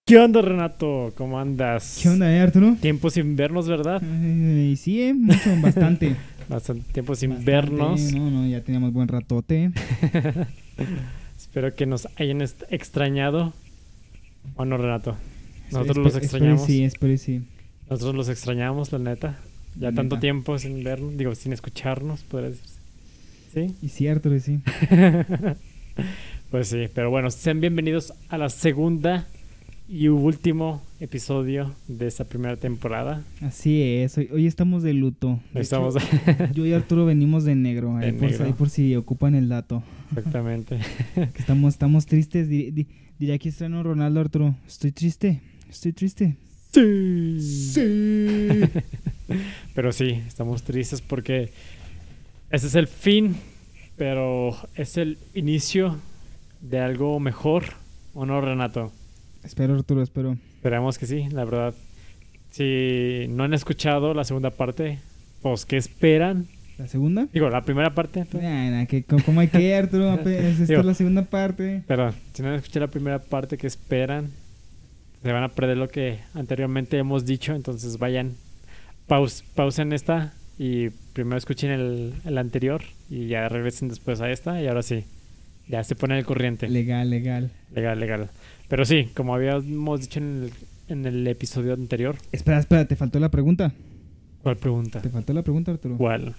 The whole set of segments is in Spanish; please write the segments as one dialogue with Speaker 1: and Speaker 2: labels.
Speaker 1: ¿Qué onda, Renato? ¿Cómo andas?
Speaker 2: ¿Qué onda, Arturo?
Speaker 1: Tiempo sin vernos, ¿verdad?
Speaker 2: Sí, mucho, bastante.
Speaker 1: Bastante tiempo sin
Speaker 2: Bastante,
Speaker 1: vernos.
Speaker 2: No, ya teníamos buen ratote.
Speaker 1: Espero que nos hayan extrañado. ¿O no, Renato? Nosotros los extrañamos.
Speaker 2: Espero sí.
Speaker 1: Nosotros los extrañamos, la neta. Ya
Speaker 2: La
Speaker 1: tanto
Speaker 2: neta.
Speaker 1: tiempo sin vernos, digo, sin escucharnos, podría decirse. ¿Sí?
Speaker 2: Y sí, Arturo, sí.
Speaker 1: Pues sí, pero bueno, sean bienvenidos a la segunda y último episodio de esta primera temporada.
Speaker 2: Así es, hoy estamos de luto. De
Speaker 1: Estamos
Speaker 2: hecho, yo y Arturo venimos de negro.
Speaker 1: De
Speaker 2: Ahí
Speaker 1: negro.
Speaker 2: por si ocupan el dato.
Speaker 1: exactamente.
Speaker 2: Que estamos tristes. Diría aquí estreno Ronaldo, Arturo. Estoy triste.
Speaker 1: Sí.
Speaker 2: Sí.
Speaker 1: Pero sí, estamos tristes porque ese es el fin, pero es el inicio de algo mejor, ¿o no, Renato?
Speaker 2: Espero, Arturo, espero.
Speaker 1: Esperamos que sí, la verdad. Si no han escuchado la segunda parte, pues ¿qué esperan?
Speaker 2: ¿La segunda?
Speaker 1: Digo, la primera parte.
Speaker 2: ¿Cómo hay que, Arturo? Esta
Speaker 1: Digo,
Speaker 2: es la segunda parte.
Speaker 1: Pero si no han escuchado la primera parte, ¿qué esperan? Se van a perder lo que anteriormente hemos dicho, entonces vayan, pausen esta y primero escuchen el anterior y ya regresen después a esta y ahora sí, ya se pone el corriente.
Speaker 2: Legal.
Speaker 1: Legal. Pero sí, como habíamos dicho en el episodio anterior.
Speaker 2: Espera, te faltó la pregunta.
Speaker 1: ¿Cuál pregunta?
Speaker 2: Te faltó la pregunta, Arturo.
Speaker 1: ¿Cuál?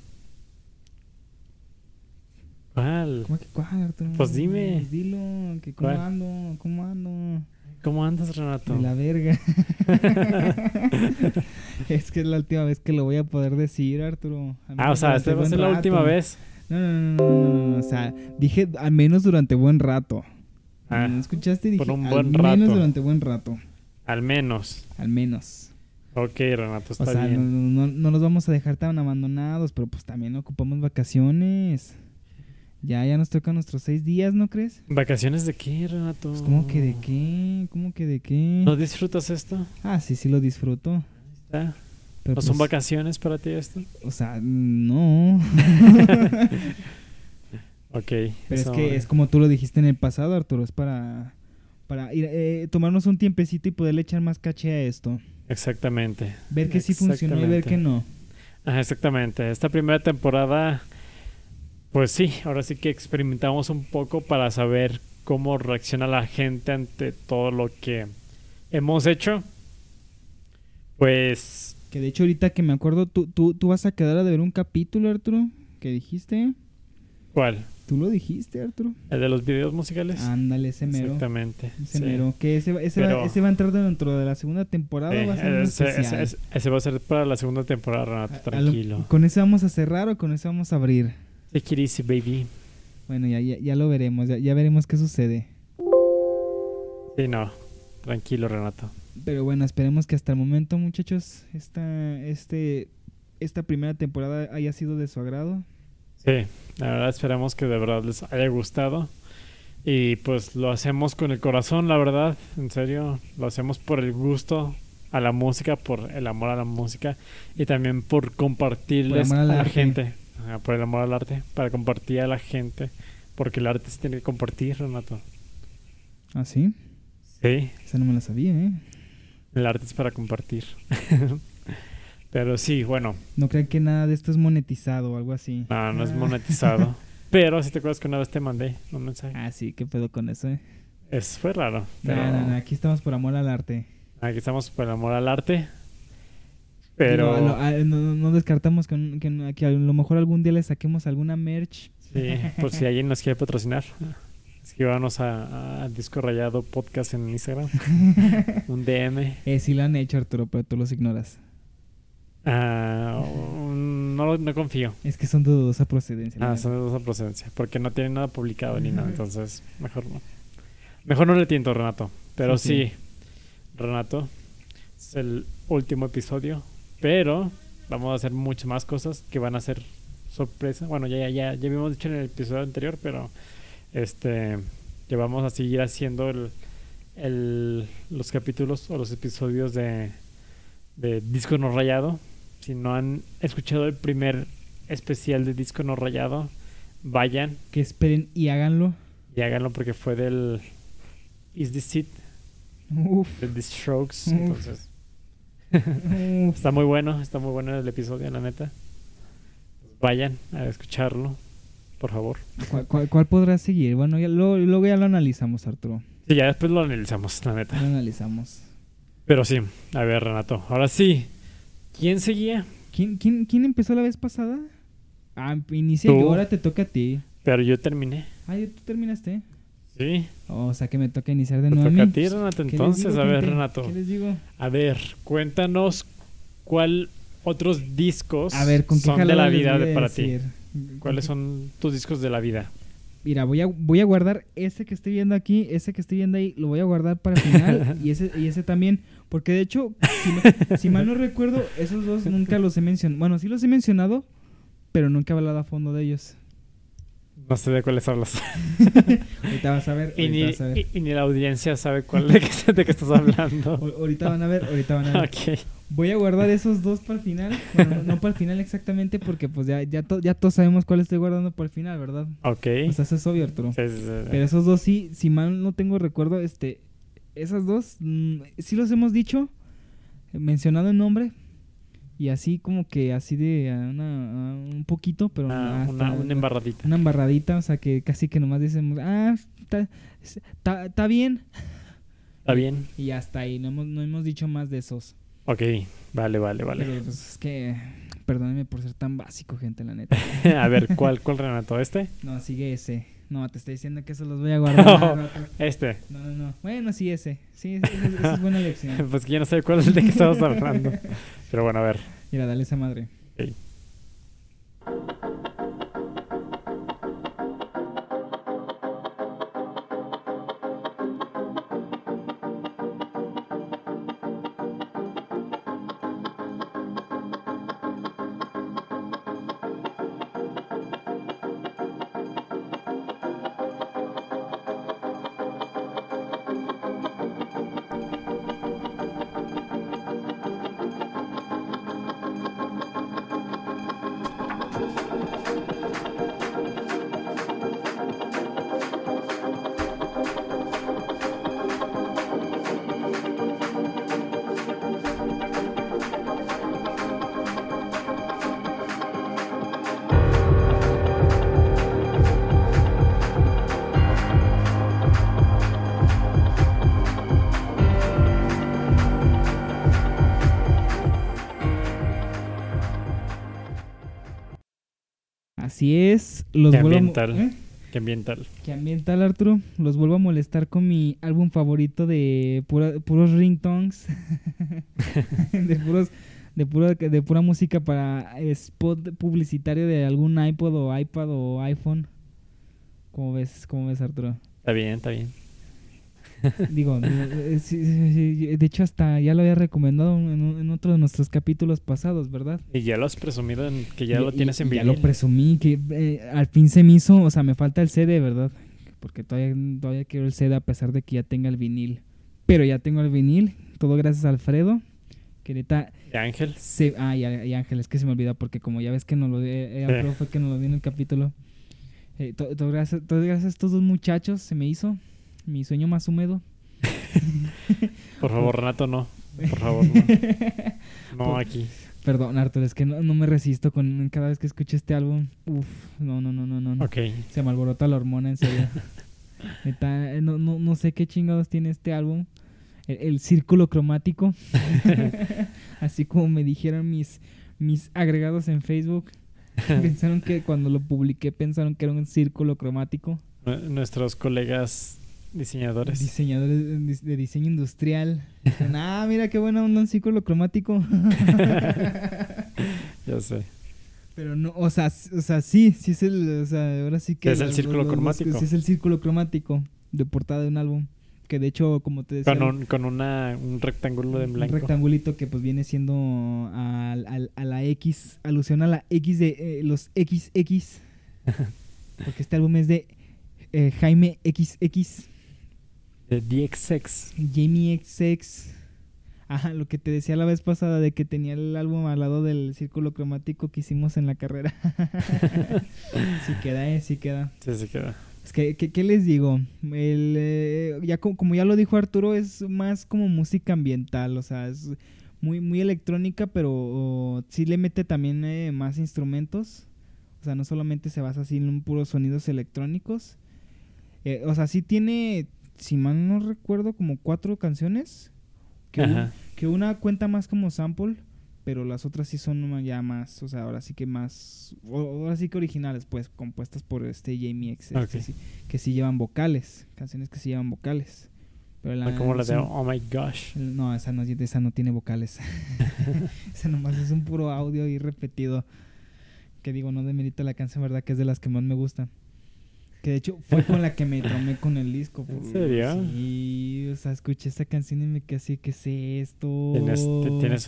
Speaker 2: ¿Cómo que cuál, Arturo?
Speaker 1: Pues dime.
Speaker 2: Dilo, que ¿cómo
Speaker 1: ¿Cuál?
Speaker 2: ando?
Speaker 1: ¿Cómo andas, Renato?
Speaker 2: De la verga. Es que es la última vez que lo voy a poder decir, Arturo.
Speaker 1: O sea, esta va a ser la última vez.
Speaker 2: No. O sea, dije al menos durante buen rato. ¿No escuchaste? Dije
Speaker 1: por un buen
Speaker 2: al
Speaker 1: rato.
Speaker 2: menos durante buen rato.
Speaker 1: Al menos. Ok, Renato, está
Speaker 2: o sea,
Speaker 1: bien.
Speaker 2: No los vamos a dejar tan abandonados, pero pues también ocupamos vacaciones. Ya nos tocan nuestros 6 días, ¿no crees?
Speaker 1: ¿Vacaciones de qué, Renato?
Speaker 2: Pues, ¿cómo que de qué?
Speaker 1: ¿No disfrutas esto?
Speaker 2: Ah, sí lo disfruto.
Speaker 1: ¿Está?
Speaker 2: Pero
Speaker 1: ¿No son vacaciones para ti esto?
Speaker 2: O sea, no.
Speaker 1: Ok.
Speaker 2: Pero es que es como tú lo dijiste en el pasado, Arturo. Es para ir, tomarnos un tiempecito y poderle echar más caché a esto.
Speaker 1: Exactamente.
Speaker 2: Ver que sí funcionó y ver que no.
Speaker 1: Ajá, exactamente. Esta primera temporada, pues sí, ahora sí que experimentamos un poco para saber cómo reacciona la gente ante todo lo que hemos hecho. Pues...
Speaker 2: Que de hecho ahorita que me acuerdo, tú vas a quedar a ver un capítulo, Arturo, que dijiste.
Speaker 1: ¿Cuál?
Speaker 2: Tú lo dijiste, Arturo.
Speaker 1: ¿El de los videos musicales?
Speaker 2: Ándale, ese mero.
Speaker 1: Exactamente.
Speaker 2: Ese mero. Que ese va a entrar dentro de la segunda temporada. Va a ser un especial.
Speaker 1: Ese va a ser para la segunda temporada, Renato, tranquilo.
Speaker 2: ¿Con ese vamos a cerrar o con ese vamos a abrir?
Speaker 1: Take it easy, baby.
Speaker 2: Bueno, ya lo veremos. Ya veremos qué sucede.
Speaker 1: Sí, no. Tranquilo, Renato.
Speaker 2: Pero bueno, esperemos que hasta el momento, muchachos, esta primera temporada haya sido de su agrado.
Speaker 1: Sí, la verdad esperamos que de verdad les haya gustado. Y pues lo hacemos con el corazón, la verdad. En serio, lo hacemos por el gusto a la música, por el amor a la música. Y también por compartirles
Speaker 2: por
Speaker 1: a la
Speaker 2: arte.
Speaker 1: gente. Por el amor al arte, para compartir a la gente. Porque el arte se tiene que compartir, Renato.
Speaker 2: ¿Ah, sí?
Speaker 1: Sí.
Speaker 2: Esa no me la sabía, ¿eh?
Speaker 1: El arte es para compartir. Pero sí, bueno.
Speaker 2: No crean que nada de esto es monetizado o algo así.
Speaker 1: No es monetizado. Pero si te acuerdas que una vez te mandé un mensaje.
Speaker 2: Ah, sí, qué pedo con eso,
Speaker 1: Fue raro. Pero...
Speaker 2: No, aquí estamos por amor al arte.
Speaker 1: Aquí estamos por el amor al arte. Pero...
Speaker 2: no descartamos que a lo mejor algún día le saquemos alguna merch.
Speaker 1: Sí, por si alguien nos quiere patrocinar. Escríbanos a Disco Rayado Podcast en Instagram. Un DM.
Speaker 2: Sí lo han hecho, Arturo, pero tú los ignoras.
Speaker 1: No confío.
Speaker 2: Es que son de dudosa procedencia.
Speaker 1: Son de dudosa procedencia. Porque no tienen nada publicado ni nada. Entonces, mejor no. Mejor no le tiento, Renato. Pero sí, Renato, es el último episodio. Pero vamos a hacer muchas más cosas que van a ser sorpresa. Bueno, ya habíamos dicho en el episodio anterior, pero que vamos a seguir haciendo los capítulos o los episodios de Disco No Rayado. Si no han escuchado el primer especial de Disco No Rayado, vayan.
Speaker 2: Que esperen y háganlo.
Speaker 1: Y háganlo porque fue del Is This It.
Speaker 2: Uf.
Speaker 1: de The Strokes.
Speaker 2: Uf.
Speaker 1: Entonces,
Speaker 2: Uf.
Speaker 1: está muy bueno el episodio, la neta. Vayan a escucharlo, por favor.
Speaker 2: ¿Cuál podrá seguir? Bueno, luego ya lo analizamos, Arturo.
Speaker 1: Sí, ya después lo analizamos, la neta.
Speaker 2: Lo analizamos.
Speaker 1: Pero sí, a ver, Renato, ahora sí. ¿Quién seguía?
Speaker 2: ¿Quién empezó la vez pasada? Inicia
Speaker 1: Tú.
Speaker 2: yo, ahora te toca a ti.
Speaker 1: Pero yo terminé.
Speaker 2: ¿Ya tú terminaste?
Speaker 1: Sí,
Speaker 2: O sea que me toca iniciar de
Speaker 1: te
Speaker 2: nuevo a
Speaker 1: toca a
Speaker 2: mí.
Speaker 1: ti, Renato.
Speaker 2: ¿Qué les
Speaker 1: Entonces,
Speaker 2: digo,
Speaker 1: a ver,
Speaker 2: gente?
Speaker 1: Renato.
Speaker 2: ¿Qué les digo?
Speaker 1: A ver, cuéntanos cuál otros discos
Speaker 2: A ver, ¿con qué
Speaker 1: son de la
Speaker 2: jalada les
Speaker 1: vida
Speaker 2: voy a
Speaker 1: para
Speaker 2: decir?
Speaker 1: ti. ¿Cuáles son tus discos de la vida?
Speaker 2: Mira, voy a guardar ese que estoy viendo aquí, ese que estoy viendo ahí, lo voy a guardar para el final y ese también, porque de hecho, si mal no recuerdo, esos dos nunca los he mencionado. Bueno, sí los he mencionado, pero nunca he hablado a fondo de ellos.
Speaker 1: No sé de cuáles hablas.
Speaker 2: Ahorita vas a ver,
Speaker 1: Y
Speaker 2: ahorita vas a ver.
Speaker 1: ni la audiencia sabe de qué estás hablando.
Speaker 2: Ahorita van a ver.
Speaker 1: Ok.
Speaker 2: Voy a guardar esos dos para el final. Bueno, no para el final exactamente, porque pues ya todos sabemos cuál estoy guardando para el final, ¿verdad?
Speaker 1: Ok.
Speaker 2: O sea, eso es obvio, Arturo.
Speaker 1: Sí.
Speaker 2: Pero esos dos sí, si mal no tengo recuerdo, esas dos sí los hemos dicho, mencionado en nombre, y así como que así de un poquito, pero
Speaker 1: Una embarradita.
Speaker 2: una embarradita, o sea que casi que nomás decimos, está bien.
Speaker 1: ¿Está bien?
Speaker 2: Y hasta ahí, no hemos dicho más de esos.
Speaker 1: Ok, vale.
Speaker 2: Pero pues es que, perdónenme por ser tan básico, gente, la neta.
Speaker 1: A ver, ¿cuál Renato? ¿Este?
Speaker 2: No, sigue ese. No, te estoy diciendo que esos los voy a guardar.
Speaker 1: Este.
Speaker 2: No. Bueno, sí, ese. Sí, esa es buena elección.
Speaker 1: Pues que ya no sé cuál es de qué estamos hablando. Pero bueno, a ver.
Speaker 2: Mira, dale esa madre.
Speaker 1: Ok.
Speaker 2: Así es. Los
Speaker 1: Qué
Speaker 2: vuelvo
Speaker 1: ambiental. Qué ambiental.
Speaker 2: ¿Qué ambiental, Arturo? Los vuelvo a molestar con mi álbum favorito de puros ringtones. de pura música para spot publicitario de algún iPod o iPad o iPhone. ¿Cómo ves, Arturo?
Speaker 1: Está bien.
Speaker 2: Digo, sí, de hecho hasta ya lo había recomendado en otro de nuestros capítulos pasados, ¿verdad?
Speaker 1: Y ya lo has presumido en que ya lo tienes en
Speaker 2: Ya
Speaker 1: vinil.
Speaker 2: lo presumí, que al fin se me hizo, o sea, me falta el CD, ¿verdad? Porque todavía quiero el CD a pesar de que ya tenga el vinil. Pero ya tengo el vinil, todo gracias a Alfredo, que neta...
Speaker 1: ¿De Ángel?
Speaker 2: Y Ángel, es que se me olvidó porque como ya ves que Alfredo fue que nos lo dio en el capítulo. Todo gracias a estos dos muchachos se me hizo mi sueño más húmedo.
Speaker 1: Por favor, Renato, no. Por favor, no. No aquí.
Speaker 2: Perdón, Arturo, es que no me resisto con cada vez que escucho este álbum. Uf, no.
Speaker 1: Ok.
Speaker 2: Se me alborota la hormona, en serio. Neta, no sé qué chingados tiene este álbum. El círculo cromático. Así como me dijeron mis agregados en Facebook. Pensaron que cuando lo publiqué pensaron que era un círculo cromático.
Speaker 1: Nuestros colegas diseñadores.
Speaker 2: Diseñadores de diseño industrial. Mira qué buena onda un círculo cromático.
Speaker 1: Ya sé.
Speaker 2: Pero no, o sea, sí es el, o sea, ahora sí que
Speaker 1: es el círculo cromático.
Speaker 2: Sí es el círculo cromático de portada de un álbum. Que de hecho, como te decía...
Speaker 1: Con un rectángulo de blanco.
Speaker 2: Un rectangulito que pues viene siendo a la X, alusión a la X de los XX. Porque este álbum es de Jaime XX.
Speaker 1: De DXX.
Speaker 2: Jamie XX. Ajá, lo que te decía la vez pasada de que tenía el álbum al lado del círculo cromático que hicimos en la carrera. Sí queda.
Speaker 1: Sí, sí queda.
Speaker 2: Es que, ¿qué les digo? Como ya lo dijo Arturo, es más como música ambiental, o sea, es muy electrónica, pero sí le mete también más instrumentos. O sea, no solamente se basa así en puros sonidos electrónicos. O sea, sí tiene, si mal no recuerdo, como 4 canciones. Que una cuenta más como sample, pero las otras sí son ya más, o sea, ahora sí que originales, pues, compuestas por Jamie XX,
Speaker 1: Okay.
Speaker 2: que sí llevan vocales, canciones que sí llevan vocales. Pero
Speaker 1: Como la de Oh My Gosh.
Speaker 2: No, esa no tiene vocales. Esa nomás es un puro audio y repetido. Que digo, no demerita la canción, ¿verdad? Que es de las que más me gustan. Que de hecho fue con la que me traumé con el disco.
Speaker 1: ¿En serio?
Speaker 2: Sí, o sea, escuché esta canción y me quedé así, ¿qué es esto?
Speaker 1: Tienes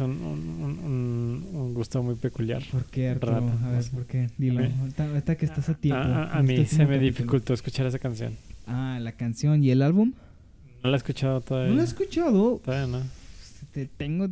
Speaker 1: un gusto muy peculiar.
Speaker 2: ¿Por qué, Arturo? A ver, ¿por qué? Dilo. Ahorita que estás a tiempo.
Speaker 1: A mí se me dificultó escuchar esa canción.
Speaker 2: Ah, la canción. ¿Y el álbum?
Speaker 1: No la he escuchado todavía.
Speaker 2: ¿No la he escuchado?
Speaker 1: Todavía no.
Speaker 2: Tengo...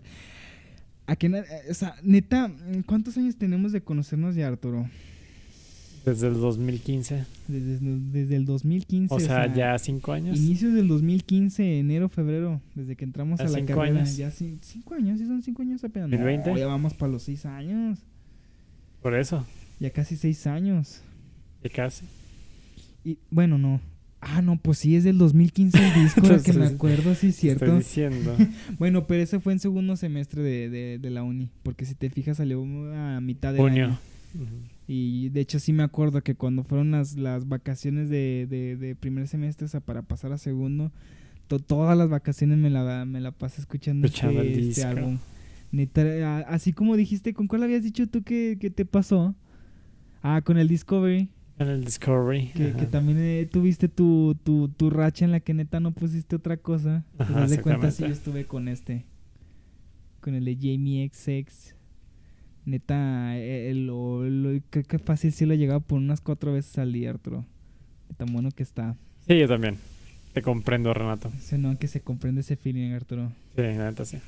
Speaker 2: o sea, neta, ¿cuántos años tenemos de conocernos ya, Arturo?
Speaker 1: Desde el 2015.
Speaker 2: Desde el 2015.
Speaker 1: O sea, ya 5 años.
Speaker 2: Inicios del 2015, enero, febrero, desde que entramos a la carrera.
Speaker 1: Años.
Speaker 2: Ya 5 años, sí son 5 años apenas.
Speaker 1: ¿2020?
Speaker 2: No, ya vamos para los 6 años.
Speaker 1: Por eso.
Speaker 2: Ya casi 6 años.
Speaker 1: Ya casi.
Speaker 2: Y bueno, no. Ah, no, pues sí, es del 2015 el disco, de que me acuerdo, sí es cierto.
Speaker 1: Estoy diciendo.
Speaker 2: Bueno, pero ese fue en segundo semestre de la uni, porque si te fijas salió a mitad del año. Y de hecho sí me acuerdo que cuando fueron las vacaciones de primer semestre, o sea, para pasar a segundo, todas las vacaciones me la pasé escuchando este álbum. Neta, así como dijiste, ¿con cuál habías dicho tú que te pasó? Ah, con el Discovery.
Speaker 1: En el Discovery.
Speaker 2: Que también tuviste tu racha en la que neta no pusiste otra cosa. Pues haz de cuenta, sí, yo estuve con con el de Jamie XX. Neta, creo que fácil sí lo he llegado por unas 4 veces al día, Arturo. De tan bueno que está.
Speaker 1: Sí, yo también. Te comprendo, Renato.
Speaker 2: Sí, no, que se comprende ese feeling, Arturo.
Speaker 1: Sí, la neta sí.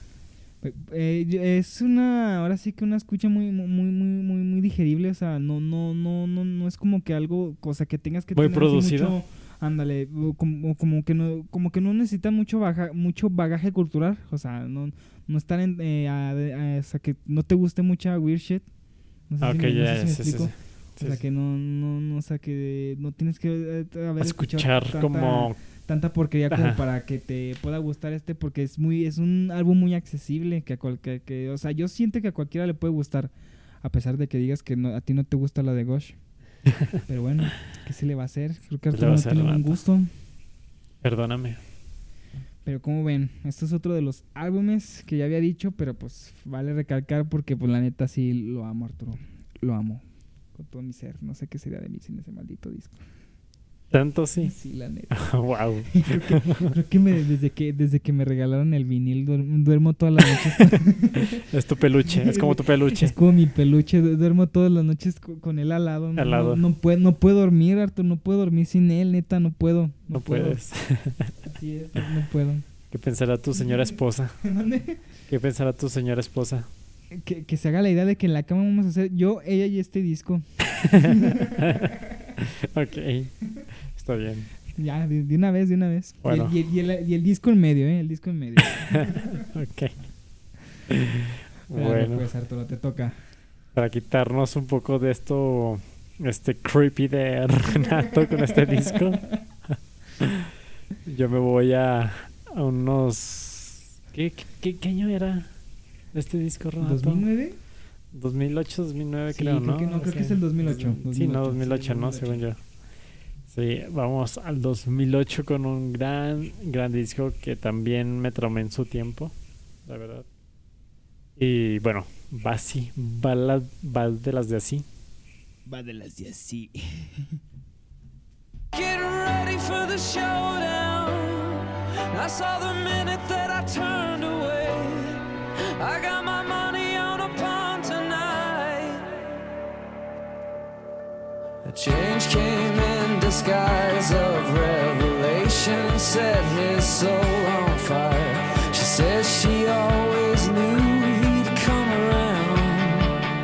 Speaker 2: Es ahora sí que una escucha muy digerible, o sea, no es como que algo, cosa que tengas que
Speaker 1: muy
Speaker 2: tener
Speaker 1: producido.
Speaker 2: Mucho, ándale, como que no necesita mucho bagaje cultural, o sea, no estar o sea, que no te guste mucha weird shit. No sé si me explico. O sea, que no, o sea, que no tienes que
Speaker 1: escuchar como
Speaker 2: tanta porquería como para que te pueda gustar porque es un álbum muy accesible, que o sea, yo siento que a cualquiera le puede gustar, a pesar de que digas que a ti no te gusta la de Gosh. Pero bueno, ¿qué se le va a hacer? Creo que Arturo no tiene buen gusto.
Speaker 1: Perdóname.
Speaker 2: Pero como ven, esto es otro de los álbumes que ya había dicho, pero pues vale recalcar porque pues la neta sí lo amo, Arturo. Lo amo con todo mi ser. No sé qué sería de mí sin ese maldito disco.
Speaker 1: ¿Tanto sí?
Speaker 2: Sí, la neta.
Speaker 1: Wow.
Speaker 2: Creo que desde que me regalaron el vinil duermo todas las noches.
Speaker 1: Es tu peluche, es como tu peluche.
Speaker 2: Es como mi peluche, duermo todas las noches con él al lado. No puedo dormir, Arturo, no puedo dormir sin él, neta, no puedo.
Speaker 1: No puedes.
Speaker 2: Así es, no puedo.
Speaker 1: ¿Qué pensará tu señora esposa? ¿Qué pensará tu señora esposa?
Speaker 2: Que se haga la idea de que en la cama vamos a hacer yo, ella y este disco.
Speaker 1: Ok, está bien.
Speaker 2: Ya, de una vez.
Speaker 1: Bueno.
Speaker 2: Y el disco en medio, el disco en medio.
Speaker 1: Ok.
Speaker 2: Bueno, pues Arturo, te toca.
Speaker 1: Para quitarnos un poco de esto, creepy de Renato con este disco, yo me voy a unos... ¿Qué año era este disco, Renato?
Speaker 2: ¿2009?
Speaker 1: 2008, 2009
Speaker 2: sí,
Speaker 1: creo, ¿no?
Speaker 2: Creo que es el 2008.
Speaker 1: Sí, no, 2008, ¿no? Según yo. Sí, vamos al 2008 con un gran disco que también me traumé en su tiempo, la verdad. Y bueno, va así, va de las de así.
Speaker 2: Va de las de así.
Speaker 3: Get ready for the showdown. I saw the minute that I turned away. I got my money on a pawn tonight. A change came in disguise of revelation, set his soul on fire. She says she always knew he'd come around.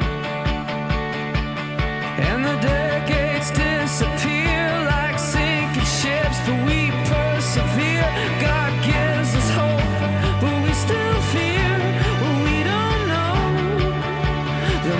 Speaker 3: And the decades disappear like sinking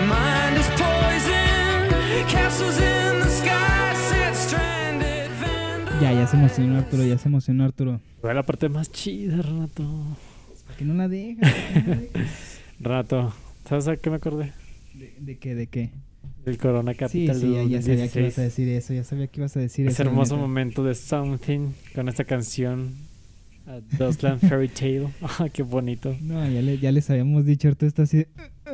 Speaker 3: My mind is poison, castles in the sky, set stranded vandals.
Speaker 2: Ya se emocionó Arturo, ya se emocionó Arturo.
Speaker 1: Fue la parte más chida, Renato.
Speaker 2: ¿Por qué no la dejas? ¿Por qué no la dejas?
Speaker 1: Renato, ¿sabes a qué me acordé?
Speaker 2: ¿De qué? ¿De qué?
Speaker 1: El Corona
Speaker 2: Sí,
Speaker 1: Capital
Speaker 2: sí,
Speaker 1: del
Speaker 2: ya sabía que ibas
Speaker 1: 2016.
Speaker 2: a decir eso, ya sabía que ibas a decir
Speaker 1: Ese
Speaker 2: eso.
Speaker 1: hermoso
Speaker 2: neta.
Speaker 1: momento de Something con esta canción, Dustland Fairy Tale. Ah, qué bonito.
Speaker 2: No, ya les habíamos dicho, Arturo está así.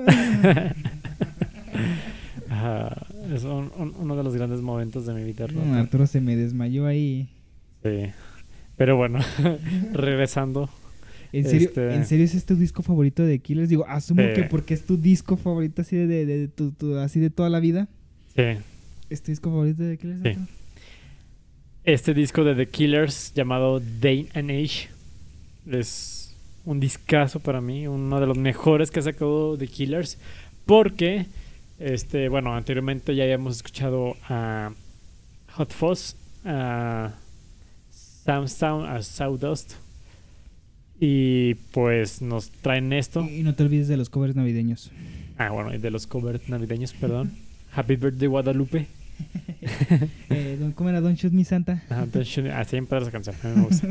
Speaker 1: Es uno de los grandes momentos de mi vida,
Speaker 2: No,
Speaker 1: Renato.
Speaker 2: Arturo se me desmayó ahí.
Speaker 1: Sí. Pero bueno, regresando.
Speaker 2: ¿En serio es tu disco favorito de Killers? Digo, asumo que porque es tu disco favorito así así de toda la vida.
Speaker 1: Sí.
Speaker 2: ¿Es tu disco favorito de Killers?
Speaker 1: Sí.
Speaker 2: Arturo?
Speaker 1: Este disco de The Killers llamado Day and Age es un discazo para mí, uno de los mejores que ha sacado The Killers, porque bueno, anteriormente ya habíamos escuchado a Hot Fuzz, a Soundstown, a Sawdust, y pues nos traen esto.
Speaker 2: Y no te olvides de los covers navideños.
Speaker 1: Bueno, y de los covers navideños, perdón. Happy Birthday Guadalupe.
Speaker 2: ¿Cómo era? Don't Shoot Me Santa.
Speaker 1: Siempre esa canción, a mí me gusta.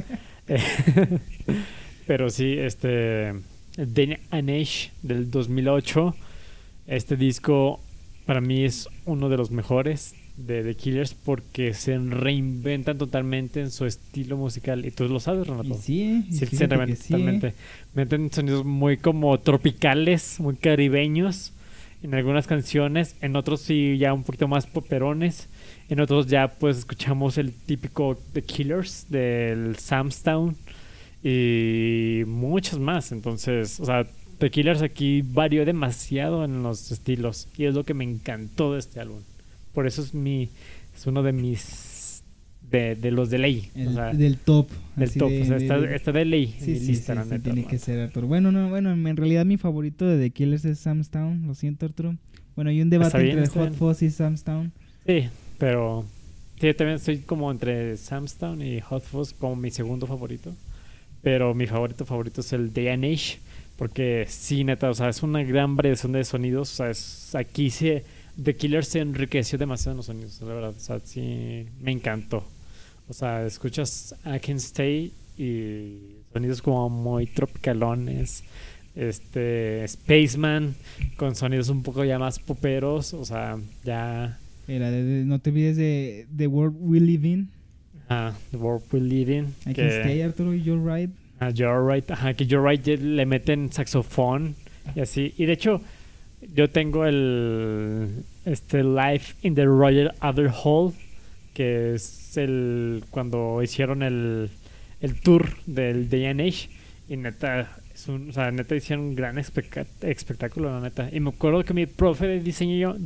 Speaker 1: Pero sí, Day and Age del 2008. Este disco para mí es uno de los mejores de The Killers porque se reinventan totalmente en su estilo musical. Y tú lo sabes, Renato.
Speaker 2: Y sí,
Speaker 1: Sí,
Speaker 2: fíjate
Speaker 1: se reinventan
Speaker 2: que sí,
Speaker 1: totalmente. Meten sonidos muy como tropicales, muy caribeños en algunas canciones. En otros sí ya un poquito más poperones. En otros ya pues escuchamos el típico The Killers del Samstown y muchos más. Entonces, o sea, The Killers aquí varió demasiado en los estilos y es lo que me encantó de este álbum. Por eso es uno de mis de los de ley, o sea,
Speaker 2: del top.
Speaker 1: del
Speaker 2: así
Speaker 1: top, o sea, está de ley en
Speaker 2: Sí,
Speaker 1: mi
Speaker 2: sí,
Speaker 1: lista,
Speaker 2: sí,
Speaker 1: la
Speaker 2: sí,
Speaker 1: neta,
Speaker 2: tiene
Speaker 1: ¿no?
Speaker 2: que ser Arturo. Bueno, en realidad mi favorito de The Killers es Samstown. Lo siento, Arturo. Bueno, hay un debate
Speaker 1: Está bien,
Speaker 2: entre
Speaker 1: está
Speaker 2: Hot
Speaker 1: bien.
Speaker 2: Fuzz y Samstown.
Speaker 1: Sí, pero sí, también estoy como entre Samstown y Hot Fuzz como mi segundo favorito. Pero mi favorito es el Day and Age. Porque sí, neta, o sea, es una gran variación de sonidos. O sea, The Killer se enriqueció demasiado en los sonidos, la verdad. O sea, sí, me encantó. O sea, escuchas I Can Stay y sonidos como muy tropicalones. Spaceman con sonidos un poco ya más poperos. O sea, ya.
Speaker 2: Mira, no te olvides de The World We Live In.
Speaker 1: The World We Live In.
Speaker 2: I Can Stay, Arturo, y You're Right.
Speaker 1: You're Right. Que You're Right le meten saxofón y así. Y de hecho, yo tengo el Live in the Royal Albert Hall, que es cuando hicieron el tour del Day and Age. Y neta, neta hicieron un gran espectáculo, la neta. Y me acuerdo que mi profe de diseño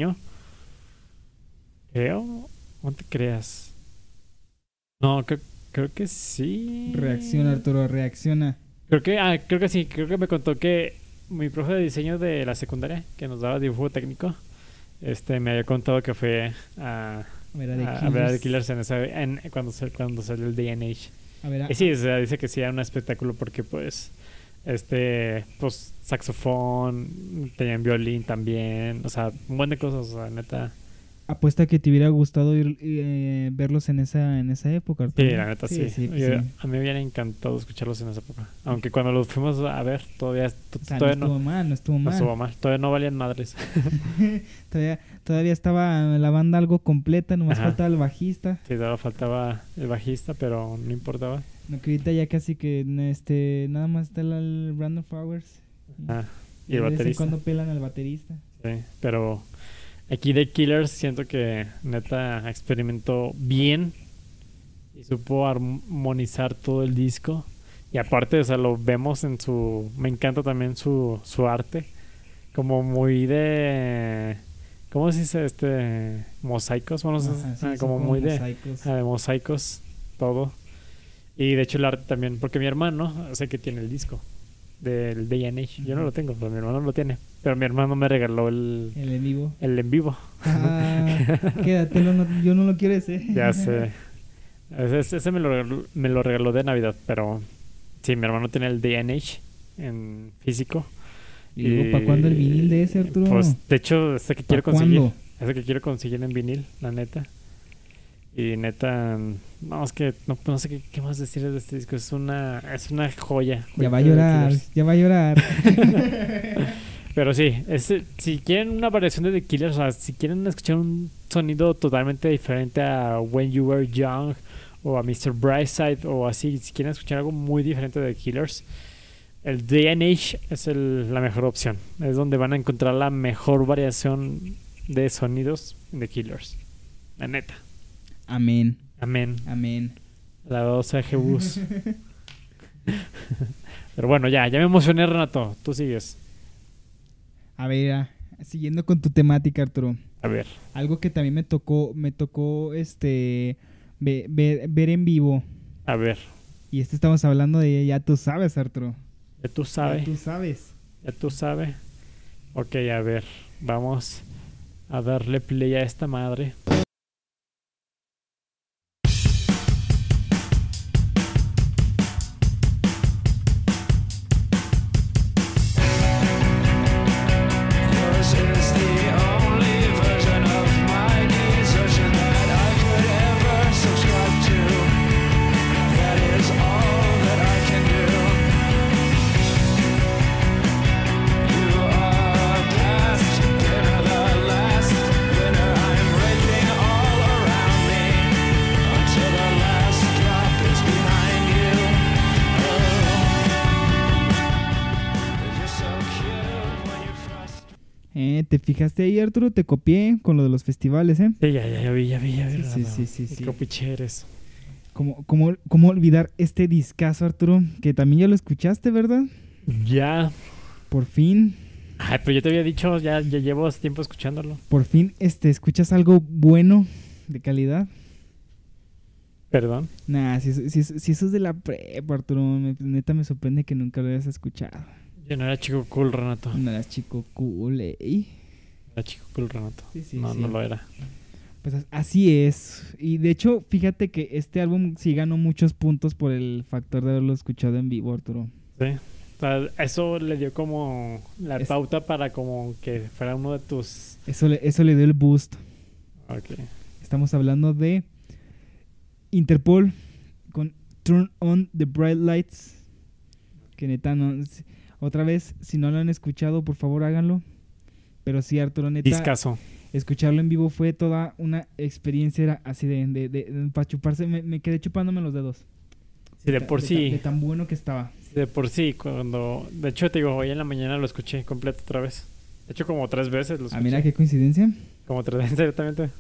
Speaker 1: creo, no te creas. No, creo que sí.
Speaker 2: Reacciona, Arturo, reacciona.
Speaker 1: Creo que sí. Creo que me contó que mi profe de diseño de la secundaria, que nos daba dibujo técnico, me había contado que fue a ver a The Killers cuando salió el Day and Age. Y sí, o sea, dice que sí era un espectáculo porque pues pues saxofón, tenían violín también, o sea, un buen de cosas, o sea, neta.
Speaker 2: Apuesta que te hubiera gustado verlos en esa época, Arturo.
Speaker 1: Sí, la neta sí.
Speaker 2: Sí,
Speaker 1: A mí me hubiera encantado escucharlos en esa época. Aunque cuando los fuimos a ver, todavía
Speaker 2: no estuvo mal.
Speaker 1: No estuvo mal. Todavía no valían madres.
Speaker 2: todavía estaba la banda algo completa, nomás
Speaker 1: Ajá.
Speaker 2: faltaba el bajista.
Speaker 1: Sí, todavía faltaba el bajista, pero no importaba.
Speaker 2: No, que ahorita ya casi que nada más está el Brandon Flowers.
Speaker 1: Y el
Speaker 2: de vez en
Speaker 1: baterista.
Speaker 2: cuando pelan al baterista.
Speaker 1: Sí, pero aquí The Killers siento que neta experimentó bien y supo armonizar todo el disco. Y aparte, o sea, lo vemos me encanta también su arte. Como muy de... ¿Cómo se dice? Mosaicos. Bueno, como muy
Speaker 2: mosaicos.
Speaker 1: de mosaicos, todo. Y de hecho el arte también, porque mi hermano sé que tiene el disco del Day and Age. Yo no lo tengo, pero mi hermano lo tiene. Pero mi hermano me regaló el
Speaker 2: en vivo.
Speaker 1: El en vivo.
Speaker 2: Quédatelo, yo no lo quiero ese.
Speaker 1: Ya sé. Ese me lo regaló de Navidad, pero sí, mi hermano tiene el Day and Age en físico.
Speaker 2: ¿Y luego para cuándo el vinil de ese, Arturo?
Speaker 1: Pues, de hecho, es que quiero
Speaker 2: ¿Pa'
Speaker 1: conseguir.
Speaker 2: cuándo?
Speaker 1: Es que quiero conseguir en vinil, la neta. Y neta, no, es que no sé qué más decir de este disco. Es una joya.
Speaker 2: Ya va a
Speaker 1: joyita de
Speaker 2: llorar,
Speaker 1: Killers.
Speaker 2: ya va a llorar.
Speaker 1: Pero sí, si quieren una variación de The Killers, o sea, si quieren escuchar un sonido totalmente diferente a When You Were Young o a Mr. Brightside o así, si quieren escuchar algo muy diferente de The Killers, el Day and Age es la mejor opción. Es donde van a encontrar la mejor variación de sonidos de Killers. La neta.
Speaker 2: Amén,
Speaker 1: Amén.
Speaker 2: amén.
Speaker 1: Alabado sea Jebús. Pero bueno, ya me emocioné, Renato. Tú sigues.
Speaker 2: A ver, siguiendo con tu temática, Arturo.
Speaker 1: A ver.
Speaker 2: Algo que también me tocó ver en vivo.
Speaker 1: A ver.
Speaker 2: Y estamos hablando de ya tú sabes, Arturo.
Speaker 1: Ya tú sabes.
Speaker 2: Ya tú sabes.
Speaker 1: Ya tú sabes. Ok, a ver. Vamos a darle play a esta madre.
Speaker 3: Yours is the only version of my desertion that I could ever subscribe to. That is all that I can do. You are past dinner, the last winner. I'm raping all around me until the last drop is behind you. Oh, you're so cute when you trust.
Speaker 2: ¿Te fijaste ahí, Arturo? Te copié con lo de los festivales, ¿eh?
Speaker 1: Sí, ya vi.
Speaker 2: Sí.
Speaker 1: Qué piche eres.
Speaker 2: ¿Cómo olvidar este discazo, Arturo? Que también ya lo escuchaste, ¿verdad?
Speaker 1: Ya.
Speaker 2: Por fin,
Speaker 1: Ay, pero yo te había dicho, ya llevo tiempo escuchándolo.
Speaker 2: escuchas algo bueno, de calidad.
Speaker 1: Perdón.
Speaker 2: Nah, si eso es de la prepa, Arturo, neta me sorprende que nunca lo hayas escuchado.
Speaker 1: Yo no era chico cool, Renato.
Speaker 2: No eras chico cool,
Speaker 1: Era chico cool, Renato.
Speaker 2: Sí,
Speaker 1: No lo era.
Speaker 2: Pues así es. Y de hecho, fíjate que este álbum sí ganó muchos puntos por el factor de haberlo escuchado en vivo, Arturo.
Speaker 1: Sí. O sea, eso le dio como la
Speaker 2: Es-
Speaker 1: pauta para como que fuera uno de tus...
Speaker 2: Eso le dio el boost.
Speaker 1: Ok.
Speaker 2: Estamos hablando de Interpol con Turn on the Bright Lights. Que neta, otra vez, si no lo han escuchado, por favor háganlo. Pero sí, Arturo, neta,
Speaker 1: Discaso.
Speaker 2: escucharlo en vivo fue toda una experiencia, era así para chuparse, me quedé chupándome los dedos.
Speaker 1: Sí, de por
Speaker 2: De
Speaker 1: sí.
Speaker 2: tan bueno que estaba.
Speaker 1: De por sí, cuando... De hecho, te digo, hoy en la mañana lo escuché completo otra vez. De hecho, como 3 veces lo escuché.
Speaker 2: Ah, mira qué coincidencia.
Speaker 1: Como 3 veces directamente.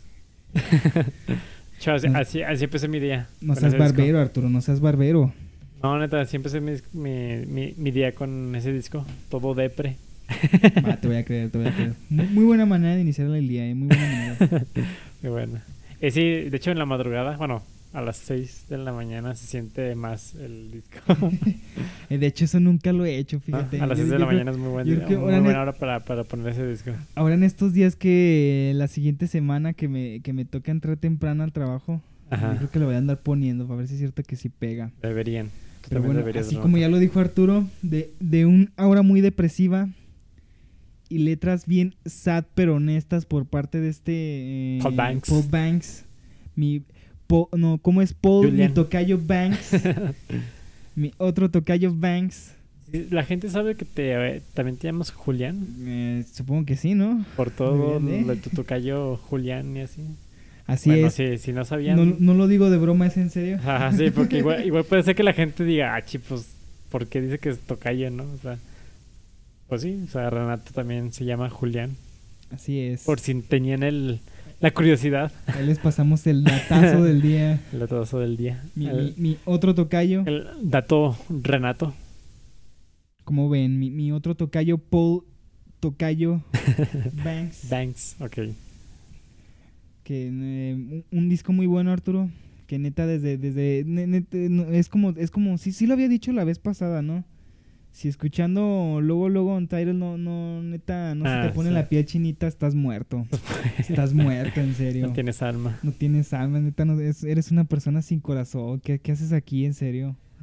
Speaker 1: Chao, así empecé mi día.
Speaker 2: No
Speaker 1: con
Speaker 2: seas
Speaker 1: ese disco.
Speaker 2: barbero, Arturo, no seas barbero.
Speaker 1: No, neta, así empecé mi día con ese disco. Todo depre.
Speaker 2: Va, te voy a creer. Muy buena manera de iniciar el día, muy buena manera.
Speaker 1: Qué bueno. Sí, de hecho, en la madrugada, bueno, a las 6 de la mañana se siente más el disco.
Speaker 2: De hecho, eso nunca lo he hecho, fíjate.
Speaker 1: A las
Speaker 2: Yo-
Speaker 1: 6 de
Speaker 2: yo
Speaker 1: la
Speaker 2: creo-
Speaker 1: mañana es muy,
Speaker 2: yo creo que
Speaker 1: muy
Speaker 2: ahora
Speaker 1: buena hora para poner ese disco.
Speaker 2: Ahora en estos días que la siguiente semana que me toca entrar temprano al trabajo,
Speaker 1: Ajá.
Speaker 2: yo creo que lo voy a andar poniendo para ver si es cierto que sí pega.
Speaker 1: Deberían. Tú
Speaker 2: Pero
Speaker 1: también
Speaker 2: bueno,
Speaker 1: deberías,
Speaker 2: así
Speaker 1: Renato.
Speaker 2: como ya lo dijo Arturo, de un aura muy depresiva y letras bien sad pero honestas por parte de
Speaker 1: Paul Banks.
Speaker 2: Paul Banks. ¿Cómo es Paul?
Speaker 1: Julian.
Speaker 2: Mi tocayo Banks. Mi otro tocayo Banks.
Speaker 1: Sí, la gente sabe que también te llamas Julián.
Speaker 2: Supongo que sí, ¿no?
Speaker 1: Por todo
Speaker 2: Muy bien,
Speaker 1: lo de tu tocayo Julián y así.
Speaker 2: Así
Speaker 1: Bueno,
Speaker 2: es.
Speaker 1: si no sabían.
Speaker 2: No lo digo de broma, ¿es en serio?
Speaker 1: Ajá, sí, porque igual puede ser que la gente diga, pues, ¿por qué dice que es tocayo, no? O sea, pues sí, o sea, Renato también se llama Julián.
Speaker 2: Así es.
Speaker 1: Por si tenían la curiosidad.
Speaker 2: Ahí les pasamos el datazo del día.
Speaker 1: El dato del día.
Speaker 2: Mi otro tocayo,
Speaker 1: El dato Renato.
Speaker 2: como ven, mi otro tocayo, Paul Tocayo Banks.
Speaker 1: Banks, ok.
Speaker 2: Que un disco muy bueno, Arturo. Que neta, es como, sí lo había dicho la vez pasada, ¿no? Si escuchando luego Untitled neta, no se te pone
Speaker 1: sí.
Speaker 2: la piel chinita, estás muerto. Estás muerto, en serio.
Speaker 1: No tienes alma.
Speaker 2: No tienes alma, neta, eres una persona sin corazón. ¿Qué haces aquí, en serio?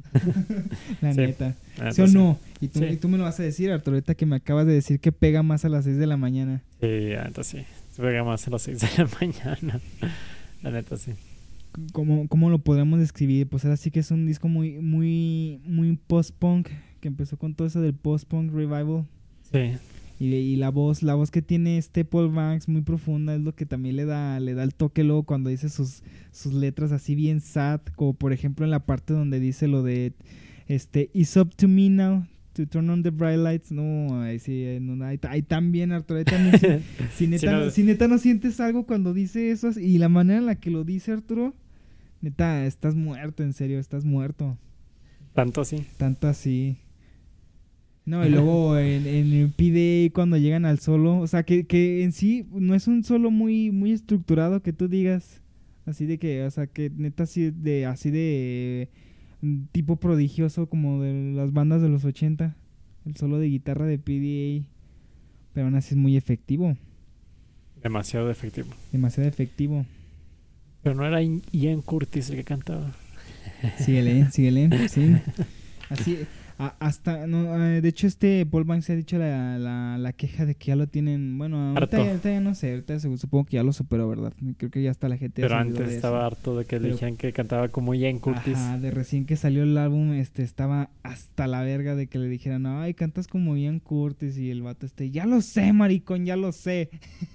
Speaker 2: La
Speaker 1: Sí.
Speaker 2: neta.
Speaker 1: Ah,
Speaker 2: ¿Sí o
Speaker 1: pues sí.
Speaker 2: no? Y tú,
Speaker 1: Sí.
Speaker 2: y tú me lo vas a decir, Arturo, ahorita que me acabas de decir que pega más a las 6 de la mañana.
Speaker 1: Sí, la neta sí. Se pega más a las 6 de la mañana. La neta sí.
Speaker 2: ¿Cómo lo podríamos describir? Pues ahora sí que es un disco muy post-punk, que empezó con todo eso del post-punk revival.
Speaker 1: Sí.
Speaker 2: Y la voz que tiene Paul Banks muy profunda es lo que también le da el toque luego cuando dice sus letras así bien sad, como por ejemplo en la parte donde dice lo de It's up to me now to turn on the bright lights. No, ahí sí, no, ahí también, Arturo, ahí también si neta no sientes algo cuando dice eso y la manera en la que lo dice, Arturo, neta, estás muerto, en serio, estás muerto.
Speaker 1: Tanto así.
Speaker 2: Tanto así. No, y luego en el PDA cuando llegan al solo, o sea, que en sí no es un solo muy estructurado que tú digas, así de que, o sea, que neta así de tipo prodigioso como de las bandas de los 80, el solo de guitarra de PDA, pero aún así es muy efectivo,
Speaker 1: Demasiado efectivo.
Speaker 2: demasiado efectivo.
Speaker 1: Pero no era Ian Curtis el que cantaba.
Speaker 2: Síguele, sí. Así, hasta, no, de hecho Paul Banks se ha dicho la queja de que ya lo tienen, bueno, ahorita ya no sé, ahorita supongo que ya lo superó, ¿verdad? Creo que ya está la gente.
Speaker 1: Pero antes estaba harto de que le dijeran que cantaba como Ian Curtis.
Speaker 2: Ajá, de recién que salió el álbum, estaba hasta la verga de que le dijeran, ay, cantas como Ian Curtis, y el vato ya lo sé, maricón, ya lo sé.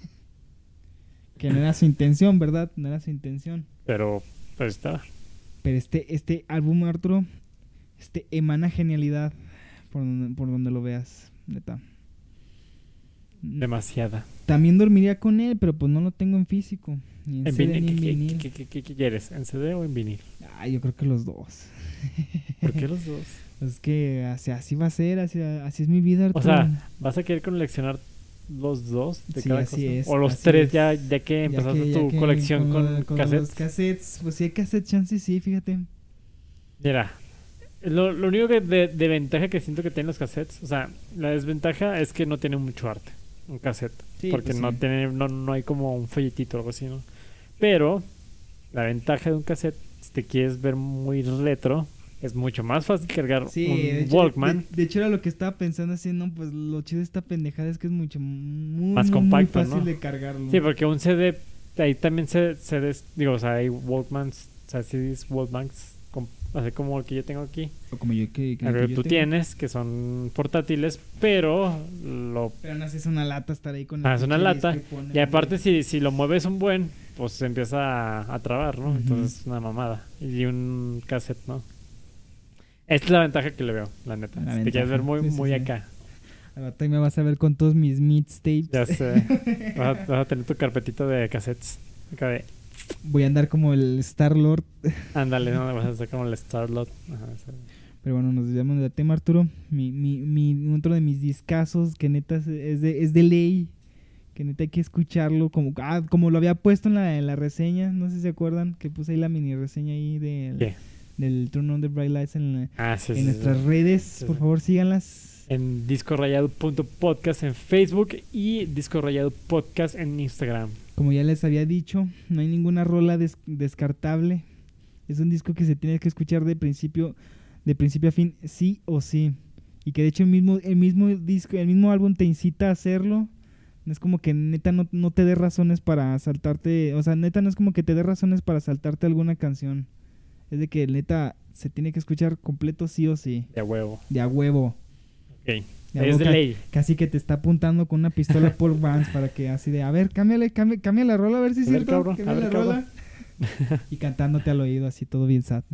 Speaker 2: Que no era su intención, ¿verdad? No era su intención.
Speaker 1: Pero estaba.
Speaker 2: Pero este álbum, Arturo, emana genialidad por donde lo veas, neta.
Speaker 1: Demasiada.
Speaker 2: También dormiría con él, pero pues no lo tengo en físico. Ni en CD ni en vinil.
Speaker 1: ¿Qué quieres? ¿En CD o en vinil?
Speaker 2: Yo creo que los dos.
Speaker 1: ¿Por qué los dos?
Speaker 2: Es que así va a ser, así es mi vida, Arturo.
Speaker 1: O sea, ¿vas a querer coleccionar los dos de
Speaker 2: sí,
Speaker 1: cada
Speaker 2: así
Speaker 1: cosa?
Speaker 2: Es,
Speaker 1: o los
Speaker 2: así
Speaker 1: tres
Speaker 2: es.
Speaker 1: ya que empezaste tu colección con cassettes.
Speaker 2: Los cassettes, pues sí hay cassettes, chance sí, fíjate.
Speaker 1: Mira, lo único que de ventaja que siento que tienen los cassettes, o sea, la desventaja es que no tiene mucho arte un cassette,
Speaker 2: Sí,
Speaker 1: porque
Speaker 2: pues
Speaker 1: no hay como un folletito o algo así, ¿no? Pero la ventaja de un cassette, si te quieres ver muy retro, es mucho más fácil cargar un Walkman.
Speaker 2: De hecho era lo que estaba pensando así, no, pues lo chido de esta pendejada es que es mucho
Speaker 1: más compacto,
Speaker 2: muy fácil,
Speaker 1: ¿no?
Speaker 2: de cargarlo.
Speaker 1: Sí, porque un CD, ahí también digo, o sea, hay Walkmans, o sea, CDs, Walkmans, así como el que yo tengo aquí.
Speaker 2: O como yo que
Speaker 1: Tú tienes, que son portátiles, pero
Speaker 2: Pero no es una lata estar ahí con
Speaker 1: es una lata. Y aparte, si lo mueves un buen, pues se empieza a trabar, ¿no?
Speaker 2: Uh-huh.
Speaker 1: Entonces es una mamada. Y un cassette, ¿no? Esta es la ventaja que le veo, la neta. Si te quieres ver muy acá.
Speaker 2: Ahora me vas a ver con todos mis mixtapes.
Speaker 1: Ya sé. vas a tener tu carpetita de cassettes. Acá de...
Speaker 2: Voy a andar como el Star-Lord.
Speaker 1: Ándale, no vas a ser como el Star-Lord.
Speaker 2: Pero bueno, nos desviamos del tema, Arturo. Otro de mis discazos que neta es de ley. Que neta hay que escucharlo. Como lo había puesto en la reseña. No sé si se acuerdan. Que puse ahí la mini reseña ahí del Turn on the Bright Lights en nuestras redes. Sí, por favor, síganlas.
Speaker 1: En discorrayado.podcast en Facebook y Disco Rayado Podcast en Instagram.
Speaker 2: Como ya les había dicho, no hay ninguna rola descartable. Es un disco que se tiene que escuchar de principio a fin, sí o sí. Y que de hecho el mismo disco, el mismo álbum te incita a hacerlo. No es como que neta no te dé razones para saltarte. O sea, neta no es como que te dé razones para saltarte alguna canción. Es de que neta se tiene que escuchar completo sí o sí.
Speaker 1: De a huevo.
Speaker 2: De a huevo.
Speaker 1: Ok. Es de ley.
Speaker 2: Casi que te está apuntando con una pistola Paul Vance para que así de, a ver, cambia la rola, a ver si es cierto. Cambia la rola. Y cantándote al oído así todo bien sad.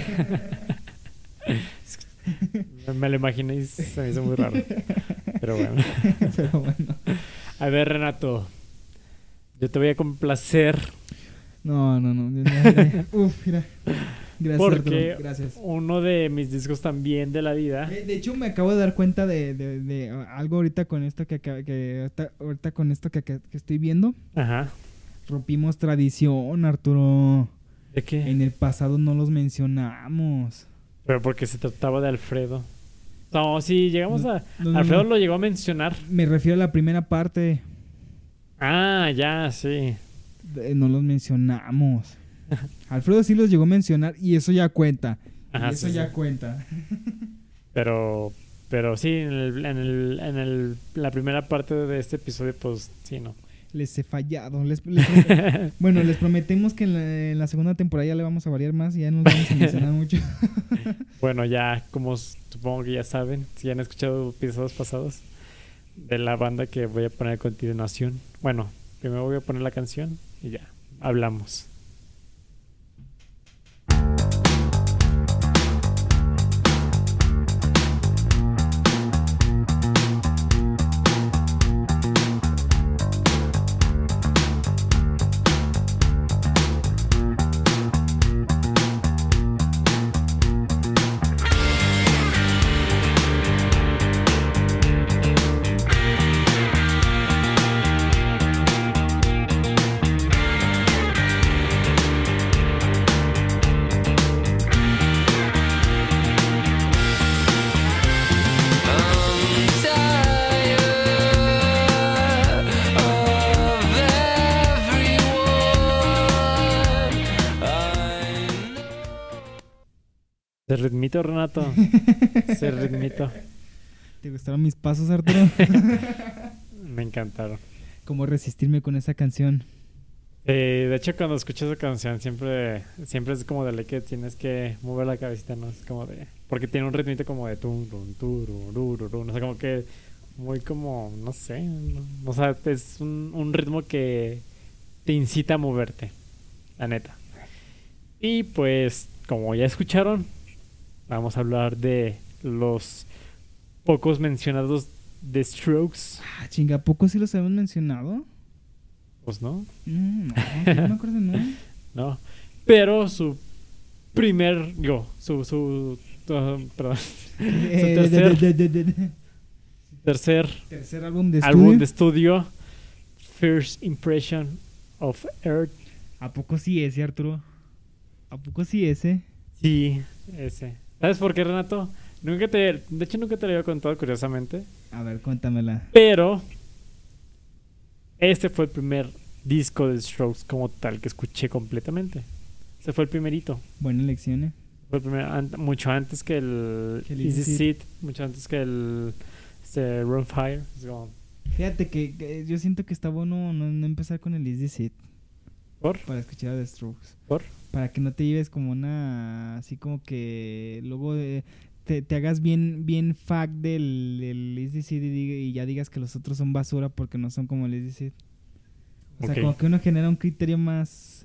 Speaker 1: Me lo imaginé y se me hizo muy raro. Pero bueno. A ver, Renato. Yo te voy a complacer.
Speaker 2: No. Uf, mira. Gracias,
Speaker 1: porque
Speaker 2: Arturo. Gracias.
Speaker 1: Uno de mis discos también de la vida.
Speaker 2: De hecho, me acabo de dar cuenta de algo ahorita con esto ahorita con esto que estoy viendo.
Speaker 1: Ajá.
Speaker 2: Rompimos tradición, Arturo.
Speaker 1: ¿De qué?
Speaker 2: En el pasado no los mencionamos.
Speaker 1: Pero porque se trataba de Alfredo. No, sí, llegamos Alfredo lo llegó a mencionar.
Speaker 2: Me refiero a la primera parte.
Speaker 1: Ah, ya, sí.
Speaker 2: No los mencionamos. Alfredo sí los llegó a mencionar y eso ya cuenta.
Speaker 1: Ajá,
Speaker 2: y eso
Speaker 1: sí,
Speaker 2: ya
Speaker 1: sí.
Speaker 2: cuenta.
Speaker 1: Pero sí, la primera parte de este episodio, pues sí, no.
Speaker 2: Les he fallado. Bueno, les prometemos que en la segunda temporada ya le vamos a variar más y ya nos vamos a mencionar mucho.
Speaker 1: Bueno, ya como supongo que ya saben, si han escuchado episodios pasados de la banda que voy a poner a continuación. Bueno, primero voy a poner la canción y ya, hablamos.
Speaker 3: I'm tired of everyone I know.
Speaker 1: Ese ritmito, Renato. Ese ritmito.
Speaker 2: ¿Te gustaron mis pasos, Arturo?
Speaker 1: Me encantaron.
Speaker 2: ¿Cómo resistirme con esa canción?
Speaker 1: De hecho, cuando escucho esa canción, siempre es como de ley que tienes que mover la cabecita, ¿no? Es como de... Porque tiene un ritmito como de tum, tum, tururururu, no sé, como que muy como, no sé, o sea, es un ritmo que te incita a moverte, la neta. Y pues, como ya escucharon, vamos a hablar de los pocos mencionados The Strokes,
Speaker 2: Ah, chinga, ¿a poco sí los habíamos mencionado?
Speaker 1: pues no,
Speaker 2: No, no me acuerdo, ¿no?
Speaker 1: ¿no? Pero su primer, perdón, tercer
Speaker 2: Tercer álbum de
Speaker 1: álbum de
Speaker 2: estudio.
Speaker 1: estudio, First Impression of Earth.
Speaker 2: ¿A poco sí ese, Arturo? ¿A poco sí ese?
Speaker 1: Sí, ese. ¿Sabes por qué, Renato? De hecho, nunca te lo había contado, curiosamente.
Speaker 2: A ver, cuéntamela.
Speaker 1: Pero este fue el primer disco de Strokes como tal que escuché completamente. Ese fue el primerito.
Speaker 2: Buena elección, ¿eh?
Speaker 1: Fue el mucho antes que el
Speaker 2: Que el
Speaker 1: Easy
Speaker 2: Easy
Speaker 1: Seat, mucho antes que el Run Fire. Es como,
Speaker 2: Fíjate que yo siento que está bueno no empezar con el Easy Seat
Speaker 1: ¿por?
Speaker 2: para escuchar a The Strokes.
Speaker 1: ¿Por?
Speaker 2: Para que no te lleves como una... Así como que luego te hagas bien fact del Easy Seat y ya digas que los otros son basura porque no son como el Easy Seat. O sea,
Speaker 1: Ok.
Speaker 2: como que uno genera un criterio más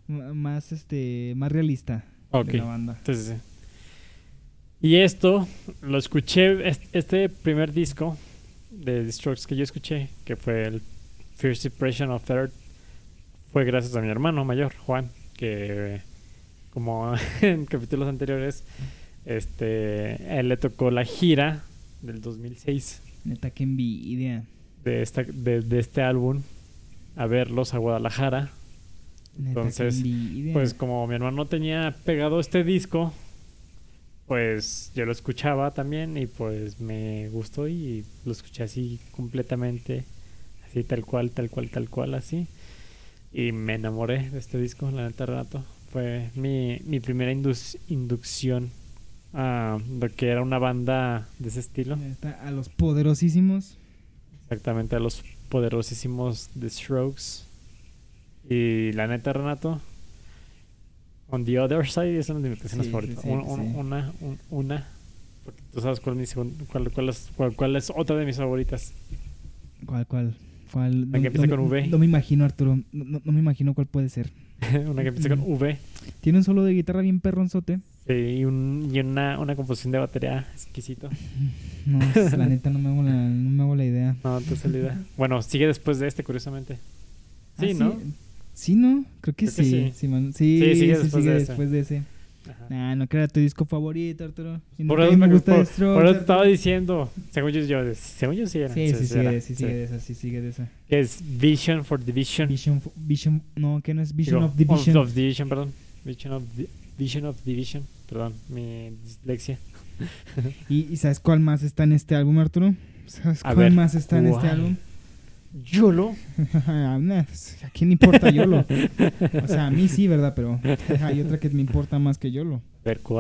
Speaker 2: realista
Speaker 1: Ok.
Speaker 2: de la banda.
Speaker 1: Entonces, sí. Y esto lo escuché, este primer disco de The Strokes que yo escuché, que fue el First Impression of Earth, fue gracias a mi hermano mayor, Juan, que como en capítulos anteriores, él le tocó la gira del 2006
Speaker 2: Neta, qué envidia.
Speaker 1: de este álbum a verlos a Guadalajara.
Speaker 2: Neta,
Speaker 1: Entonces,
Speaker 2: qué envidia.
Speaker 1: Pues como mi hermano tenía pegado este disco, pues yo lo escuchaba también y pues me gustó y lo escuché así completamente, así tal cual, así. Y me enamoré de este disco, la neta, Renato. Fue mi primera inducción a lo que era una banda de ese estilo.
Speaker 2: Neta, a los poderosísimos.
Speaker 1: Exactamente, a los poderosísimos The Strokes. Y la neta, Renato, On the Other Side es una de mis canciones
Speaker 2: Sí,
Speaker 1: favoritas.
Speaker 2: sí, sí.
Speaker 1: Una, porque tú sabes cuál es cuál es otra de mis favoritas.
Speaker 2: ¿Cuál?
Speaker 1: La que empieza con V.
Speaker 2: No me imagino, Arturo. No me imagino cuál puede ser.
Speaker 1: Una que empieza con V.
Speaker 2: Tiene un solo de guitarra bien perronzote.
Speaker 1: Sí, y una composición de batería exquisito.
Speaker 2: No, la neta no me hago la idea.
Speaker 1: No, te salida. Bueno, sigue después de curiosamente. Sí,
Speaker 2: Ah,
Speaker 1: ¿no?
Speaker 2: Sí, ¿no? Creo que sí.
Speaker 1: Sí, sigue después de ese.
Speaker 2: después de ese.
Speaker 1: Ajá.
Speaker 2: No, que era tu disco favorito, Arturo. Y no
Speaker 1: Por
Speaker 2: que a
Speaker 1: eso
Speaker 2: mí me gusta
Speaker 1: por
Speaker 2: The Strokes,
Speaker 1: eso te
Speaker 2: Arturo.
Speaker 1: estaba diciendo. Según yo sí era.
Speaker 2: Sí,
Speaker 1: era,
Speaker 2: sigue de esa, sí, sigue de esa.
Speaker 1: Que es Vision for Division.
Speaker 2: Vision, no, que no es Vision
Speaker 1: Digo,
Speaker 2: of Division.
Speaker 1: Of Division, perdón. Vision of Division. Perdón, mi dislexia.
Speaker 2: ¿Y sabes cuál más está en este álbum, Arturo? ¿Sabes
Speaker 1: A
Speaker 2: cuál
Speaker 1: ver,
Speaker 2: más está en este
Speaker 1: ¿cuál?
Speaker 2: álbum?
Speaker 1: YOLO.
Speaker 2: Nah, pues, ¿a quién importa YOLO? O sea, a mí sí, ¿verdad? Pero hay otra que me importa más que YOLO.
Speaker 1: A ver, ¿cuál?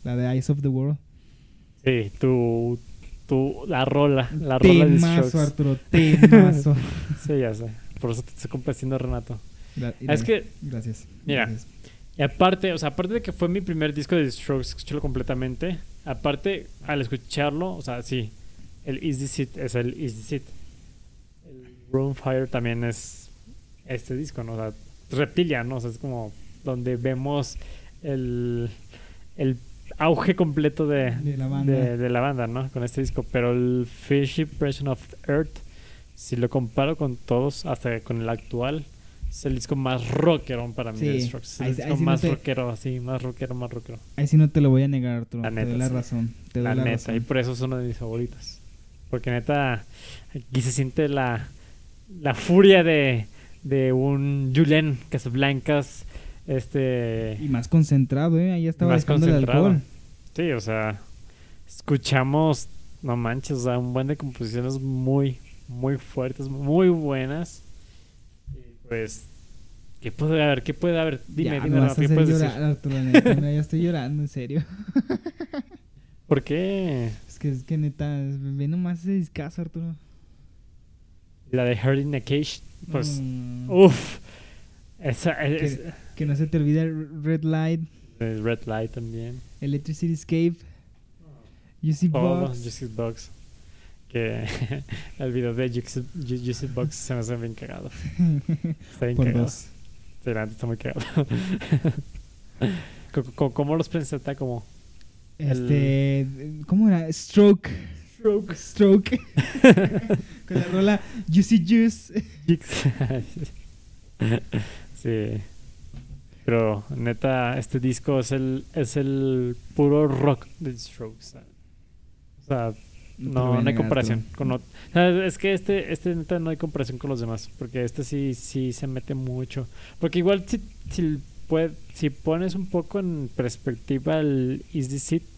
Speaker 2: La de Eyes of the World.
Speaker 1: Sí, la rola de
Speaker 2: Temazo,
Speaker 1: Strokes.
Speaker 2: Arturo, temazo.
Speaker 1: Sí, ya sé. Por eso te estoy complaciendo, Renato.
Speaker 2: Gracias.
Speaker 1: Mira.
Speaker 2: Gracias.
Speaker 1: Y aparte, o sea, aparte de que fue mi primer disco de Strokes, escucharlo completamente. Aparte, al escucharlo, o sea, sí, el Is This It es el Is This It. El Room Fire también es este disco, ¿no? O sea, Reptilia, ¿no? O sea, es como donde vemos el auge completo de
Speaker 2: la banda.
Speaker 1: de la banda, ¿no? Con este disco. Pero el First Impression of Earth, si lo comparo con todos, hasta con el actual, es el disco más rockero para mí de Strokes. Es el disco más rockero, así, más rockero.
Speaker 2: Ahí sí no te lo voy a negar, Arturo.
Speaker 1: La neta,
Speaker 2: te doy la
Speaker 1: sí.
Speaker 2: razón. Te doy
Speaker 1: La
Speaker 2: la
Speaker 1: neta,
Speaker 2: razón.
Speaker 1: y por eso es uno de mis favoritos. Porque neta, aquí se siente la furia de un Julian Casablancas,
Speaker 2: Y más concentrado, ¿eh? Ahí estaba
Speaker 1: más
Speaker 2: dejando el
Speaker 1: concentrado.
Speaker 2: alcohol.
Speaker 1: Sí, o sea, escuchamos, no manches, o sea, un buen de composiciones muy, muy fuertes, muy buenas. Y pues, ¿qué puede haber? Dime,
Speaker 2: Ya,
Speaker 1: dime,
Speaker 2: me vas a
Speaker 1: ¿qué
Speaker 2: hacer
Speaker 1: puedes
Speaker 2: llorar,
Speaker 1: decir?
Speaker 2: Arturo, neta, no, ya estoy llorando, en serio.
Speaker 1: ¿Por qué?
Speaker 2: Es que neta, ve nomás ese discazo, Arturo.
Speaker 1: La de Heart in a Cage, pues,
Speaker 2: Mm,
Speaker 1: uff, esa es,
Speaker 2: que no se te olvide Red Light,
Speaker 1: Red Light también.
Speaker 2: Electricity Escape, Juicy
Speaker 1: Todos
Speaker 2: Box.
Speaker 1: Juicy Box. Que el video de Juicy Box se me hace bien cagado. Está bien
Speaker 2: Por
Speaker 1: cagado.
Speaker 2: dos.
Speaker 1: Sí, la neta está muy cagado. ¿Cómo los presenta? Como
Speaker 2: ¿Cómo era? Stroke. Con la rola Juicy Juice.
Speaker 1: Sí. Pero neta, este disco es el puro rock de Strokes. O sea, no hay comparación con o sea, es que este neta no hay comparación con los demás, porque este sí se mete mucho, porque igual si pones un poco en perspectiva el Is This It,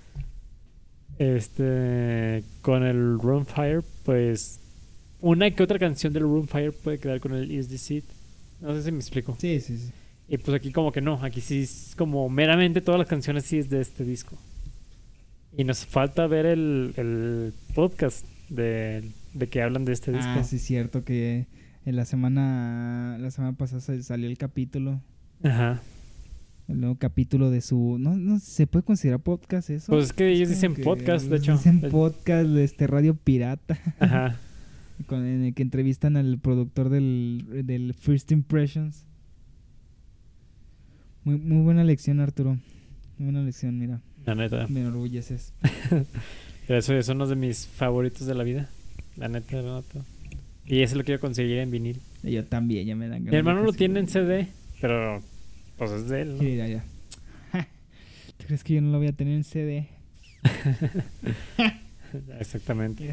Speaker 1: con el Room Fire, pues una que otra canción del Room Fire puede quedar con el Is This It. No sé si me explico.
Speaker 2: Sí.
Speaker 1: Y pues aquí como que no, aquí sí es como meramente todas las canciones sí es de este disco. Y nos falta ver el podcast de que hablan de este disco.
Speaker 2: Ah, sí, cierto que en la semana pasada salió el capítulo.
Speaker 1: Ajá.
Speaker 2: El nuevo capítulo de su... No se puede considerar podcast eso.
Speaker 1: Pues es que ellos
Speaker 2: como
Speaker 1: dicen
Speaker 2: que
Speaker 1: podcast, de hecho.
Speaker 2: Dicen podcast de Radio Pirata.
Speaker 1: Ajá.
Speaker 2: En el que entrevistan al productor del First Impressions. Muy buena lección, Arturo. Muy buena lección, mira.
Speaker 1: La neta.
Speaker 2: Me enorgulleces.
Speaker 1: Pero eso es uno de mis favoritos de la vida. La neta, Renato. Y eso lo quiero conseguir en vinil.
Speaker 2: Yo también, ya me dan ganas.
Speaker 1: Mi hermano
Speaker 2: de
Speaker 1: lo tiene en
Speaker 2: conseguirlo.
Speaker 1: CD, pero pues es de él, ¿no?
Speaker 2: Mira, ya. ¿Tú crees que yo no lo voy a tener en CD?
Speaker 1: Exactamente.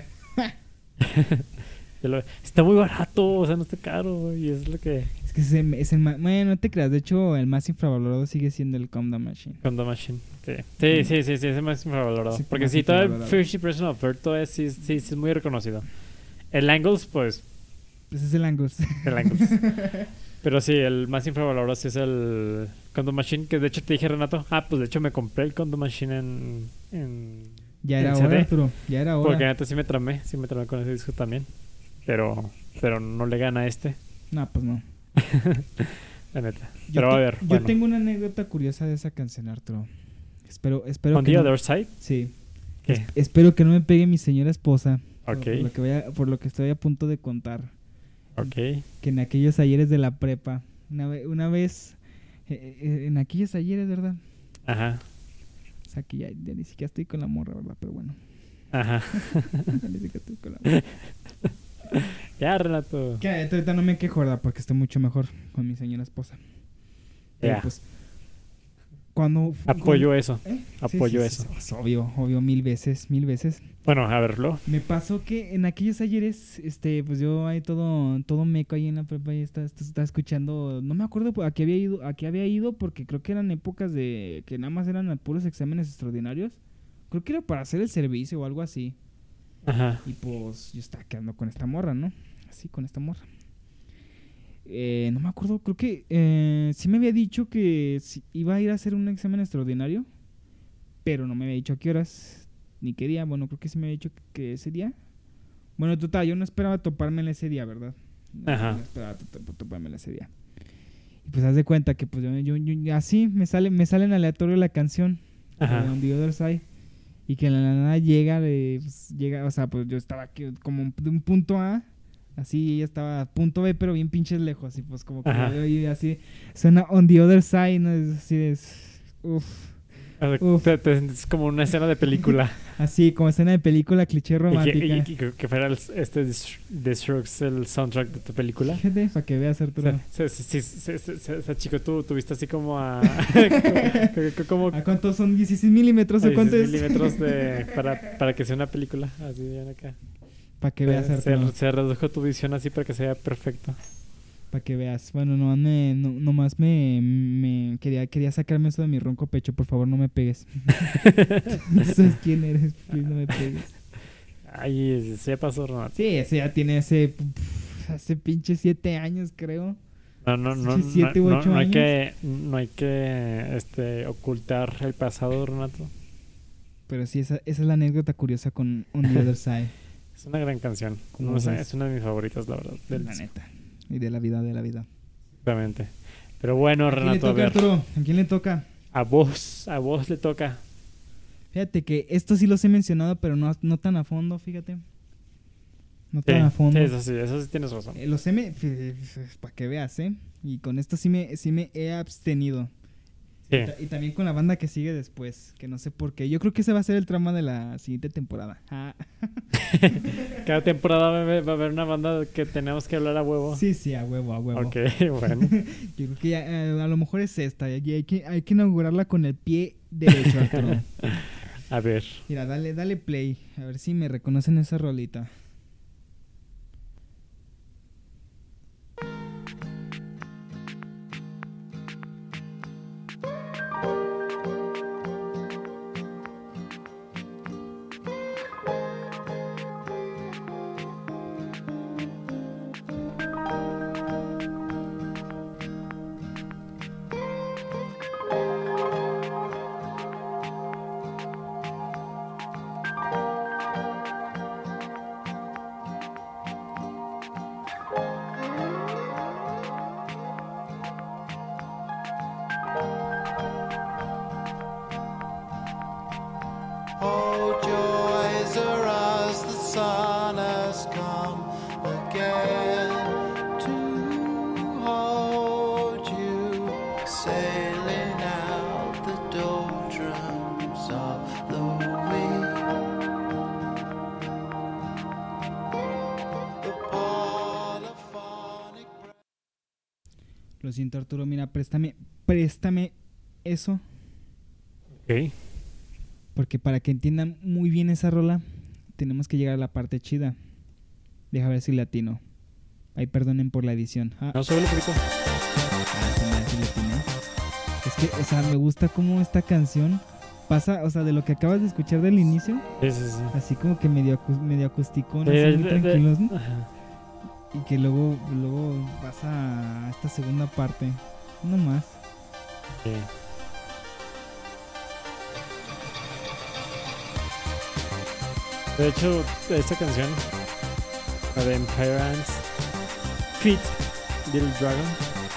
Speaker 1: Está muy barato, o sea, no está caro. Y es lo que...
Speaker 2: Es que es el más... Bueno, no te creas. De hecho, el más infravalorado sigue siendo el Countdown Machine.
Speaker 1: Countdown Machine. Sí, es el más infravalorado.
Speaker 2: Sí,
Speaker 1: Porque
Speaker 2: más
Speaker 1: sí, todo el
Speaker 2: infravalorado.
Speaker 1: First Impression of Earth todo sí es muy reconocido. El Angles, pues,
Speaker 2: Ese es el Angus.
Speaker 1: el Angles. Pero sí, el más infravalorado sí es el Countdown Machine. Que de hecho te dije, Renato, pues de hecho me compré el Countdown Machine en
Speaker 2: Ya era
Speaker 1: en
Speaker 2: hora,
Speaker 1: CD.
Speaker 2: Arturo. Ya era hora.
Speaker 1: Porque neta sí me tramé con ese disco también. Pero no le gana a este,
Speaker 2: No, pues no.
Speaker 1: la neta.
Speaker 2: Yo
Speaker 1: Pero a ver,
Speaker 2: Yo
Speaker 1: bueno.
Speaker 2: tengo una anécdota curiosa de esa canción, Arturo. Espero
Speaker 1: On
Speaker 2: que
Speaker 1: the
Speaker 2: no,
Speaker 1: Other Side.
Speaker 2: sí.
Speaker 1: ¿Qué?
Speaker 2: Espero que no me pegue mi señora esposa.
Speaker 1: Ok.
Speaker 2: Por lo que estoy a punto de contar.
Speaker 1: Ok.
Speaker 2: Que en aquellos ayeres de la prepa, una vez, en aquellos ayeres, ¿verdad?
Speaker 1: Ajá.
Speaker 2: O sea, que ya ni siquiera estoy con la morra, ¿verdad? Pero bueno.
Speaker 1: Ajá.
Speaker 2: Ya ni siquiera estoy con la morra.
Speaker 1: Ya, Renato.
Speaker 2: Que ahorita no me quejo, ¿verdad? Porque estoy mucho mejor con mi señora esposa. Pero
Speaker 1: Ya.
Speaker 2: pues, cuando...
Speaker 1: Apoyo eso.
Speaker 2: ¿Eh?
Speaker 1: Apoyo
Speaker 2: Sí,
Speaker 1: eso.
Speaker 2: es obvio, mil veces.
Speaker 1: Bueno, a verlo.
Speaker 2: Me pasó que en aquellos ayeres, pues yo ahí todo meco ahí en la prepa y estaba escuchando, no me acuerdo a qué había ido porque creo que eran épocas de que nada más eran puros exámenes extraordinarios. Creo que era para hacer el servicio o algo así.
Speaker 1: Ajá.
Speaker 2: Y pues yo estaba quedando con esta morra, ¿no? Así, con esta morra. No me acuerdo, creo que sí me había dicho que iba a ir a hacer un examen extraordinario. pero no me había dicho a qué horas ni qué día. Bueno, creo que sí me había dicho que ese día. Bueno, total, yo no esperaba topármela ese día, ¿verdad?
Speaker 1: Ajá.
Speaker 2: No esperaba topármela ese día. Y pues haz de cuenta que pues yo así me sale en aleatorio la canción
Speaker 1: Ajá.
Speaker 2: de On the Other Side. Y que en la nada llega, o sea, pues yo estaba aquí como de un punto A, así ella estaba a punto B, pero bien pinches lejos. Y pues como que
Speaker 1: Ajá.
Speaker 2: yo oí así, suena On the Other Side, ¿no? Es así, Uf.
Speaker 1: Te sientes como una escena de película.
Speaker 2: Así, como escena de película, cliché romántica.
Speaker 1: Y que fuera The Strokes el soundtrack de tu película.
Speaker 2: Fíjate, para que veas, Arturo.
Speaker 1: O sea, chico, tú tuviste así como a... como
Speaker 2: ¿A cuántos son? ¿16 milímetros o cuánto es?
Speaker 1: milímetros para que sea una película. Así bien acá.
Speaker 2: Para que veas, Arturo.
Speaker 1: Se redujo tu visión así para que sea perfecto.
Speaker 2: Para que veas. Bueno, nomás me quería sacarme eso de mi ronco pecho. Por favor, no me pegues. No sabes quién eres. Please, no me pegues.
Speaker 1: Ay, se pasó, Renato.
Speaker 2: Sí, ese ya tiene hace pinche 7 años, creo.
Speaker 1: No,
Speaker 2: 7 u 8 años.
Speaker 1: No hay que ocultar el pasado, Renato.
Speaker 2: Pero sí, esa es la anécdota curiosa con On the Other Side.
Speaker 1: Es una gran canción.
Speaker 2: ¿Cómo
Speaker 1: Es una de mis favoritas, la verdad.
Speaker 2: La neta. Y de la vida.
Speaker 1: Exactamente. Pero bueno, Renato,
Speaker 2: ¿A quién le toca, Arturo? ¿A quién le toca?
Speaker 1: A vos le toca.
Speaker 2: Fíjate que estos sí los he mencionado, pero no tan a fondo, fíjate. No tan a fondo.
Speaker 1: Sí, eso sí tienes razón.
Speaker 2: Los para que veas, ¿eh? Y con esto sí me he abstenido.
Speaker 1: Sí.
Speaker 2: Y también con la banda que sigue después, que no sé por qué. Yo creo que ese va a ser el trama de la siguiente temporada.
Speaker 1: Cada temporada va a haber una banda que tenemos que hablar a huevo.
Speaker 2: Sí, a huevo.
Speaker 1: Ok, bueno.
Speaker 2: Yo creo que ya, a lo mejor es esta. Y hay que inaugurarla con el pie derecho, Arturo.
Speaker 1: A ver.
Speaker 2: Mira, dale play. A ver si me reconocen esa rolita.
Speaker 4: Oh, joys are as the sun has come again to hold you, sailing out the doldrums of the week. The polyphonic.
Speaker 2: Lo siento, Arturo. Mira, préstame eso.
Speaker 1: Ok.
Speaker 2: Porque para que entiendan muy bien esa rola, tenemos que llegar a la parte chida. Deja ver si latino. Ay, perdonen por la edición.
Speaker 1: No, solo un poquito.
Speaker 2: Sí latino. Es que, o sea, me gusta cómo esta canción pasa, o sea, de lo que acabas de escuchar del inicio,
Speaker 1: Sí.
Speaker 2: así como que medio acusticón, así muy tranquilos, ¿no?
Speaker 1: Ajá.
Speaker 2: Y que luego pasa a esta segunda parte. No más.
Speaker 1: Sí. De hecho, esta canción, la de Empire Ants Feet Little Dragon,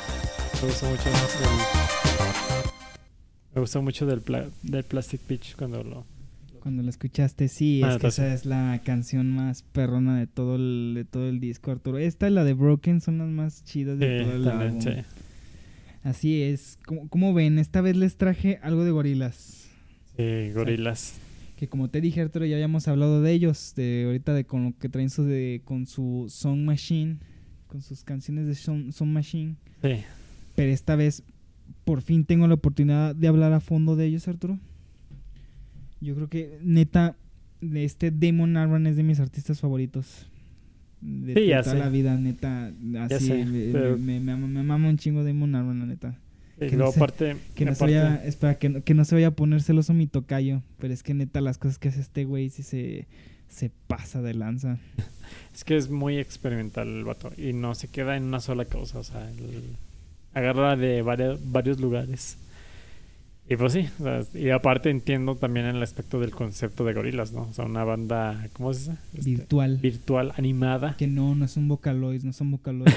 Speaker 1: me gustó mucho del Plastic Beach cuando
Speaker 2: la escuchaste, sí, es que esa es la canción más perrona de todo el disco, Arturo. Esta y la de Broken son las más chidas de todo el álbum.
Speaker 1: Sí.
Speaker 2: Así es. ¿Cómo ven? Esta vez les traje algo de Gorillaz.
Speaker 1: Sí, Gorillaz.
Speaker 2: Que como te dije, Arturo, ya habíamos hablado de ellos, de ahorita con lo que traen con su Song Machine, con sus canciones de Song Machine.
Speaker 1: Sí.
Speaker 2: Pero esta vez por fin tengo la oportunidad de hablar a fondo de ellos, Arturo. Yo creo que neta Damon Albarn es de mis artistas favoritos de toda la vida, neta. Así me mama un chingo Damon Albarn, la neta.
Speaker 1: Y luego aparte
Speaker 2: que no se vaya a poner celoso mi tocayo, pero es que neta las cosas que hace este güey sí se pasa de lanza.
Speaker 1: Es que es muy experimental el vato y no se queda en una sola cosa, o sea, agarra de varios lugares. Y pues sí, o sea, y aparte entiendo también el aspecto del concepto de Gorillaz, ¿no? O sea, una banda, ¿cómo se dice? Virtual, animada.
Speaker 2: Que no es un Vocaloid, no son Vocaloid.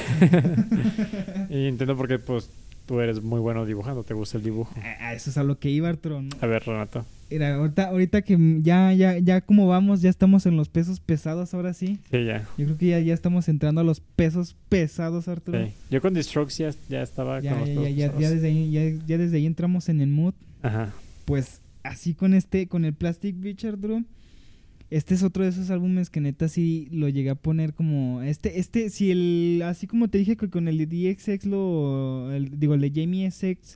Speaker 1: Y entiendo porque, pues, tú eres muy bueno dibujando, te gusta el dibujo.
Speaker 2: A eso es a lo que iba, Arturo, ¿no?
Speaker 1: A ver, Renato.
Speaker 2: Mira, ahorita que ya como vamos, ya estamos en los pesos pesados ahora sí.
Speaker 1: Sí, ya.
Speaker 2: Yo creo que ya estamos entrando a los pesos pesados, Arturo.
Speaker 1: Sí. Yo con The Strokes ya estaba con los pesos pesados.
Speaker 2: Ya desde ahí entramos en el mood.
Speaker 1: Ajá.
Speaker 2: Pues así con el Plastic Beach, Arturo. Este es otro de esos álbumes que neta sí lo llegué a poner como si así como te dije que con el de DXX el de Jamie XX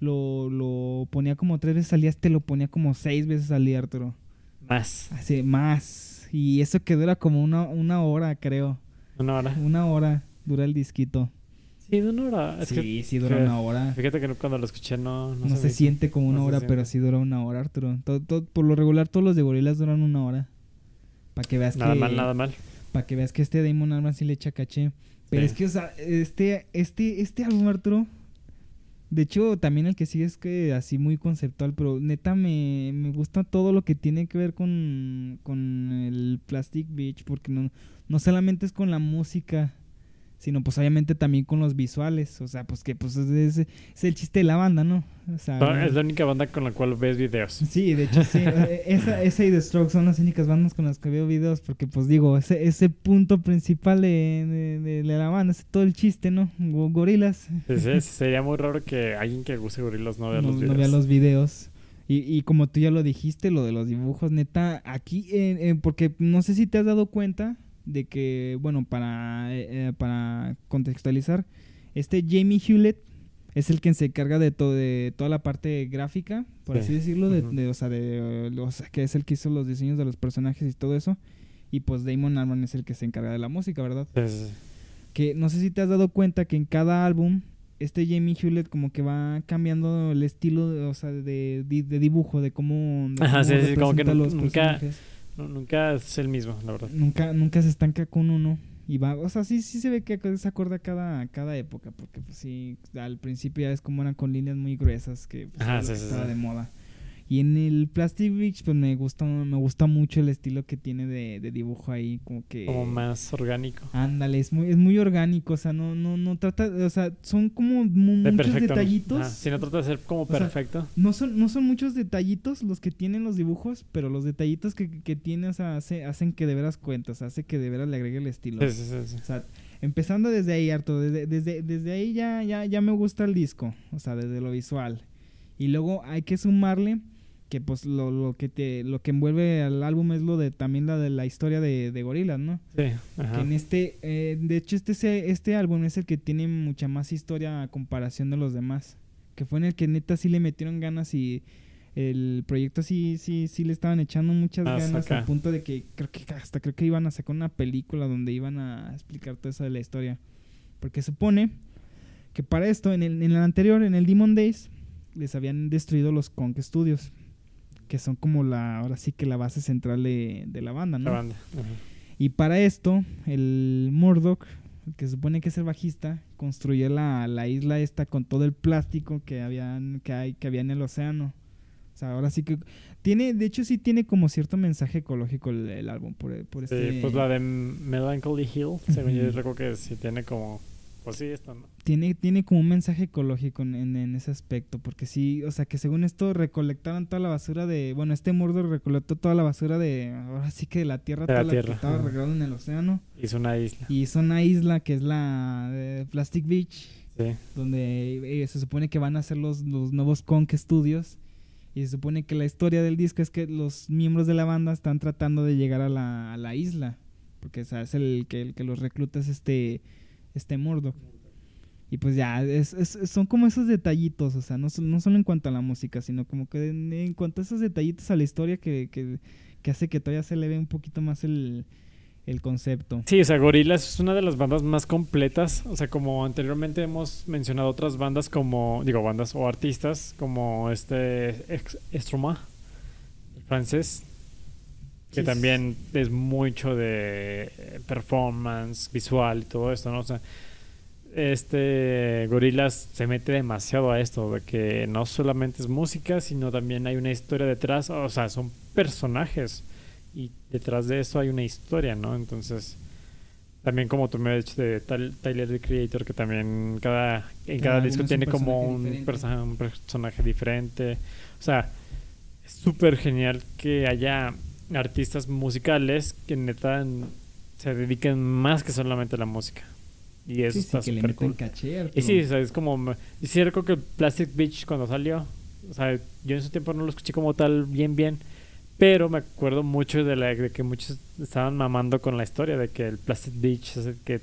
Speaker 2: lo ponía como 3 veces al día, lo ponía como 6 veces al día, Arturo.
Speaker 1: Más.
Speaker 2: Así, más. Y eso que dura como una hora, creo.
Speaker 1: ¿Una hora?
Speaker 2: Una hora dura el disquito.
Speaker 1: Sí, de una hora.
Speaker 2: Sí dura una hora.
Speaker 1: Fíjate que cuando lo escuché no
Speaker 2: se siente como una hora, pero sí dura una hora, Arturo. Por lo regular todos los de Gorillaz duran una hora. Para que veas
Speaker 1: nada mal.
Speaker 2: Para que veas que Damon Albarn sí le echa caché. Pero es que, o sea, este álbum, Arturo, de hecho, también el que sigue es que así muy conceptual, pero neta me gusta todo lo que tiene que ver con el Plastic Beach, porque no solamente es con la música, sino pues obviamente también con los visuales, o sea, pues que pues es el chiste de la banda, ¿no? O sea,
Speaker 1: es la única banda con la cual ves videos.
Speaker 2: Sí, de hecho sí, esa y The Strokes son las únicas bandas con las que veo videos, porque pues digo, ese punto principal de la banda, es todo el chiste, ¿no? Gorillaz.
Speaker 1: Sí, sería muy raro que alguien que guste Gorillaz no vea los videos.
Speaker 2: No vea los videos. Y como tú ya lo dijiste, lo de los dibujos, neta, aquí, porque no sé si te has dado cuenta de que, bueno, para contextualizar, Jamie Hewlett es el que se encarga de toda la parte gráfica, por así decirlo, o sea, que es el que hizo los diseños de los personajes y todo eso, y pues Damon Albarn es el que se encarga de la música, ¿verdad?
Speaker 1: Sí.
Speaker 2: Que no sé si te has dado cuenta que en cada álbum Jamie Hewlett como que va cambiando el estilo, o sea, de dibujo, de cómo
Speaker 1: como que
Speaker 2: los personajes.
Speaker 1: Nunca es el mismo, la verdad.
Speaker 2: Nunca se estanca con uno. Y va, o sea, sí se ve que se acuerda cada época, porque pues sí, al principio ya es como eran con líneas muy gruesas, que pues, estaba de moda. Y en el Plastic Beach, pues me gusta mucho el estilo que tiene de dibujo ahí, como
Speaker 1: más orgánico.
Speaker 2: Ándale, es muy orgánico, o sea, no trata, o sea, son como muchos detallitos.
Speaker 1: Si no trata de ser como perfecto.
Speaker 2: No son muchos detallitos los que tienen los dibujos, pero los detallitos que tiene, o sea, hacen que de veras cuentas, hace que de veras le agregue el estilo.
Speaker 1: Sí.
Speaker 2: O sea, empezando desde ahí, Arturo, desde ahí ya me gusta el disco, o sea, desde lo visual. Y luego hay que sumarle que pues lo que envuelve al álbum es también la historia de Gorillaz, ¿no?
Speaker 1: Sí, ajá.
Speaker 2: Que de hecho este álbum es el que tiene mucha más historia a comparación de los demás, que fue en el que neta sí le metieron ganas y el proyecto sí le estaban echando muchas ganas al punto de que creo que iban a sacar una película donde iban a explicar todo eso de la historia, porque supone que para esto en el anterior, en el Demon Days, les habían destruido los Konk Studios, que son como ahora sí que la base central de la banda, ¿no?
Speaker 1: La banda. Uh-huh.
Speaker 2: Y para esto, el Murdoch, que se supone que es el bajista, construyó la isla esta con todo el plástico que había en el océano. O sea, ahora sí que de hecho sí tiene como cierto mensaje ecológico el álbum por este.
Speaker 1: Sí, pues la de Melancholy Hill, según yo recuerdo que sí tiene como, pues sí, esto, ¿no?
Speaker 2: Tiene como un mensaje ecológico en ese aspecto, porque sí, o sea, que según esto recolectaron toda la basura Murdoch recolectó toda la basura ahora sí que de la tierra, que estaba regada en el océano.
Speaker 1: Hizo una
Speaker 2: isla que es la de Plastic Beach,
Speaker 1: sí,
Speaker 2: donde se supone que van a ser los nuevos Konk Studios, y se supone que la historia del disco es que los miembros de la banda están tratando de llegar a la isla, porque o sea, es el que los recluta es este Murdoch. Y pues ya, son como esos detallitos, o sea, no solo en cuanto a la música, sino como que en cuanto a esos detallitos a la historia que hace que todavía se le ve un poquito más el concepto.
Speaker 1: Sí, o sea, Gorillaz es una de las bandas más completas, o sea, como anteriormente hemos mencionado otras bandas bandas o artistas como Stromae, francés, que también es mucho de performance visual y todo esto, ¿no? O sea, Gorillaz se mete demasiado a esto, de que no solamente es música, sino también hay una historia detrás, o sea, son personajes y detrás de eso hay una historia, ¿no? Entonces, también como tú me has dicho de Tyler, the Creator, que también en cada
Speaker 2: álbum
Speaker 1: disco
Speaker 2: es
Speaker 1: tiene
Speaker 2: un
Speaker 1: como
Speaker 2: personaje
Speaker 1: un personaje diferente. O sea, es súper genial que haya artistas musicales que neta se dediquen más que solamente a la música. Y eso
Speaker 2: Sí, sí,
Speaker 1: está
Speaker 2: que le
Speaker 1: súper
Speaker 2: meten
Speaker 1: cool.
Speaker 2: caché,
Speaker 1: Y
Speaker 2: Arturo.
Speaker 1: sí, o sea, es como... Y sí, recuerdo que Plastic Beach cuando salió, o sea, yo en su tiempo no lo escuché como tal bien, pero me acuerdo mucho de que muchos estaban mamando con la historia de que el Plastic Beach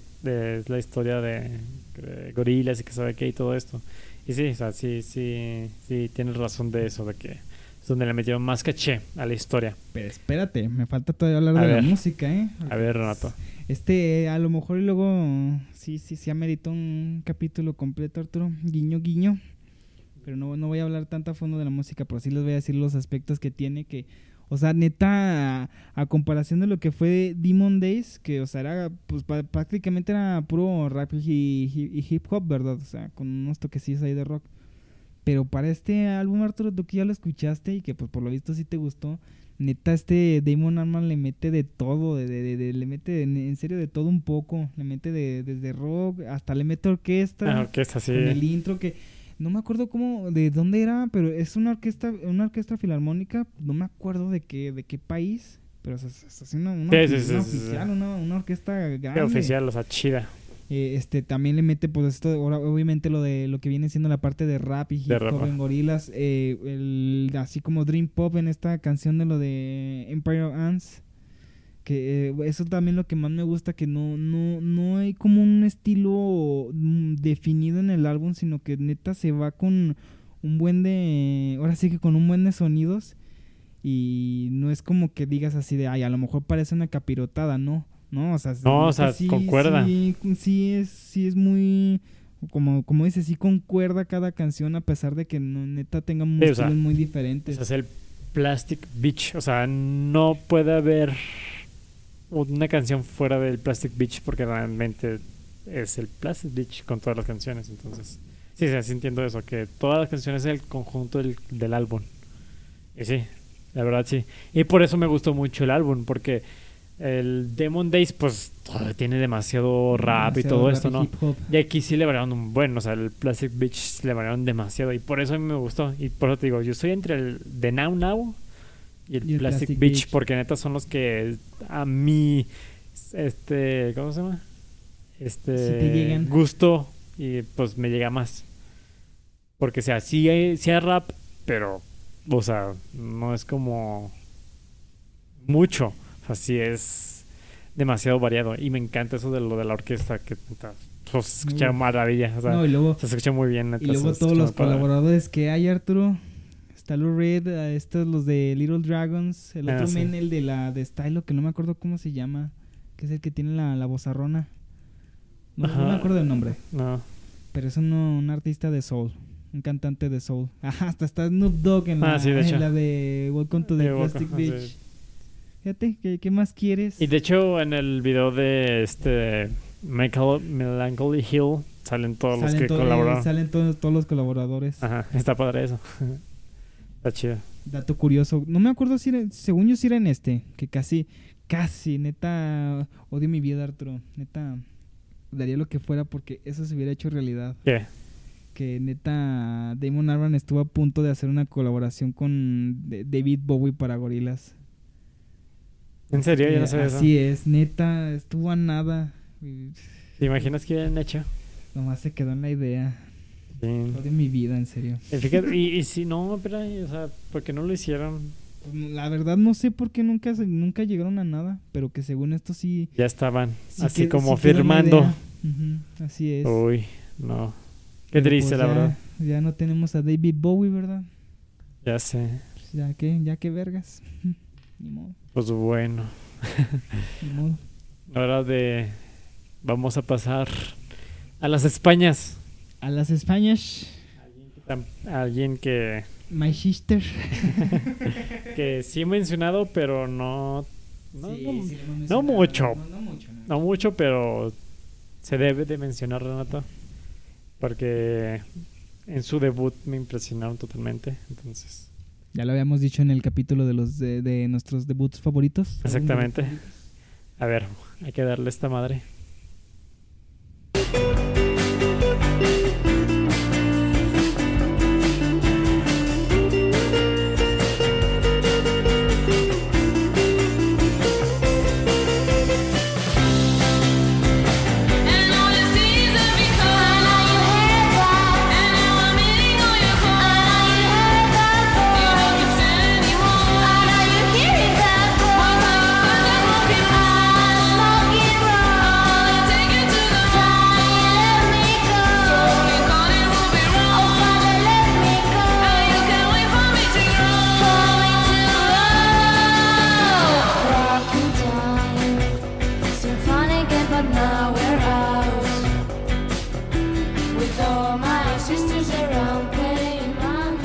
Speaker 1: es la historia de gorilas y que sabe qué y todo esto. Y sí, o sea, sí, tienes razón de eso, de que es donde le metieron más caché a la historia.
Speaker 2: Pero espérate, me falta todavía hablar
Speaker 1: A
Speaker 2: de
Speaker 1: ver.
Speaker 2: la música, ¿eh?
Speaker 1: A ver, Renato.
Speaker 2: A lo mejor y luego sí amerita un capítulo completo, Arturo. Guiño, guiño. Pero no voy a hablar tanto a fondo de la música, pero sí les voy a decir los aspectos que tiene que... O sea, neta, a comparación de lo que fue Demon Days, que, o sea, era, pues prácticamente era puro rap y hip hop, ¿verdad? O sea, con unos toquecillos ahí de rock. Pero para este álbum, Arturo, tú que ya lo escuchaste y que pues por lo visto sí te gustó, neta, Damon Albarn le mete de todo, le mete en serio de todo un poco, le mete desde rock, hasta le mete orquesta,
Speaker 1: Orquesta, sí.
Speaker 2: con el intro que no me acuerdo de dónde era, pero es una orquesta filarmónica, no me acuerdo de qué país, pero es así una oficial, una orquesta grande.
Speaker 1: Oficial, o sea, chida.
Speaker 2: También le mete pues esto, obviamente lo que viene siendo la parte de rap y hip hop en Gorillaz, así como Dream Pop en esta canción de lo de Empire of Ants, que eso también lo que más me gusta, que no hay como un estilo definido en el álbum, sino que neta se va con ahora sí que con un buen de sonidos, y no es como que digas así de, ay, a lo mejor parece una capirotada, ¿no? No, o sea, sí,
Speaker 1: concuerda.
Speaker 2: Sí es muy, como dices, sí concuerda cada canción, a pesar de que neta tengan estilos muy diferentes.
Speaker 1: O sea, es el Plastic Beach, o sea, no puede haber una canción fuera del Plastic Beach porque realmente es el Plastic Beach con todas las canciones. Entonces, sí, entiendo eso, que todas las canciones es el conjunto del álbum. Y sí, la verdad sí. Y por eso me gustó mucho el álbum, porque el Demon Days pues tiene demasiado rap y todo esto, ¿no? Y aquí sí le variaron un buen, o sea, el Plastic Beach le variaron demasiado y por eso a mí me gustó. Y por eso te digo, yo soy entre el de Now Now y el Plastic Beach, porque neta son los que a mí ¿cómo se llama?
Speaker 2: Si te llegan.
Speaker 1: Gusto y pues me llega más. Porque o sea, sí hay rap, pero o sea, no es como mucho. O sea, sí es demasiado variado y me encanta eso de lo de la orquesta, que pues, se escucha maravilla, o sea,
Speaker 2: y luego,
Speaker 1: se escucha muy bien, neta,
Speaker 2: y luego todos los colaboradores que hay, Arturo. Está Lou Reed, estos los de Little Dragons, el otro men, el de Stylo, que no me acuerdo cómo se llama, que es el que tiene la vozarrona. No me acuerdo del nombre.
Speaker 1: No.
Speaker 2: Pero es un artista de soul, un cantante de soul. Ajá, hasta está Snoop Dogg en la de Welcome to the Plastic Beach. Sí. Fíjate, ¿qué más quieres?
Speaker 1: Y de hecho en el video de Melancholy Hill salen todos los que colaboraron.
Speaker 2: Salen todos los colaboradores.
Speaker 1: Ajá, está padre eso. Está chido.
Speaker 2: Dato curioso. No me acuerdo según yo sí era en que casi, neta, odio mi vida, Arturo. Neta, daría lo que fuera porque eso se hubiera hecho realidad.
Speaker 1: ¿Qué?
Speaker 2: Que neta, Damon Albarn estuvo a punto de hacer una colaboración con David Bowie para Gorillaz.
Speaker 1: ¿En serio? Yo no sé eso.
Speaker 2: Así es, neta, estuvo a nada.
Speaker 1: ¿Te imaginas que hubieran hecho?
Speaker 2: Nomás se quedó en la idea.
Speaker 1: Sí.
Speaker 2: Odio mi vida, en serio.
Speaker 1: Fíjate, y si no, pero, o sea, ¿por qué no lo hicieron?
Speaker 2: La verdad no sé por qué nunca llegaron a nada, pero que según esto sí...
Speaker 1: Ya estaban,
Speaker 2: sí
Speaker 1: así como firmando.
Speaker 2: Así es.
Speaker 1: Uy, no. Qué triste,
Speaker 2: pues
Speaker 1: la verdad.
Speaker 2: Ya no tenemos a David Bowie, ¿verdad?
Speaker 1: Ya sé.
Speaker 2: Pues ya que vergas. Ni modo.
Speaker 1: Pues bueno.
Speaker 2: Ni modo.
Speaker 1: Ahora vamos a pasar a las Españas.
Speaker 2: A las Españas.
Speaker 1: Alguien que...
Speaker 2: My sister.
Speaker 1: que sí he mencionado, pero no mucho. No mucho, pero se debe de mencionar, Renato. Porque en su debut me impresionaron totalmente. Entonces,
Speaker 2: Ya lo habíamos dicho en el capítulo de los de nuestros debuts favoritos.
Speaker 1: exactamente. A ver, hay que darle esta madre.
Speaker 3: And all it seems to be and now I'm meeting all your calls. You don't consent anymore. One time smoking I'll take it to the moon. So you call it will be wrong. And you can't wait for me to
Speaker 5: Symphonic, but now we're out. With all my sisters around playing my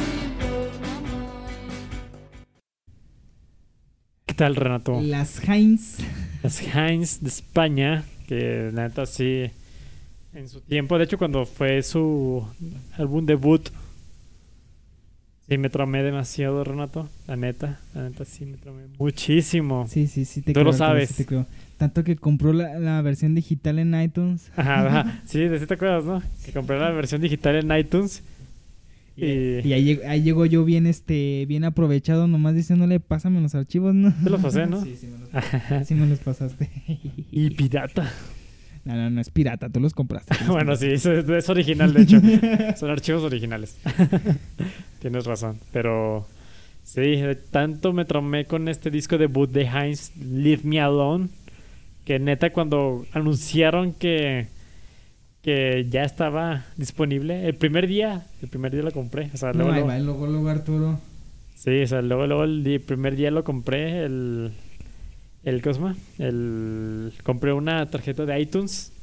Speaker 1: ¿Qué tal, Renato?
Speaker 2: Las Heinz.
Speaker 1: Las Heinz de España, que la neta sí, en su tiempo, de hecho cuando fue su álbum debut, sí me tramé demasiado, Renato, la neta sí me tramé muchísimo.
Speaker 2: Sí, te
Speaker 1: Tú lo
Speaker 2: creo,
Speaker 1: sabes.
Speaker 2: sí te creo. Tanto que compró la versión digital en iTunes.
Speaker 1: Ajá, sí, de sí te acuerdas, ¿no? Que compré la versión digital en iTunes y
Speaker 2: Y ahí llegó yo bien bien aprovechado, nomás diciéndole, pásame los archivos, ¿no?
Speaker 1: te los pasé, ¿no?
Speaker 2: Sí me los pasaste.
Speaker 1: Y pirata.
Speaker 2: No es pirata, tú los compraste.
Speaker 1: Bueno, sí, es original, de hecho. Son archivos originales. Tienes razón. Pero sí, tanto me traumé con este disco debut de Heinz, Leave Me Alone, que neta cuando anunciaron que ya estaba disponible, el primer día lo compré. O sea,
Speaker 2: No, ahí
Speaker 1: luego,
Speaker 2: va el logo Arturo.
Speaker 1: sí, o sea, luego el primer día lo compré, ¿cómo se llama? Compré una tarjeta de iTunes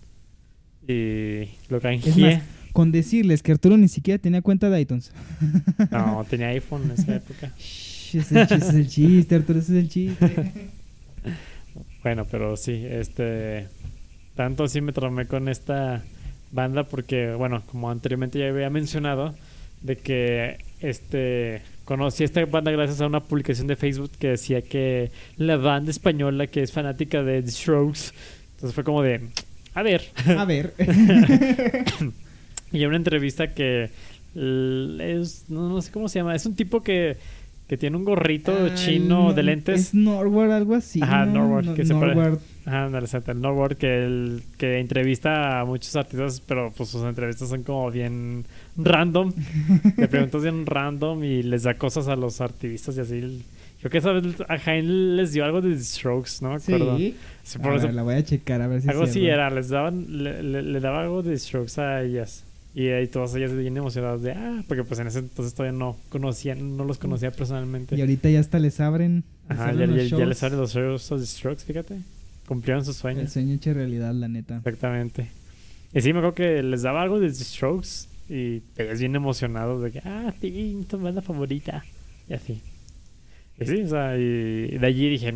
Speaker 1: y lo
Speaker 2: Es
Speaker 1: canjeé.
Speaker 2: más, con decirles que Arturo ni siquiera tenía cuenta de iTunes.
Speaker 1: No, tenía iPhone en esa época.
Speaker 2: Shh, ese es el chiste, Arturo, ese es el chiste.
Speaker 1: Bueno, pero sí, tanto así me traumé con esta banda porque, bueno, como anteriormente ya había mencionado, de que conocí esta banda gracias a una publicación de Facebook que decía que la banda española que es fanática de The Strokes, entonces fue como de, a ver.
Speaker 2: A ver.
Speaker 1: Y una entrevista que no sé cómo se llama, es un tipo que tiene un gorrito chino de lentes.
Speaker 2: Es Norward, algo así.
Speaker 1: Ajá,
Speaker 2: ¿no?
Speaker 1: Norward, que se parece.
Speaker 2: Norward.
Speaker 1: Ajá, el Norward que entrevista a muchos artistas, pero pues sus entrevistas son como bien random. Le preguntas bien random y les da cosas a los artistas y así. Creo que esa vez a Jaime les dio algo de The Strokes, no me acuerdo.
Speaker 2: Sí.
Speaker 1: Sí,
Speaker 2: A
Speaker 1: por
Speaker 2: ver,
Speaker 1: eso,
Speaker 2: la voy a checar a ver si
Speaker 1: algo
Speaker 2: es
Speaker 1: así
Speaker 2: cierto.
Speaker 1: era, le daba algo de The Strokes a ellas. Y ahí todas ellas bien emocionadas de, porque pues en ese entonces todavía no los conocía personalmente.
Speaker 2: Y ahorita ya hasta les abren.
Speaker 1: Ajá, ya les salen los shows de The Strokes, fíjate. Cumplieron sus sueños.
Speaker 2: El sueño hecho realidad, la neta.
Speaker 1: Exactamente. Y sí, me acuerdo que les daba algo de The Strokes y te ves bien emocionado de que, sí, tu banda favorita. Y así. Y sí, o sea, y de allí dije,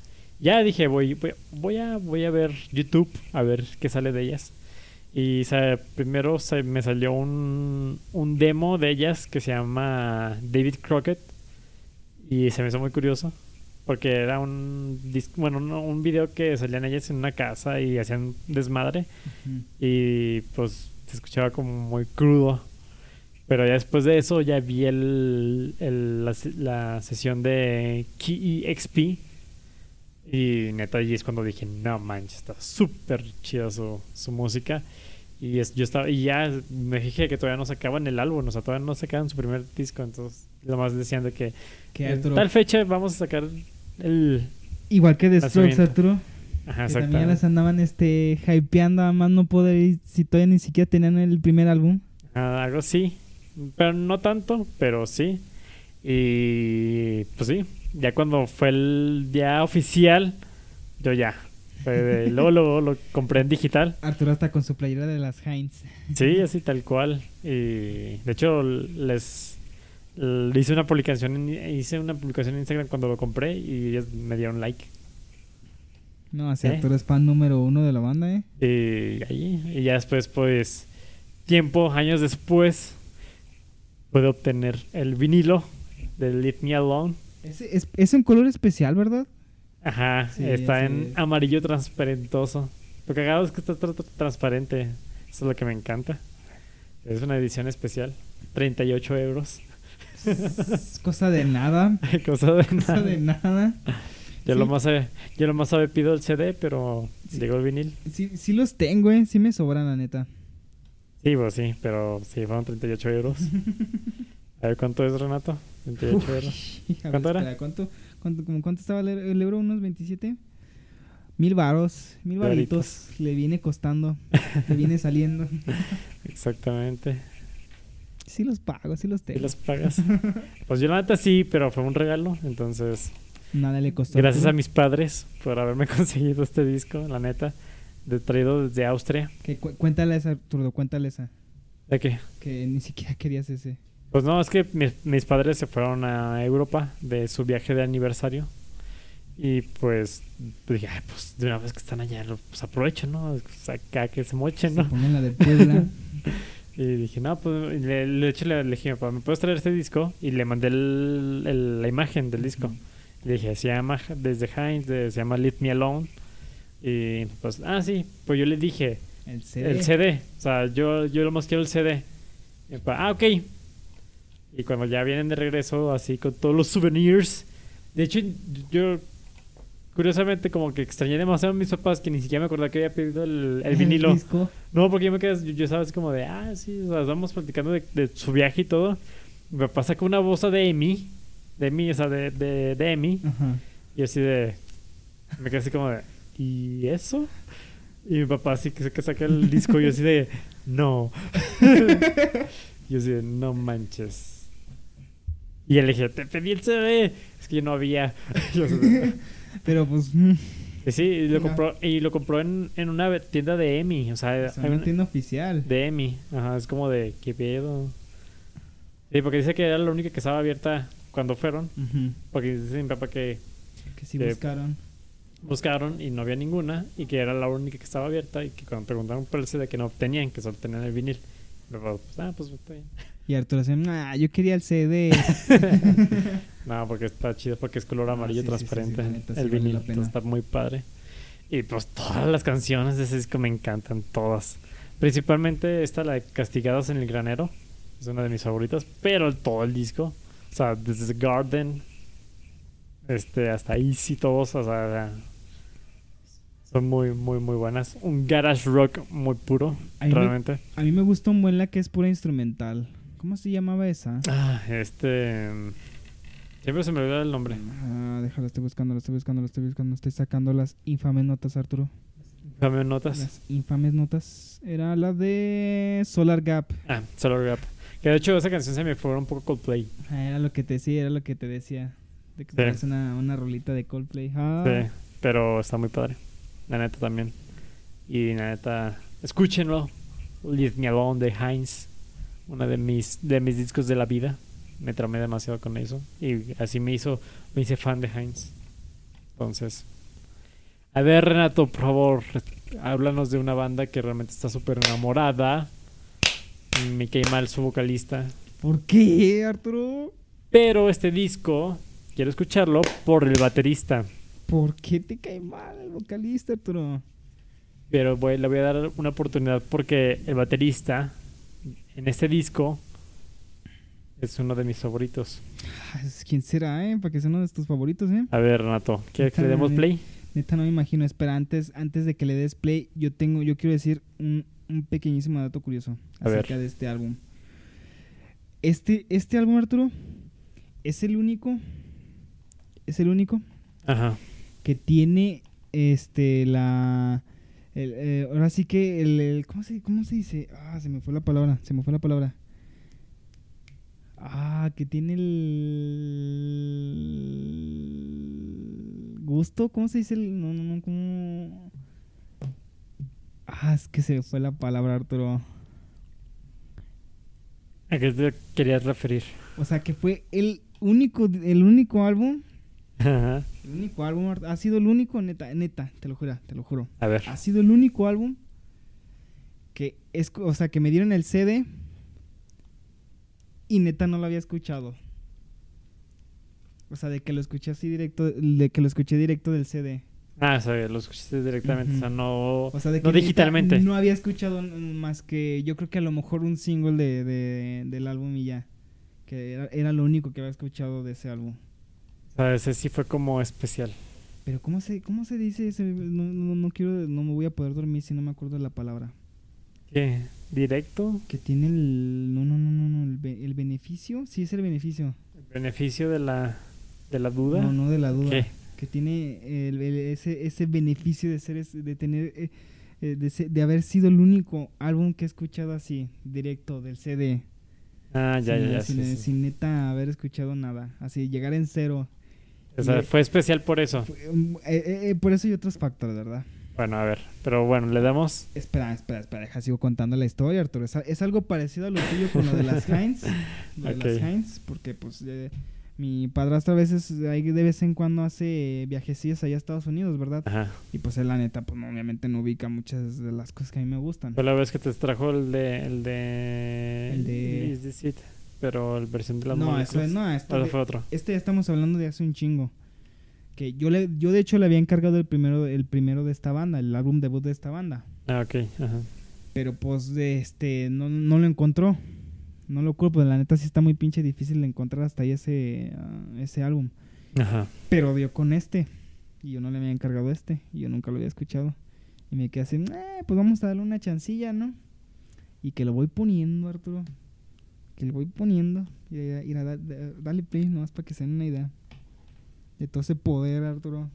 Speaker 1: voy a ver YouTube a ver qué sale de ellas. Y primero me salió un demo de ellas que se llama David Crockett y se me hizo muy curioso porque era un video que salían ellas en una casa y hacían desmadre y pues se escuchaba como muy crudo, pero ya después de eso ya vi la sesión de KEXP y neta allí es cuando dije, no manches, está súper chida su música. Y ya me fijé que todavía no sacaban el álbum, o sea, todavía no sacaban su primer disco, entonces nomás decían de que en
Speaker 2: Arturo,
Speaker 1: tal fecha vamos a sacar el...
Speaker 2: igual que The Strokes,
Speaker 1: lanzamiento.
Speaker 2: Arturo,
Speaker 1: Ajá,
Speaker 2: que también ya
Speaker 1: exactamente.
Speaker 2: las andaban hypeando a más no poder, y si todavía ni siquiera tenían el primer álbum.
Speaker 1: Algo sí, pero no tanto, pero sí. Y pues sí, ya cuando fue el día oficial, yo ya. Luego lo compré en digital.
Speaker 2: Arturo hasta con su playera de las Heinz.
Speaker 1: Sí, así tal cual. Y de hecho hice una publicación en Instagram cuando lo compré y ellos me dieron like.
Speaker 2: No, así Arturo es fan número 1 de la banda,
Speaker 1: Y ya después pues tiempo, años después, pude obtener el vinilo de Leave Me Alone.
Speaker 2: Es un color especial, ¿verdad?
Speaker 1: Ajá,
Speaker 2: Sí,
Speaker 1: está
Speaker 2: ese
Speaker 1: en
Speaker 2: es.
Speaker 1: amarillo transparentoso. Lo cagado es que está transparente. Eso es lo que me encanta. Es una edición especial. 38 euros.
Speaker 2: Es cosa de nada.
Speaker 1: Cosa de
Speaker 2: Cosa
Speaker 1: nada.
Speaker 2: de nada.
Speaker 1: Yo
Speaker 2: Sí.
Speaker 1: lo más sabe pido el CD, pero llegó el vinil.
Speaker 2: Sí los tengo, sí me sobran, la neta.
Speaker 1: Sí, pues sí, pero sí, fueron 38 euros. A ver, ¿cuánto es, Renato? 38 euros.
Speaker 2: A ver,
Speaker 1: ¿Cuánto era?
Speaker 2: espera, ¿Cuánto estaba el euro? ¿Unos 27? 1000 varos. 1000 varitos. Le viene costando. Le viene saliendo.
Speaker 1: Exactamente.
Speaker 2: Sí los pago, sí los
Speaker 1: ¿Y
Speaker 2: tengo.
Speaker 1: los pagas? Pues yo la neta sí, pero fue un regalo. Entonces,
Speaker 2: Nada le costó.
Speaker 1: gracias a mis padres por haberme conseguido este disco, la neta. Traído desde Austria.
Speaker 2: Cuéntale esa, Arturo, cuéntale esa.
Speaker 1: ¿De qué?
Speaker 2: Que ni siquiera querías ese.
Speaker 1: Pues no, es que mis padres se fueron a Europa de su viaje de aniversario. Y pues dije, ay, pues de una vez que están allá, pues aprovecho, ¿no? Pues acá que se mochen,
Speaker 2: Se
Speaker 1: ¿no?
Speaker 2: pongan la de Puebla.
Speaker 1: Y dije, no, pues de hecho le dije, papá, ¿me puedes traer este disco? Y le mandé la imagen del disco. Le dije, se llama desde Heinz, se llama Leave Me Alone. Y pues, sí, pues yo le dije,
Speaker 2: El CD.
Speaker 1: el CD. O sea, yo lo más quiero el CD. Y papá, ok. Y cuando ya vienen de regreso, así con todos los souvenirs. De hecho, yo curiosamente como que extrañé demasiado a mis papás que ni siquiera me acordaba que había pedido el vinilo.
Speaker 2: disco.
Speaker 1: No, porque yo me quedé, yo estaba así como de, sí, o sea, estábamos platicando de su viaje y todo. Mi papá sacó una bolsa de Emi, o sea, de Emi.
Speaker 2: Ajá.
Speaker 1: Y así me quedé así como de, ¿y eso? Y mi papá así que saca el disco y yo así de, no. Yo así de, no manches. Y él le dije, te pedí el CD. Es que yo no había. Yo así de,
Speaker 2: Pero pues.
Speaker 1: y sí, y lo
Speaker 2: Ajá.
Speaker 1: compró en una tienda de Emi. O sea, hay
Speaker 2: No
Speaker 1: una-
Speaker 2: tienda oficial.
Speaker 1: de Emi. Ajá, es como de, ¿qué pedo? Sí, porque dice que era la única que estaba abierta cuando fueron.
Speaker 2: Ujú.
Speaker 1: Porque dice mi papá que
Speaker 2: Que sí
Speaker 1: Que-
Speaker 2: buscaron.
Speaker 1: buscaron y no había ninguna. Y que era la única que estaba abierta. Y que cuando preguntaron por el CD que no tenían, que solo tenían el vinil. Mi papá, pues está bien.
Speaker 2: Y Arturo decía, yo quería el CD.
Speaker 1: No, porque está chido, porque es color amarillo
Speaker 2: sí, sí, sí,
Speaker 1: transparente.
Speaker 2: la neta, sí
Speaker 1: el
Speaker 2: vale
Speaker 1: vinil
Speaker 2: la pena.
Speaker 1: entonces está muy padre. Y pues todas las canciones de ese disco me encantan, todas. Principalmente esta, la de Castigados en el Granero. Es una de mis favoritas, pero todo el disco. O sea, desde Garden hasta Easy, todos, o sea, son muy, muy, muy buenas. Un garage rock muy puro,
Speaker 2: A mí me-
Speaker 1: realmente.
Speaker 2: A mí me gusta un buen la que es pura instrumental. ¿Cómo se llamaba esa?
Speaker 1: Siempre se me olvida el nombre.
Speaker 2: Déjalo, estoy buscando. Estoy sacando las infames notas, Arturo.
Speaker 1: Dame notas.
Speaker 2: Las infames notas. Era la de Solar Gap.
Speaker 1: Solar Gap. Que de hecho esa canción se me fue un poco Coldplay.
Speaker 2: Era lo que te decía. De que
Speaker 1: Sí.
Speaker 2: parece una rolita de Coldplay.
Speaker 1: Sí, pero está muy padre. La neta también. Y la neta, escúchenlo. Leave Me Alone de Heinz. Uno de mis discos de la vida. Me tramé demasiado con eso. Y así me hice fan de Heinz. Entonces, a ver, Renato, por favor, háblanos de una banda que realmente está súper enamorada. Me cae mal su vocalista.
Speaker 2: ¿Por qué, Arturo?
Speaker 1: Pero este disco, quiero escucharlo por el baterista.
Speaker 2: ¿Por qué te cae mal el vocalista, Arturo?
Speaker 1: Pero le voy a dar una oportunidad porque el baterista en este disco es uno de mis favoritos.
Speaker 2: ¿Quién será, Para que sea uno de tus favoritos,
Speaker 1: A ver, Renato, ¿quieres que le demos play?
Speaker 2: Neta, no me imagino. Espera, antes de que le des play, yo quiero decir un pequeñísimo dato curioso
Speaker 1: A ver.
Speaker 2: acerca de este álbum. Este álbum, Arturo, es el único
Speaker 1: Ajá.
Speaker 2: que tiene ahora sí que ¿cómo se dice? Se me fue la palabra. Que tiene el gusto, ¿cómo se dice? No, ¿cómo? Es que se me fue la palabra, Arturo.
Speaker 1: ¿A qué te querías referir?
Speaker 2: O sea, que fue el único álbum.
Speaker 1: Ajá.
Speaker 2: El único álbum, ha sido el único, neta, te lo juro.
Speaker 1: A ver.
Speaker 2: Ha sido el único álbum o sea, que me dieron el CD y neta no lo había escuchado. O sea, de que lo escuché así directo, de que lo escuché directo del CD.
Speaker 1: Ah, o sea, lo escuchaste directamente,
Speaker 2: Ujú.
Speaker 1: o sea, no,
Speaker 2: O sea, de que
Speaker 1: no
Speaker 2: neta
Speaker 1: digitalmente.
Speaker 2: no había escuchado más que yo creo que a lo mejor un single del álbum y ya. Que era lo único que había escuchado de ese álbum.
Speaker 1: O sea, ese sí fue como especial.
Speaker 2: Pero ¿cómo se dice ese? No quiero, no me voy a poder dormir si no me acuerdo de la palabra.
Speaker 1: ¿Qué? ¿Directo?
Speaker 2: Que tiene el beneficio. Sí, es el beneficio.
Speaker 1: ¿El beneficio de la duda?
Speaker 2: No de la duda.
Speaker 1: ¿Qué?
Speaker 2: Que tiene ese beneficio de ser, de tener, de haber sido el único álbum que he escuchado así, directo, del CD.
Speaker 1: Ah, ya,
Speaker 2: Sin,
Speaker 1: sí.
Speaker 2: sin neta haber escuchado nada. Así, llegar en cero.
Speaker 1: O sea, fue especial por eso.
Speaker 2: Por eso y otros factores, ¿verdad?
Speaker 1: Bueno, a ver, pero bueno, le damos...
Speaker 2: Espera, deja, sigo contando la historia, Arturo. Es algo parecido a lo tuyo con lo de las Heinz.
Speaker 1: Ok.
Speaker 2: Las Heinz, porque pues mi padrastro a veces, ahí de vez en cuando hace viajecillos allá a Estados Unidos, ¿verdad?
Speaker 1: Ajá.
Speaker 2: Y pues él, la neta, pues obviamente no ubica muchas de las cosas que a mí me gustan.
Speaker 1: Fue la vez que te trajo el de
Speaker 2: El de-
Speaker 1: Is This It, pero la versión de las
Speaker 2: No,
Speaker 1: moléculas.
Speaker 2: este
Speaker 1: Fue otro.
Speaker 2: ya estamos hablando de hace un chingo. Que yo de hecho le había encargado el primero de esta banda, el álbum debut de esta banda.
Speaker 1: Ah, ok, ajá.
Speaker 2: Pero pues no lo encontró. No lo culpo, la neta sí está muy pinche difícil de encontrar hasta ahí ese álbum.
Speaker 1: Ajá.
Speaker 2: Pero dio con este. Y yo no le había encargado y yo nunca lo había escuchado. Y me quedé así, pues vamos a darle una chancilla, ¿no? Y que lo voy poniendo, Arturo. Que lo voy poniendo. Y dale play nomás para que se den una idea. De todo ese poder, Arturo.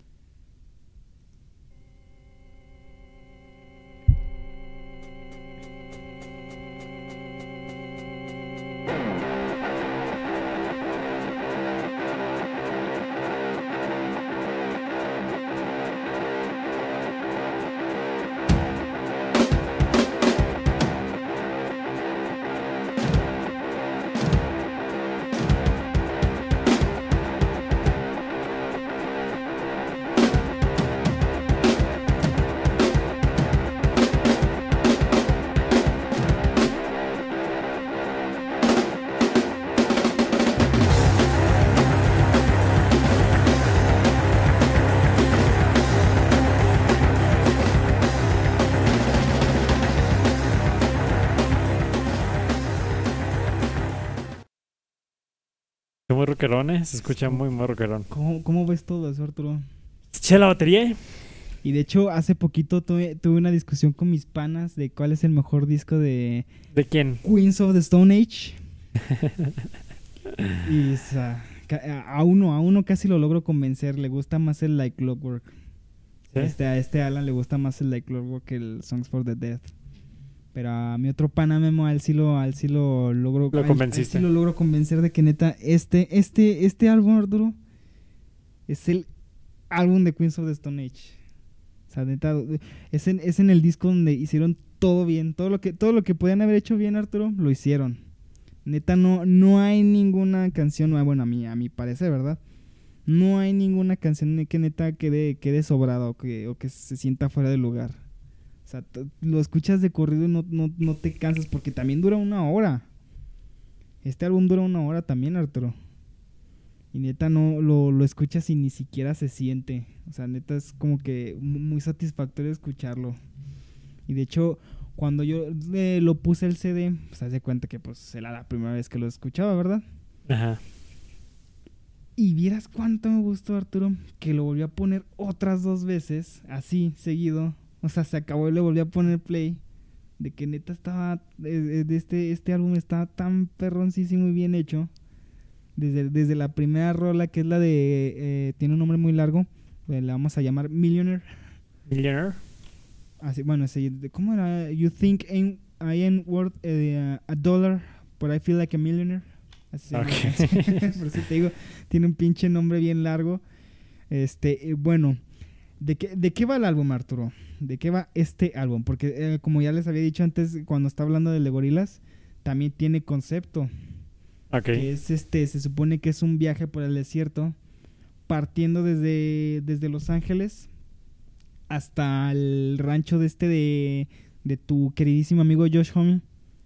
Speaker 1: Muy rockerón, ¿eh? Se escucha muy rockerón.
Speaker 2: ¿Cómo ves todo eso, Arturo?
Speaker 1: Eché la batería.
Speaker 2: Y de hecho, hace poquito tuve una discusión con mis panas de cuál es el mejor disco de
Speaker 1: ¿De quién?
Speaker 2: Queens of the Stone Age. Y a uno casi lo logro convencer. Le gusta más el Like Clockwork.
Speaker 1: ¿Sí?
Speaker 2: A este Alan le gusta más el Like Clockwork que el Songs for the Dead. Pero a mi otro pana Memo, a él sí lo logro.
Speaker 1: Lo convenciste.
Speaker 2: A él sí lo logro convencer de que neta, este álbum, Arturo, es el álbum de Queens of the Stone Age. O sea, neta, es en el disco donde hicieron todo bien. Todo lo que podían haber hecho bien, Arturo, lo hicieron. Neta, no hay ninguna canción, bueno, a mi parecer, ¿verdad? No hay ninguna canción que neta quede sobrada o que se sienta fuera de lugar. O sea, lo escuchas de corrido y no te cansas porque también dura 1 hora. Este álbum dura 1 hora también, Arturo. Y neta no lo escuchas y ni siquiera se siente. O sea, neta es como que muy satisfactorio escucharlo. Y de hecho, cuando yo lo puse el CD, pues haz de cuenta que pues era la primera vez que lo escuchaba, ¿verdad?
Speaker 1: Ajá.
Speaker 2: Y vieras cuánto me gustó, Arturo, que lo volví a poner otras 2 veces, así, seguido. O sea, se acabó y le volví a poner play. De que neta estaba, este álbum estaba tan perroncísimo y bien hecho. Desde la primera rola, que es la de, tiene un nombre muy largo, la vamos a llamar Millionaire.
Speaker 1: ¿Millionaire?
Speaker 2: Así, bueno, ¿cómo era? You think I ain't worth a dollar, but I feel like a millionaire. Así se llama la canción. Por eso te digo, tiene un pinche nombre bien largo. Bueno, ¿de qué va el álbum, Arturo? ¿De qué va este álbum? Porque como ya les había dicho antes, cuando estaba hablando de Gorillaz, también tiene concepto.
Speaker 1: Ok.
Speaker 2: Que es se supone que es un viaje por el desierto, partiendo desde Los Ángeles hasta el rancho de de tu queridísimo amigo Josh Homme.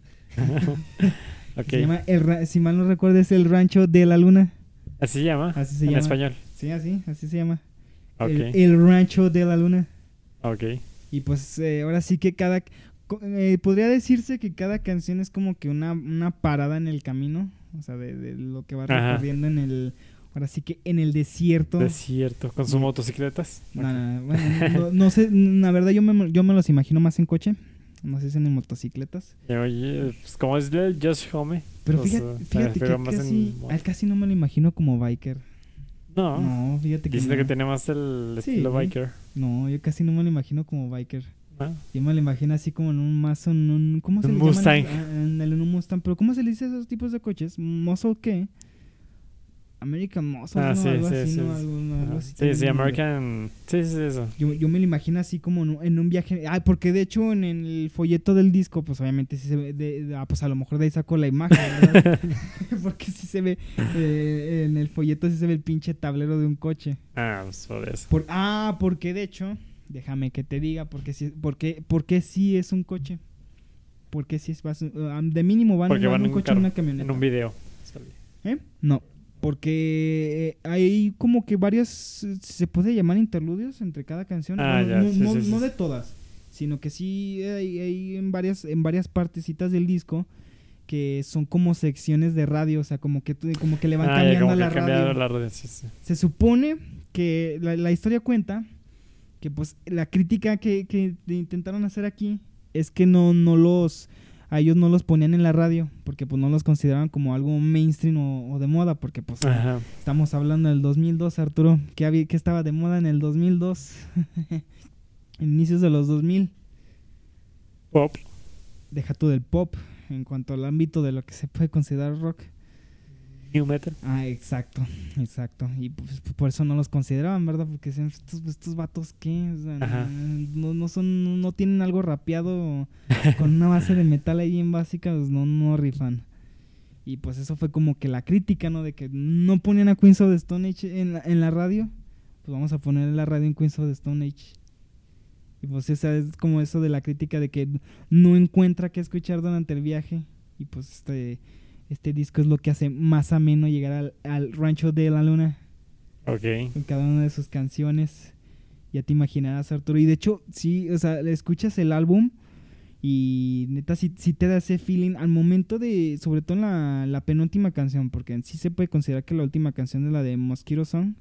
Speaker 1: Ok.
Speaker 2: Se llama, si mal no recuerdo, es El Rancho de la Luna.
Speaker 1: Así se llama.
Speaker 2: Así se
Speaker 1: en
Speaker 2: llama.
Speaker 1: español.
Speaker 2: Sí, así se llama.
Speaker 1: Ok.
Speaker 2: El Rancho de la Luna.
Speaker 1: Ok.
Speaker 2: Y pues ahora sí que podría decirse que cada canción es como que una parada en el camino. O sea, de lo que va
Speaker 1: Ajá.
Speaker 2: recorriendo ahora sí que en el desierto.
Speaker 1: Desierto. Con sus motocicletas.
Speaker 2: No,
Speaker 1: Ok.
Speaker 2: bueno, no sé, la verdad yo me los imagino más en coche. No sé si en motocicletas.
Speaker 1: Y oye, pues como es de Just Home.
Speaker 2: Pero
Speaker 1: pues,
Speaker 2: fíjate
Speaker 1: pero
Speaker 2: que
Speaker 1: más
Speaker 2: a él casi no me lo imagino como biker.
Speaker 1: No.
Speaker 2: No, fíjate que
Speaker 1: Dicen
Speaker 2: no.
Speaker 1: que tiene más el
Speaker 2: Sí.
Speaker 1: estilo biker.
Speaker 2: No, yo casi no me lo imagino como biker.
Speaker 1: ¿No?
Speaker 2: Yo me lo imagino así como en ¿cómo se
Speaker 1: Un
Speaker 2: le llama?
Speaker 1: Mustang.
Speaker 2: En un Mustang. Pero ¿cómo se le dice a esos tipos de coches? ¿Muscle qué? American Muscle, ¿no?
Speaker 1: Sí,
Speaker 2: Algo
Speaker 1: sí,
Speaker 2: así,
Speaker 1: sí.
Speaker 2: ¿no? Algo así
Speaker 1: Sí,
Speaker 2: tiene
Speaker 1: sí,
Speaker 2: el nombre.
Speaker 1: American. Sí, eso.
Speaker 2: Yo me lo imagino así como en un viaje. Ah, porque de hecho en el folleto del disco, pues obviamente sí se ve. Pues a lo mejor de ahí sacó la imagen, ¿verdad? Porque sí se ve. En el folleto sí se ve el pinche tablero de un coche.
Speaker 1: Pues por eso.
Speaker 2: Porque de hecho, déjame que te diga, porque sí es un coche. Porque sí es. De mínimo van
Speaker 1: Porque
Speaker 2: en
Speaker 1: van
Speaker 2: un
Speaker 1: en un
Speaker 2: coche
Speaker 1: carro,
Speaker 2: en una camioneta.
Speaker 1: en un video.
Speaker 2: ¿Eh? No. Porque hay como que varias, se puede llamar interludios entre cada canción.
Speaker 1: Ah,
Speaker 2: Bueno,
Speaker 1: ya, sí, sí,
Speaker 2: no
Speaker 1: sí.
Speaker 2: de todas, sino que sí hay en varias partecitas del disco que son como secciones de radio, o sea, como que le van
Speaker 1: Ya,
Speaker 2: cambiando
Speaker 1: como
Speaker 2: la
Speaker 1: que cambiaron
Speaker 2: radio.
Speaker 1: la radio, sí.
Speaker 2: Se supone que la historia cuenta que pues la crítica que intentaron hacer aquí es que a ellos no los ponían en la radio porque pues no los consideraban como algo mainstream o de moda, porque pues
Speaker 1: Ajá.
Speaker 2: estamos hablando del 2002, Arturo. ¿Qué estaba de moda en el 2002? Inicios de los 2000.
Speaker 1: Pop.
Speaker 2: Deja tú del pop en cuanto al ámbito de lo que se puede considerar rock.
Speaker 1: New metal.
Speaker 2: Exacto. Y pues por eso no los consideraban, ¿verdad? Porque decían, estos vatos, ¿qué? O sea,
Speaker 1: Ajá.
Speaker 2: no tienen algo rapeado con una base de metal ahí bien básica, pues no rifan. Y pues eso fue como que la crítica, ¿no? De que no ponían a Queens of the Stone Age en la radio. Pues vamos a poner la radio en Queens of the Stone Age. Y pues esa es como eso de la crítica de que no encuentra qué escuchar durante el viaje. Y pues este disco es lo que hace más ameno llegar al Rancho de la Luna.
Speaker 1: Ok.
Speaker 2: Con cada una de sus canciones. Ya te imaginarás, Arturo. Y de hecho, sí, o sea, escuchas el álbum y neta sí te da ese feeling al momento de, sobre todo en la penúltima canción, porque en sí se puede considerar que la última canción es la de Mosquito Song.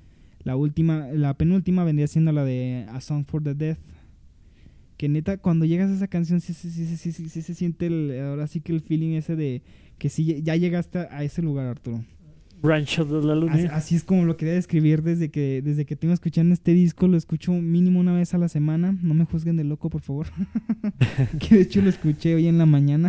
Speaker 2: La penúltima vendría siendo la de A Song for the Death. Que neta, cuando llegas a esa canción sí se siente ahora sí que el feeling ese de que sí ya llegaste a ese lugar, Arturo.
Speaker 1: Rancho de la Luna.
Speaker 2: Así es como lo quería describir desde que tengo escuchando este disco. Lo escucho mínimo una vez a la semana. No me juzguen de loco, por favor. Que de hecho lo escuché hoy en la mañana.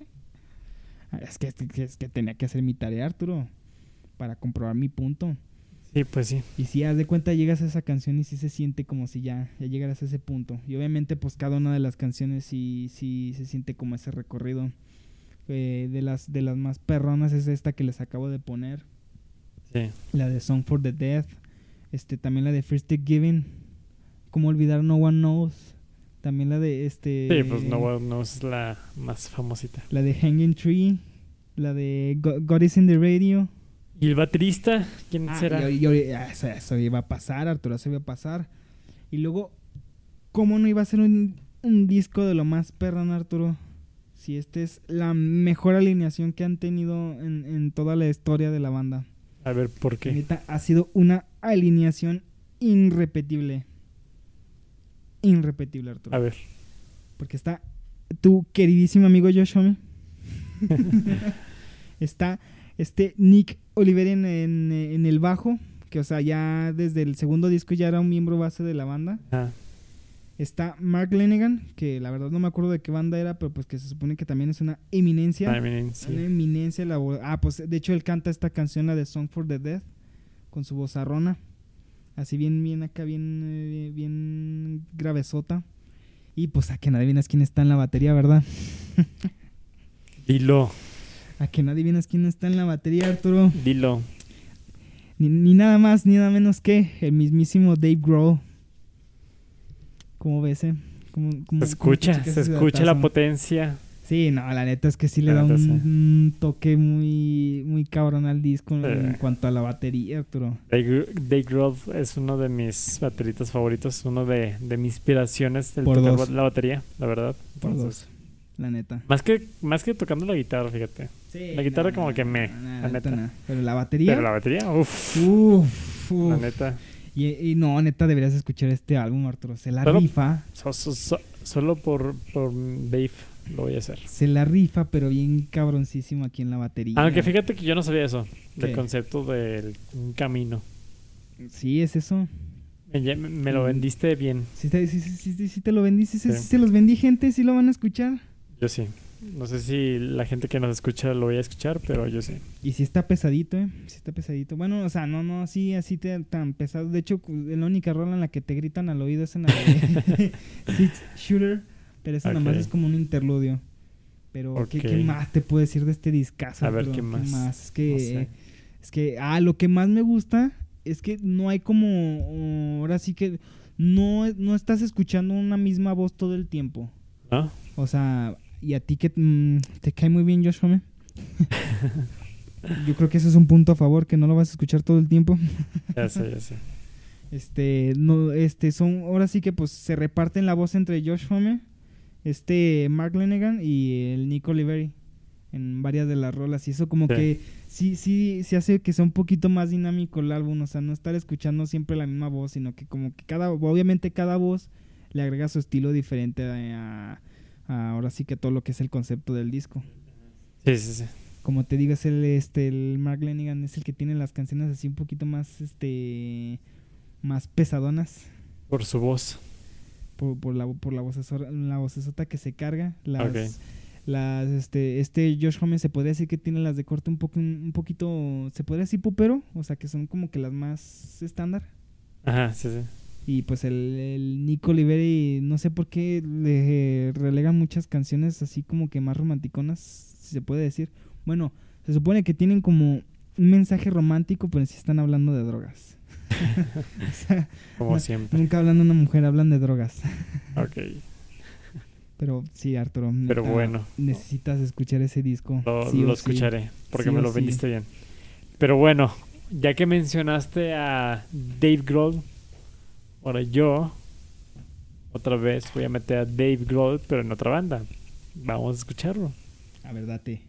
Speaker 2: Es que tenía que hacer mi tarea, Arturo, para comprobar mi punto.
Speaker 1: Sí, pues sí.
Speaker 2: Y si haz de cuenta llegas a esa canción y sí se siente como si ya llegaras a ese punto. Y obviamente pues cada una de las canciones sí se siente como ese recorrido. De las más perronas es esta que les acabo de poner.
Speaker 1: Sí.
Speaker 2: La de Song for the Death. También la de First the Giving. ¿Cómo olvidar No One Knows? También la de
Speaker 1: Sí, pues no es la más famosita.
Speaker 2: la de Hanging Tree. La de God is in the Radio.
Speaker 1: ¿Y el baterista? ¿Quién será?
Speaker 2: Eso iba a pasar, Arturo, eso iba a pasar. Y luego, ¿cómo no iba a ser un disco de lo más perrón, Arturo? Si esta es la mejor alineación que han tenido en toda la historia de la banda.
Speaker 1: A ver, ¿por qué?
Speaker 2: Neta, ha sido una alineación irrepetible. Irrepetible, Arturo.
Speaker 1: A ver.
Speaker 2: Porque está tu queridísimo amigo Josh Homme. Está Nick Oliveri en el bajo, que o sea, ya desde el segundo disco ya era un miembro base de la banda.
Speaker 1: Ah,
Speaker 2: Está Mark Lanegan, que la verdad no me acuerdo de qué banda era, pero pues que se supone que también es una eminencia.
Speaker 1: sí.
Speaker 2: Una eminencia. Pues de hecho él canta esta canción, la de Song for the Death, con su vozarrona. Así bien acá, bien gravesota. Y pues a que nadie adivinas quién está en la batería, ¿verdad?
Speaker 1: Dilo.
Speaker 2: A que nadie adivinas quién está en la batería, Arturo.
Speaker 1: Dilo.
Speaker 2: Ni nada más, ni nada menos que el mismísimo Dave Grohl. ¿Cómo ves,
Speaker 1: Se escucha la potencia.
Speaker 2: Sí, no, la neta es que sí le da
Speaker 1: La neta,
Speaker 2: un toque muy, muy cabrón al disco en cuanto a la batería, Arturo.
Speaker 1: Dave Grohl es uno de mis bateristas favoritos, uno de mis inspiraciones del
Speaker 2: Por
Speaker 1: tocar
Speaker 2: dos.
Speaker 1: la batería, la verdad.
Speaker 2: Por
Speaker 1: Entonces,
Speaker 2: dos, la neta.
Speaker 1: más que tocando la guitarra, fíjate.
Speaker 2: Sí,
Speaker 1: La guitarra como que la neta.
Speaker 2: no. Pero la batería.
Speaker 1: Pero la batería, uff,
Speaker 2: Uf,
Speaker 1: la
Speaker 2: uf.
Speaker 1: neta.
Speaker 2: Y no, neta, deberías escuchar este álbum, Arturo. Se la
Speaker 1: Solo-
Speaker 2: rifa.
Speaker 1: Solo por Dave lo voy a hacer.
Speaker 2: Se la rifa, pero bien cabroncísimo aquí en la batería.
Speaker 1: Aunque fíjate que yo no sabía eso, del
Speaker 2: ¿Qué?
Speaker 1: concepto del un camino.
Speaker 2: Sí, es eso.
Speaker 1: Me lo vendiste bien.
Speaker 2: Sí, sí te lo vendí. Sí,
Speaker 1: Sí.
Speaker 2: se los vendí, gente. Sí lo van a escuchar.
Speaker 1: Yo sí. No sé si la gente que nos escucha lo voy a escuchar, pero yo sí.
Speaker 2: Y sí está pesadito, Sí está pesadito. Bueno, o sea, no así tan pesado. De hecho, la única rola en la que te gritan al oído es en la de Six Shooter. Pero esa nomás
Speaker 1: Ok.
Speaker 2: es como un interludio. Pero,
Speaker 1: Ok.
Speaker 2: ¿qué más te puedo decir de este discazo?
Speaker 1: A ver,
Speaker 2: Arturo?
Speaker 1: ¿qué más?
Speaker 2: Es que,
Speaker 1: No sé.
Speaker 2: lo que más me gusta es que no hay como, ahora sí que no estás escuchando una misma voz todo el tiempo.
Speaker 1: ¿No?
Speaker 2: O sea, y a ti que te cae muy bien Josh Homme. Yo creo que ese es un punto a favor, que no lo vas a escuchar todo el tiempo.
Speaker 1: Ya sé.
Speaker 2: Son, ahora sí que pues se reparten la voz entre Josh Homme, Mark Lanegan y el Nick Oliveri en varias de las rolas, y eso como
Speaker 1: Sí.
Speaker 2: que sí hace que sea un poquito más dinámico el álbum, o sea, no estar escuchando siempre la misma voz, sino que como que obviamente cada voz le agrega su estilo diferente a ahora sí que todo lo que es el concepto del disco.
Speaker 1: Sí.
Speaker 2: Como te digo, es el Mark Lanegan es el que tiene las canciones así un poquito más más pesadonas
Speaker 1: Por su voz.
Speaker 2: por la vocesota que se carga.
Speaker 1: Ok.
Speaker 2: Josh Homme se podría decir que tiene las de corte un poquito, se podría decir popero, o sea que son como que las más estándar.
Speaker 1: Ajá, sí.
Speaker 2: Y pues el Nick Oliveri, no sé por qué le relegan muchas canciones así como que más romanticonas, si se puede decir. Bueno, se supone que tienen como un mensaje romántico, pero sí están hablando de drogas. O sea,
Speaker 1: Como
Speaker 2: no,
Speaker 1: siempre.
Speaker 2: nunca hablan de una mujer, hablan de drogas.
Speaker 1: Ok.
Speaker 2: Pero sí, Arturo,
Speaker 1: Pero
Speaker 2: neta,
Speaker 1: bueno.
Speaker 2: necesitas escuchar ese disco.
Speaker 1: Lo
Speaker 2: sí o sí.
Speaker 1: escucharé, porque
Speaker 2: Sí
Speaker 1: me
Speaker 2: o
Speaker 1: lo
Speaker 2: sí.
Speaker 1: vendiste bien. Pero bueno, ya que mencionaste a Dave Grohl, ahora yo otra vez voy a meter a Dave Grohl, pero en otra banda. Vamos a escucharlo.
Speaker 2: A ver, date.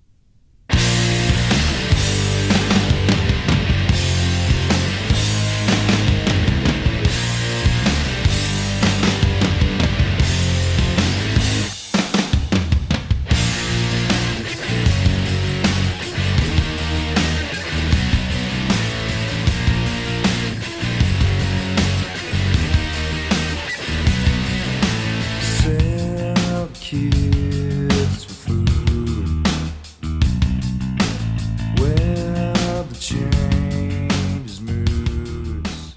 Speaker 4: Sell kids for food. Well, the change moods.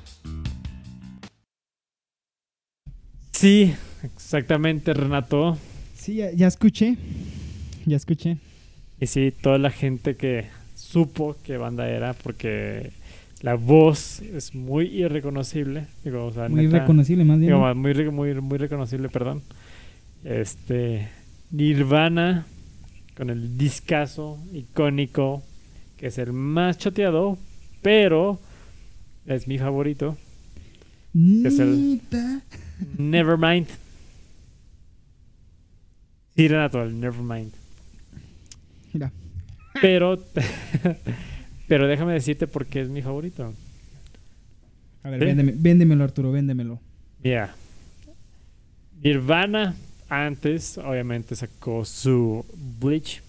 Speaker 1: Sí, exactamente, Renato.
Speaker 2: Sí, ya escuché. Ya escuché.
Speaker 1: Y sí, toda la gente que supo qué banda era, porque la voz es muy irreconocible. Digo, o sea,
Speaker 2: Muy
Speaker 1: neta,
Speaker 2: reconocible, más bien.
Speaker 1: digo,
Speaker 2: ¿no?
Speaker 1: muy reconocible, perdón. Nirvana, con el discazo icónico, que es el más choteado, pero es mi favorito. es el-
Speaker 2: Nita.
Speaker 1: Nevermind. Sí, Renato, el Nevermind.
Speaker 2: Mira.
Speaker 1: Pero, pero déjame decirte por qué es mi favorito.
Speaker 2: A ver,
Speaker 1: ¿Sí?
Speaker 2: véndemelo, Arturo, véndemelo.
Speaker 1: Mira, Nirvana antes, obviamente, sacó su Bleach.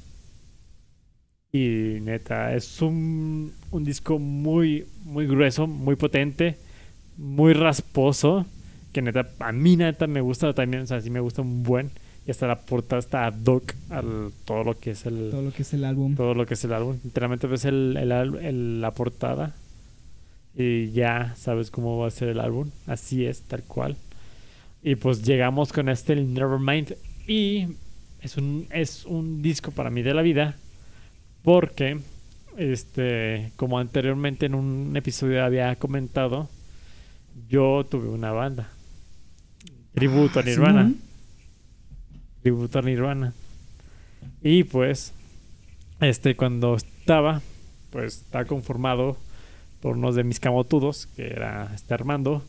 Speaker 1: Y neta, es un disco muy grueso, muy potente, muy rasposo. Que neta, a mí neta me gusta también, o sea, sí me gusta un buen. Y hasta la portada está ad hoc al todo lo que es
Speaker 2: Todo lo que es el álbum.
Speaker 1: todo lo que es el álbum. Literalmente ves la portada y ya sabes cómo va a ser el álbum. Así es, tal cual. Y pues llegamos con el Nevermind. Y es un disco para mí de la vida. Porque, como anteriormente en un episodio había comentado, yo tuve una banda. Tributo a Nirvana.
Speaker 2: Simón.
Speaker 1: Tributo a Nirvana. Y pues, cuando pues estaba conformado por unos de mis camotudos, que era Armando,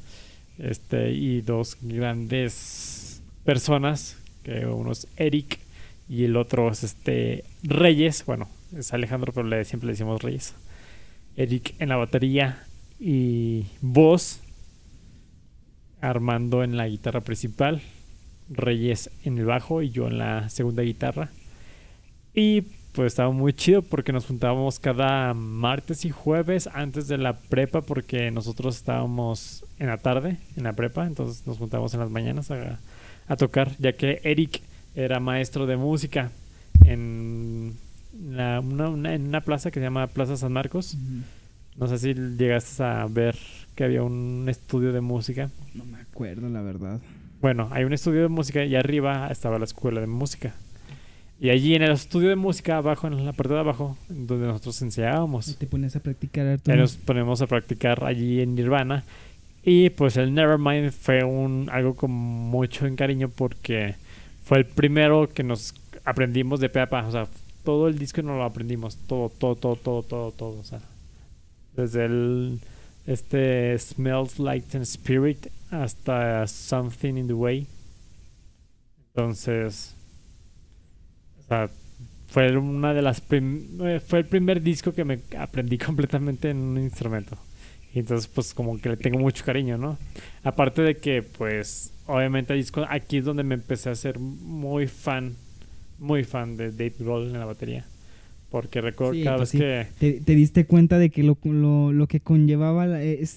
Speaker 1: y dos grandes personas, que uno es Eric y el otro es Reyes. Bueno, es Alejandro, pero siempre le decimos Reyes. Eric en la batería y voz, Armando en la guitarra principal, Reyes en el bajo y yo en la segunda guitarra. Y pues estaba muy chido porque nos juntábamos cada martes y jueves antes de la prepa, porque nosotros estábamos en la tarde en la prepa, entonces nos juntábamos en las mañanas a tocar, ya que Eric era maestro de música en en una plaza que se llama Plaza San Marcos. No sé si llegaste a ver que había un estudio de música.
Speaker 2: No me acuerdo, la verdad.
Speaker 1: Bueno, hay un estudio de música y arriba estaba la escuela de música. Y allí en el estudio de música, abajo, en la parte de abajo, donde nosotros
Speaker 2: Y
Speaker 1: ensayábamos,
Speaker 2: te pones a practicar, Arturo.
Speaker 1: nos ponemos a practicar allí en Nirvana. Y pues el Nevermind fue algo con mucho cariño, porque fue el primero que nos aprendimos de pe a pa. O sea, todo el disco nos lo aprendimos. Todo. O sea, desde el Smells Like Teen Spirit hasta Something in the Way. Entonces, o sea, fue una de las fue el primer disco que me aprendí completamente en un instrumento. Y entonces pues como que le tengo mucho cariño, ¿no? Aparte de que pues obviamente aquí es donde me empecé a ser muy fan de Dave Grohl en la batería. Porque recuerdo
Speaker 2: Sí,
Speaker 1: cada
Speaker 2: pues
Speaker 1: vez
Speaker 2: sí.
Speaker 1: que...
Speaker 2: Te diste cuenta de que lo que conllevaba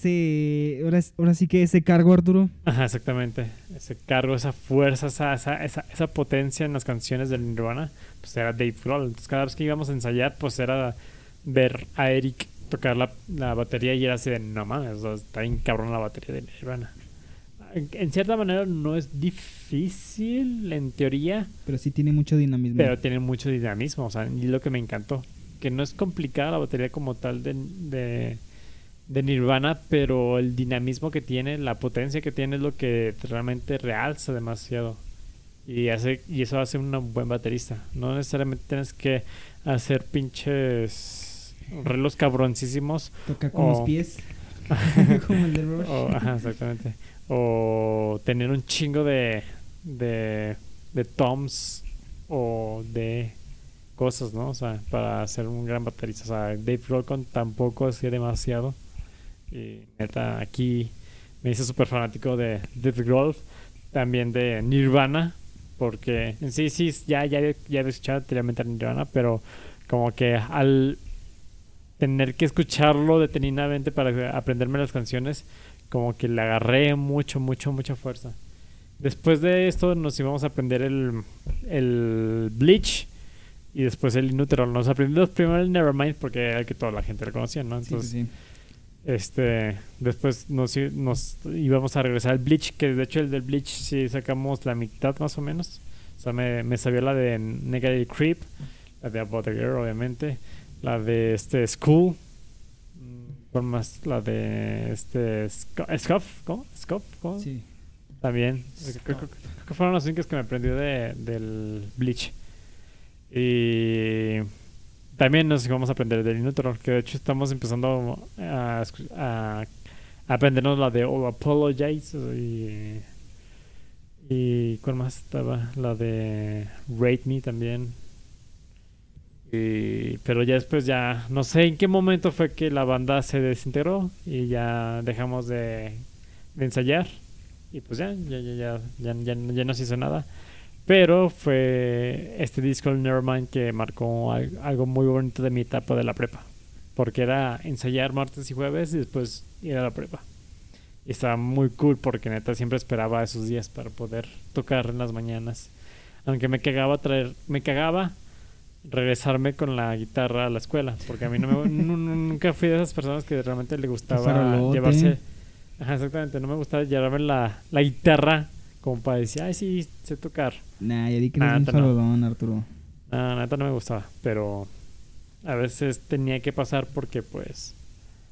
Speaker 2: ahora sí que ese cargo, Arturo.
Speaker 1: Ajá, exactamente. Ese cargo, esa fuerza, esa potencia en las canciones del Nirvana, pues era Dave Grohl. Entonces cada vez que íbamos a ensayar, pues era ver a Eric tocar la batería y era así de, no mames, o sea, está bien cabrón la batería de Nirvana. En cierta manera no es difícil en teoría,
Speaker 2: Pero sí tiene mucho dinamismo.
Speaker 1: pero tiene mucho dinamismo, o sea, y lo que me encantó, que no es complicada la batería como tal de Nirvana, pero el dinamismo que tiene, la potencia que tiene es lo que realmente realza demasiado. Y eso hace un buen baterista. No necesariamente tienes que hacer pinches relos cabroncísimos.
Speaker 2: Toca con los pies. Como el de Rush.
Speaker 1: Ajá, exactamente. O tener un chingo de toms o de cosas, ¿no? O sea, para ser un gran baterista. O sea, Dave Grohl tampoco hacía demasiado. Y neta, aquí me hice súper fanático de Dave Grohl, también de Nirvana, porque en sí, ya había escuchado anteriormente a Nirvana, pero como que al tener que escucharlo detenidamente para aprenderme las canciones, como que le agarré mucha fuerza. Después de esto nos íbamos a aprender el Bleach y después el In Utero. Nos aprendimos primero el Nevermind porque era el que toda la gente lo conocía, ¿no? Entonces,
Speaker 2: Sí.
Speaker 1: después nos íbamos a regresar al Bleach, que de hecho el del Bleach sí sacamos la mitad más o menos. O sea, me sabía la de Negative Creep, la de About a Girl, obviamente, la de School, ¿cuál más? La de Scuff, ¿cómo? Scuff, ¿cómo?
Speaker 2: Sí.
Speaker 1: También. Creo que fueron los únicos que me aprendió del Bleach. Y también nos íbamos a aprender del Inutero, que de hecho estamos empezando a aprendernos la de Apologize y ¿cuál más estaba? La de Rate Me también. Pero ya después no sé en qué momento fue que la banda se desintegró y ya dejamos de ensayar y pues ya no se hizo nada. Pero fue este disco, el Nevermind, que marcó algo muy bonito de mi etapa de la prepa. Porque era ensayar martes y jueves y después ir a la prepa. Y estaba muy cool porque neta siempre esperaba esos días para poder tocar en las mañanas. Aunque me cagaba regresarme con la guitarra a la escuela. Porque a mí nunca fui de esas personas que realmente le gustaba
Speaker 2: farolote.
Speaker 1: llevarse... Ajá, exactamente. No me gustaba llevarme la guitarra como para decir, ay, sí, sé tocar.
Speaker 2: Nah, ya di que eres un
Speaker 1: Neta, no.
Speaker 2: farolón, Arturo.
Speaker 1: No, neta no me gustaba, pero a veces tenía que pasar porque pues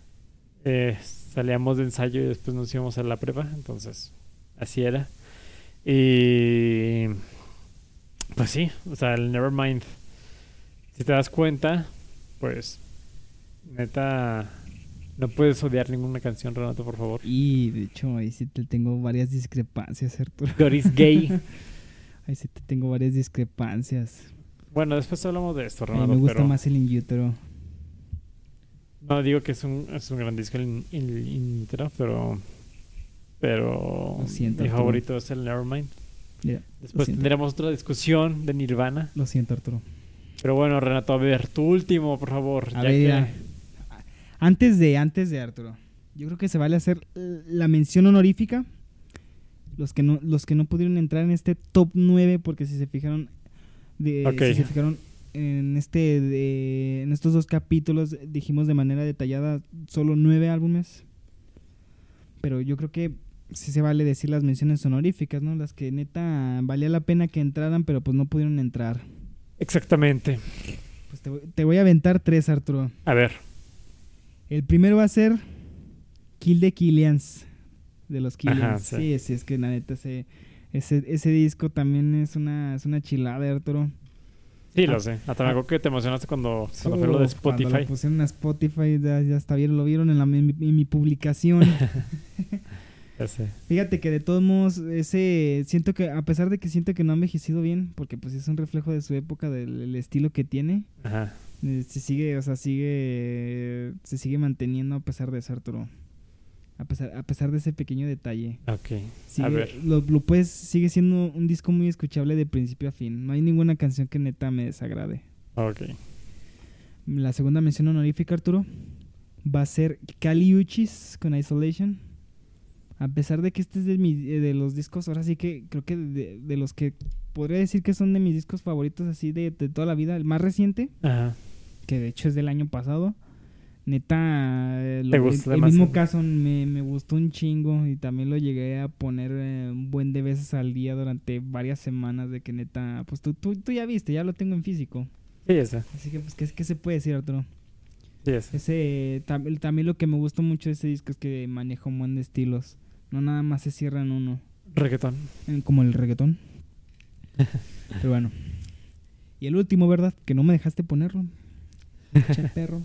Speaker 1: salíamos de ensayo y después nos íbamos a la prepa, entonces así era. Y pues sí, o sea, el Nevermind, si te das cuenta, pues neta no puedes odiar ninguna canción, Renato, por favor.
Speaker 2: Y de hecho, ahí sí te tengo varias discrepancias, Arturo.
Speaker 1: God is gay.
Speaker 2: Ahí sí te tengo varias discrepancias.
Speaker 1: Bueno, después hablamos de esto,
Speaker 2: A mí
Speaker 1: Renato,
Speaker 2: me gusta
Speaker 1: pero
Speaker 2: más el In Utero.
Speaker 1: no digo que es un gran disco el intro, pero
Speaker 2: Lo siento,
Speaker 1: mi
Speaker 2: Arturo.
Speaker 1: favorito es el Nevermind.
Speaker 2: Mira,
Speaker 1: Después
Speaker 2: siento.
Speaker 1: tendremos otra discusión de Nirvana.
Speaker 2: Lo siento, Arturo.
Speaker 1: Pero bueno, Renato, a ver, tu último, por favor.
Speaker 2: A
Speaker 1: ya
Speaker 2: ver,
Speaker 1: que-
Speaker 2: mira. Antes de Arturo, yo creo que se vale hacer la mención honorífica. Los que no pudieron entrar en este top 9, porque si se fijaron,
Speaker 1: Ok.
Speaker 2: si se fijaron en en estos 2 capítulos, dijimos de manera detallada solo 9 álbumes. Pero yo creo que sí se vale decir las menciones honoríficas, ¿no? Las que neta valía la pena que entraran, pero pues no pudieron entrar.
Speaker 1: Exactamente.
Speaker 2: Pues te voy a aventar 3, Arturo.
Speaker 1: A ver.
Speaker 2: El primero va a ser Kill the Killians, de los Killians.
Speaker 1: Ajá,
Speaker 2: sí. Sí, es que la neta ese disco también es una chilada, Arturo.
Speaker 1: Sí, lo sé. Hasta me acuerdo que te emocionaste cuando fue lo de
Speaker 2: Cuando
Speaker 1: Spotify.
Speaker 2: lo pusieron a Spotify, ya hasta lo vieron en mi publicación.
Speaker 1: Ya sé.
Speaker 2: Fíjate que de todos modos, siento que, a pesar de que siento que no ha envejecido bien, porque pues es un reflejo de su época, del el estilo que tiene,
Speaker 1: Ajá.
Speaker 2: se sigue manteniendo a pesar de eso, Arturo. A pesar de ese pequeño detalle.
Speaker 1: Ok.
Speaker 2: Sigue,
Speaker 1: A ver.
Speaker 2: sigue siendo un disco muy escuchable de principio a fin. No hay ninguna canción que neta me desagrade.
Speaker 1: Ok.
Speaker 2: La segunda mención honorífica, Arturo, va a ser Kali Uchis con Isolation. A pesar de que este es de los discos, ahora sí que creo que de los que podría decir que son de mis discos favoritos así de toda la vida, el más reciente,
Speaker 1: Ajá.
Speaker 2: que de hecho es del año pasado. Neta,
Speaker 1: ¿Te gustó
Speaker 2: el
Speaker 1: demasiado?
Speaker 2: mismo caso me gustó un chingo y también lo llegué a poner un buen de veces al día durante varias semanas de que neta, pues tú ya viste, ya lo tengo en físico.
Speaker 1: Sí, ese.
Speaker 2: Así que pues, ¿qué se puede decir, Arturo?
Speaker 1: Sí, ese.
Speaker 2: También lo que me gustó mucho de ese disco es que maneja un buen de estilos. No nada más se cierra en uno,
Speaker 1: Reggaetón.
Speaker 2: como el reggaetón. Pero bueno. Y el último, ¿verdad? Que no me dejaste ponerlo. Che perro.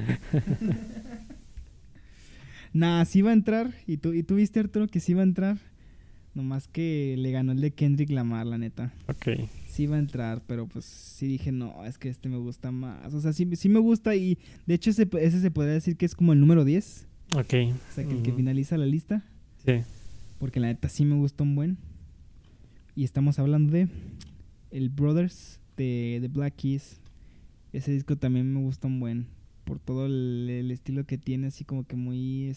Speaker 2: Nah, sí iba a entrar. Y tú viste, Arturo, que sí iba a entrar. Nomás que le ganó el de Kendrick Lamar, la neta.
Speaker 1: Ok.
Speaker 2: Sí iba a entrar, pero pues sí dije, no, es que este me gusta más. O sea, sí me gusta y de hecho ese se podría decir que es como el número 10.
Speaker 1: Ok.
Speaker 2: O sea, que el que
Speaker 1: Ujú.
Speaker 2: finaliza la lista.
Speaker 1: Sí.
Speaker 2: Porque la neta sí me gustó un buen. Y estamos hablando de el Brothers de Black Keys. Ese disco también me gusta un buen. Por todo el estilo que tiene, así como que muy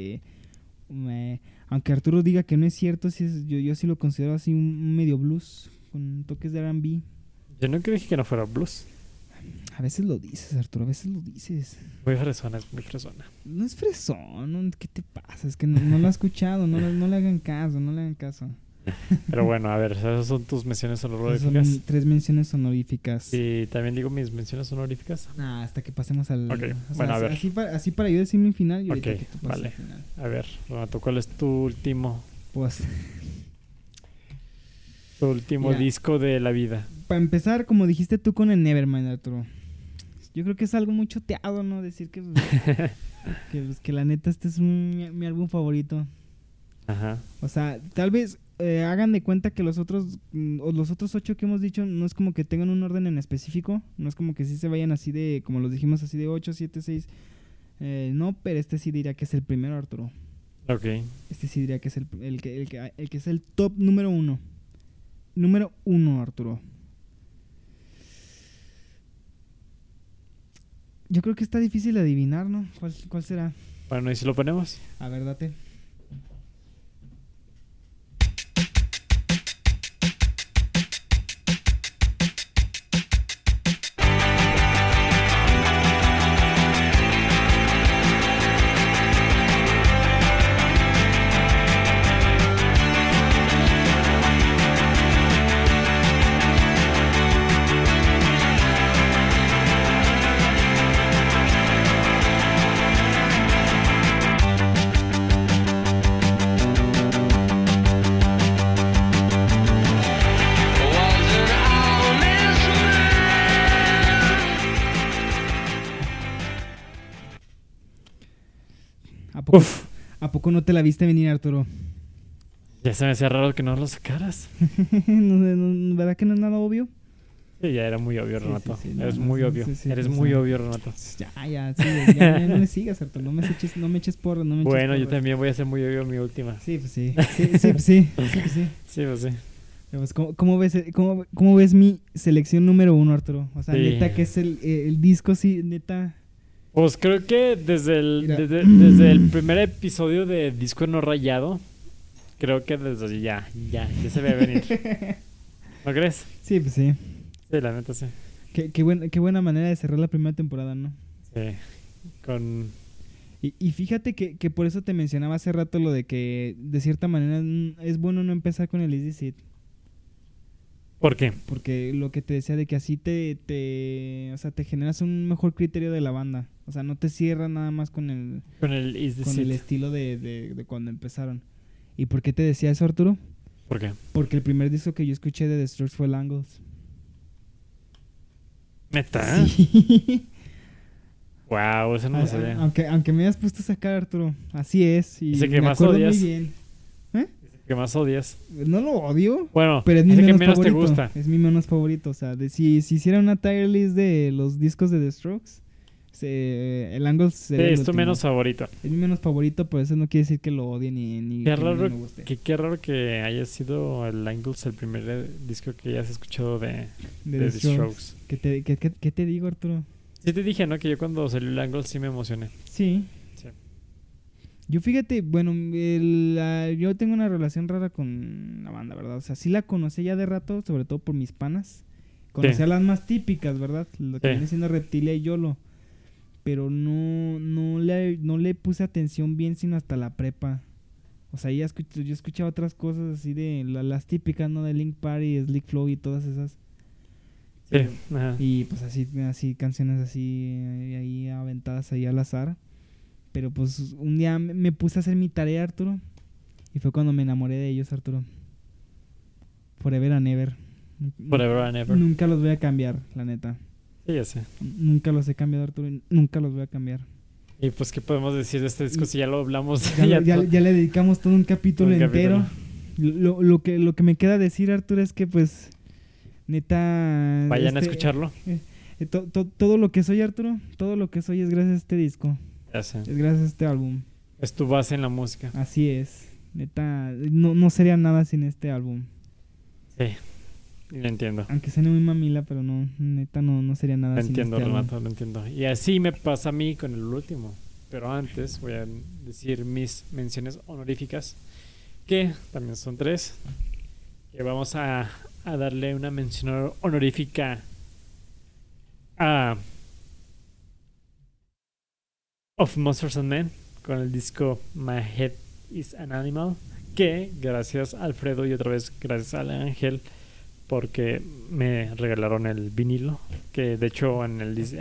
Speaker 2: aunque Arturo diga que no es cierto, yo sí lo considero así un medio blues, con toques de R&B.
Speaker 1: Yo nunca dije que no fuera blues.
Speaker 2: A veces lo dices, Arturo, a veces lo dices.
Speaker 1: Muy fresona, es muy fresona.
Speaker 2: No es fresón, ¿no? ¿Qué te pasa? Es que no lo ha escuchado, no le hagan caso, no le hagan caso.
Speaker 1: Pero bueno, a ver, esas son tus menciones
Speaker 2: Esas
Speaker 1: honoríficas.
Speaker 2: son 3 menciones honoríficas.
Speaker 1: Y también digo mis menciones honoríficas.
Speaker 2: Nah, hasta que pasemos al...
Speaker 1: Ok, bueno, a ver.
Speaker 2: Así para yo decir mi final y ahorita
Speaker 1: Ok,
Speaker 2: que tú pases
Speaker 1: vale.
Speaker 2: al final.
Speaker 1: A ver, Renato, ¿cuál es tu último
Speaker 2: Pues, Mira.
Speaker 1: disco de la vida?
Speaker 2: para empezar, como dijiste tú con el Nevermind, Arturo. Yo creo que es algo muy choteado, ¿no? Decir que que la neta este es mi álbum favorito.
Speaker 1: Ajá.
Speaker 2: O sea, tal vez hagan de cuenta que los otros 8 que hemos dicho no es como que tengan un orden en específico. No es como que sí se vayan así de, como los dijimos, así de 8, 7, 6. No, pero este sí diría que es el primero, Arturo.
Speaker 1: Ok.
Speaker 2: Este sí diría que es el que es el top número 1. Número 1, Arturo. Yo creo que está difícil de adivinar, ¿no? ¿Cuál será?
Speaker 1: Bueno, ¿y si lo ponemos?
Speaker 2: A ver, date.
Speaker 1: Uf,
Speaker 2: ¿A poco no te la viste venir, Arturo?
Speaker 1: ya se me hacía raro que no lo sacaras.
Speaker 2: ¿Verdad que no es nada obvio?
Speaker 1: Sí, ya era muy obvio,
Speaker 2: Sí,
Speaker 1: Renato.
Speaker 2: sí, sí, no,
Speaker 1: Eres
Speaker 2: no,
Speaker 1: muy
Speaker 2: sí,
Speaker 1: obvio.
Speaker 2: sí, sí,
Speaker 1: Eres
Speaker 2: o
Speaker 1: muy
Speaker 2: sea,
Speaker 1: obvio, Renato.
Speaker 2: Ya, sí, ya no me sigas, Arturo. No me eches porras, no me eches
Speaker 1: Bueno, yo
Speaker 2: porras.
Speaker 1: también voy a ser muy obvio en mi última.
Speaker 2: Sí, pues sí. Sí, pues sí.
Speaker 1: Sí, pues sí.
Speaker 2: Pero pues, ¿cómo ves mi selección número 1, Arturo? O sea,
Speaker 1: Sí.
Speaker 2: neta, que es el disco, sí, neta.
Speaker 1: Pues creo que desde
Speaker 2: Mira.
Speaker 1: desde el primer episodio de Disco No Rayado, creo que desde ya se ve venir. ¿No crees?
Speaker 2: Sí, pues sí.
Speaker 1: Sí, la neta sí.
Speaker 2: Qué buena manera de cerrar la primera temporada, ¿no?
Speaker 1: Sí. Con...
Speaker 2: Y fíjate que por eso te mencionaba hace rato lo de que de cierta manera es bueno no empezar con el Easy Seed.
Speaker 1: ¿Por qué?
Speaker 2: Porque lo que te decía de que así o sea, te generas un mejor criterio de la banda. O sea, no te cierras nada más con el
Speaker 1: Con el Is the Seed.
Speaker 2: estilo de cuando empezaron. ¿Y por qué te decía eso, Arturo?
Speaker 1: ¿Por qué?
Speaker 2: Porque el primer disco que yo escuché de The Strokes fue el Angles.
Speaker 1: ¿Neta?
Speaker 2: Sí.
Speaker 1: Wow, eso no lo sabía.
Speaker 2: Aunque me hayas puesto a sacar, Arturo. Así es. Y
Speaker 1: Ese que
Speaker 2: me
Speaker 1: más
Speaker 2: acuerdo
Speaker 1: odias.
Speaker 2: muy bien.
Speaker 1: ¿Qué más odias?
Speaker 2: No lo odio.
Speaker 1: Bueno,
Speaker 2: Pero es mi
Speaker 1: ese que
Speaker 2: menos
Speaker 1: menos
Speaker 2: favorito.
Speaker 1: te gusta.
Speaker 2: Es mi menos favorito. O sea, si hiciera una tier list de los discos de The Strokes, el Angles
Speaker 1: Sí,
Speaker 2: sería el
Speaker 1: es tu
Speaker 2: último.
Speaker 1: menos favorito.
Speaker 2: Es mi menos favorito, pero eso no quiere decir que lo odie ni
Speaker 1: Qué
Speaker 2: que no
Speaker 1: raro,
Speaker 2: me guste.
Speaker 1: qué raro que haya sido el Angles el primer disco que hayas escuchado de
Speaker 2: De
Speaker 1: The
Speaker 2: The Strokes.
Speaker 1: Strokes.
Speaker 2: ¿Qué te digo, Arturo?
Speaker 1: Sí te dije, ¿no? Que yo cuando salió el Angles sí me emocioné.
Speaker 2: Sí.
Speaker 1: Sí.
Speaker 2: Yo fíjate, bueno, yo tengo una relación rara con la banda, ¿verdad? O sea, sí la conocí ya de rato, sobre todo por mis panas. Conocí
Speaker 1: Sí.
Speaker 2: a las más típicas, ¿verdad? Lo que
Speaker 1: Sí.
Speaker 2: viene siendo Reptilia y Yolo. Pero no le puse atención bien sino hasta la prepa. O sea, yo escuchaba otras cosas así de las típicas, ¿no? De Link Party, Slick Flow y todas esas.
Speaker 1: Sí. Ajá.
Speaker 2: Y pues así canciones así ahí aventadas ahí al azar. Pero pues un día me puse a hacer mi tarea, Arturo. Y fue cuando me enamoré de ellos, Arturo. Forever and ever.
Speaker 1: Forever and ever.
Speaker 2: Nunca los voy a cambiar, la neta.
Speaker 1: Sí, ya sé.
Speaker 2: Nunca los he cambiado, Arturo. Y nunca los voy a cambiar.
Speaker 1: Y pues, ¿qué podemos decir de este disco si ya lo hablamos?
Speaker 2: Ya le dedicamos todo un capítulo
Speaker 1: Un
Speaker 2: entero. Lo que me queda decir, Arturo, es que pues neta...
Speaker 1: Vayan a escucharlo.
Speaker 2: Todo lo que soy, Arturo, todo lo que soy es gracias a este disco.
Speaker 1: Ya sé.
Speaker 2: Es gracias a este álbum.
Speaker 1: Es tu base en la música.
Speaker 2: Así es. Neta, no sería nada sin este álbum.
Speaker 1: Sí. Lo entiendo.
Speaker 2: Aunque suene muy mamila, pero no, neta, no sería nada
Speaker 1: Lo
Speaker 2: sin
Speaker 1: entiendo,
Speaker 2: este álbum.
Speaker 1: Renato, lo entiendo. Y así me pasa a mí con el último. Pero antes voy a decir mis menciones honoríficas, que también son 3. Que vamos a darle una mención honorífica a Of Monsters and Men con el disco My Head is an Animal, que gracias a Alfredo y otra vez gracias al Ángel porque me regalaron el vinilo, que de hecho en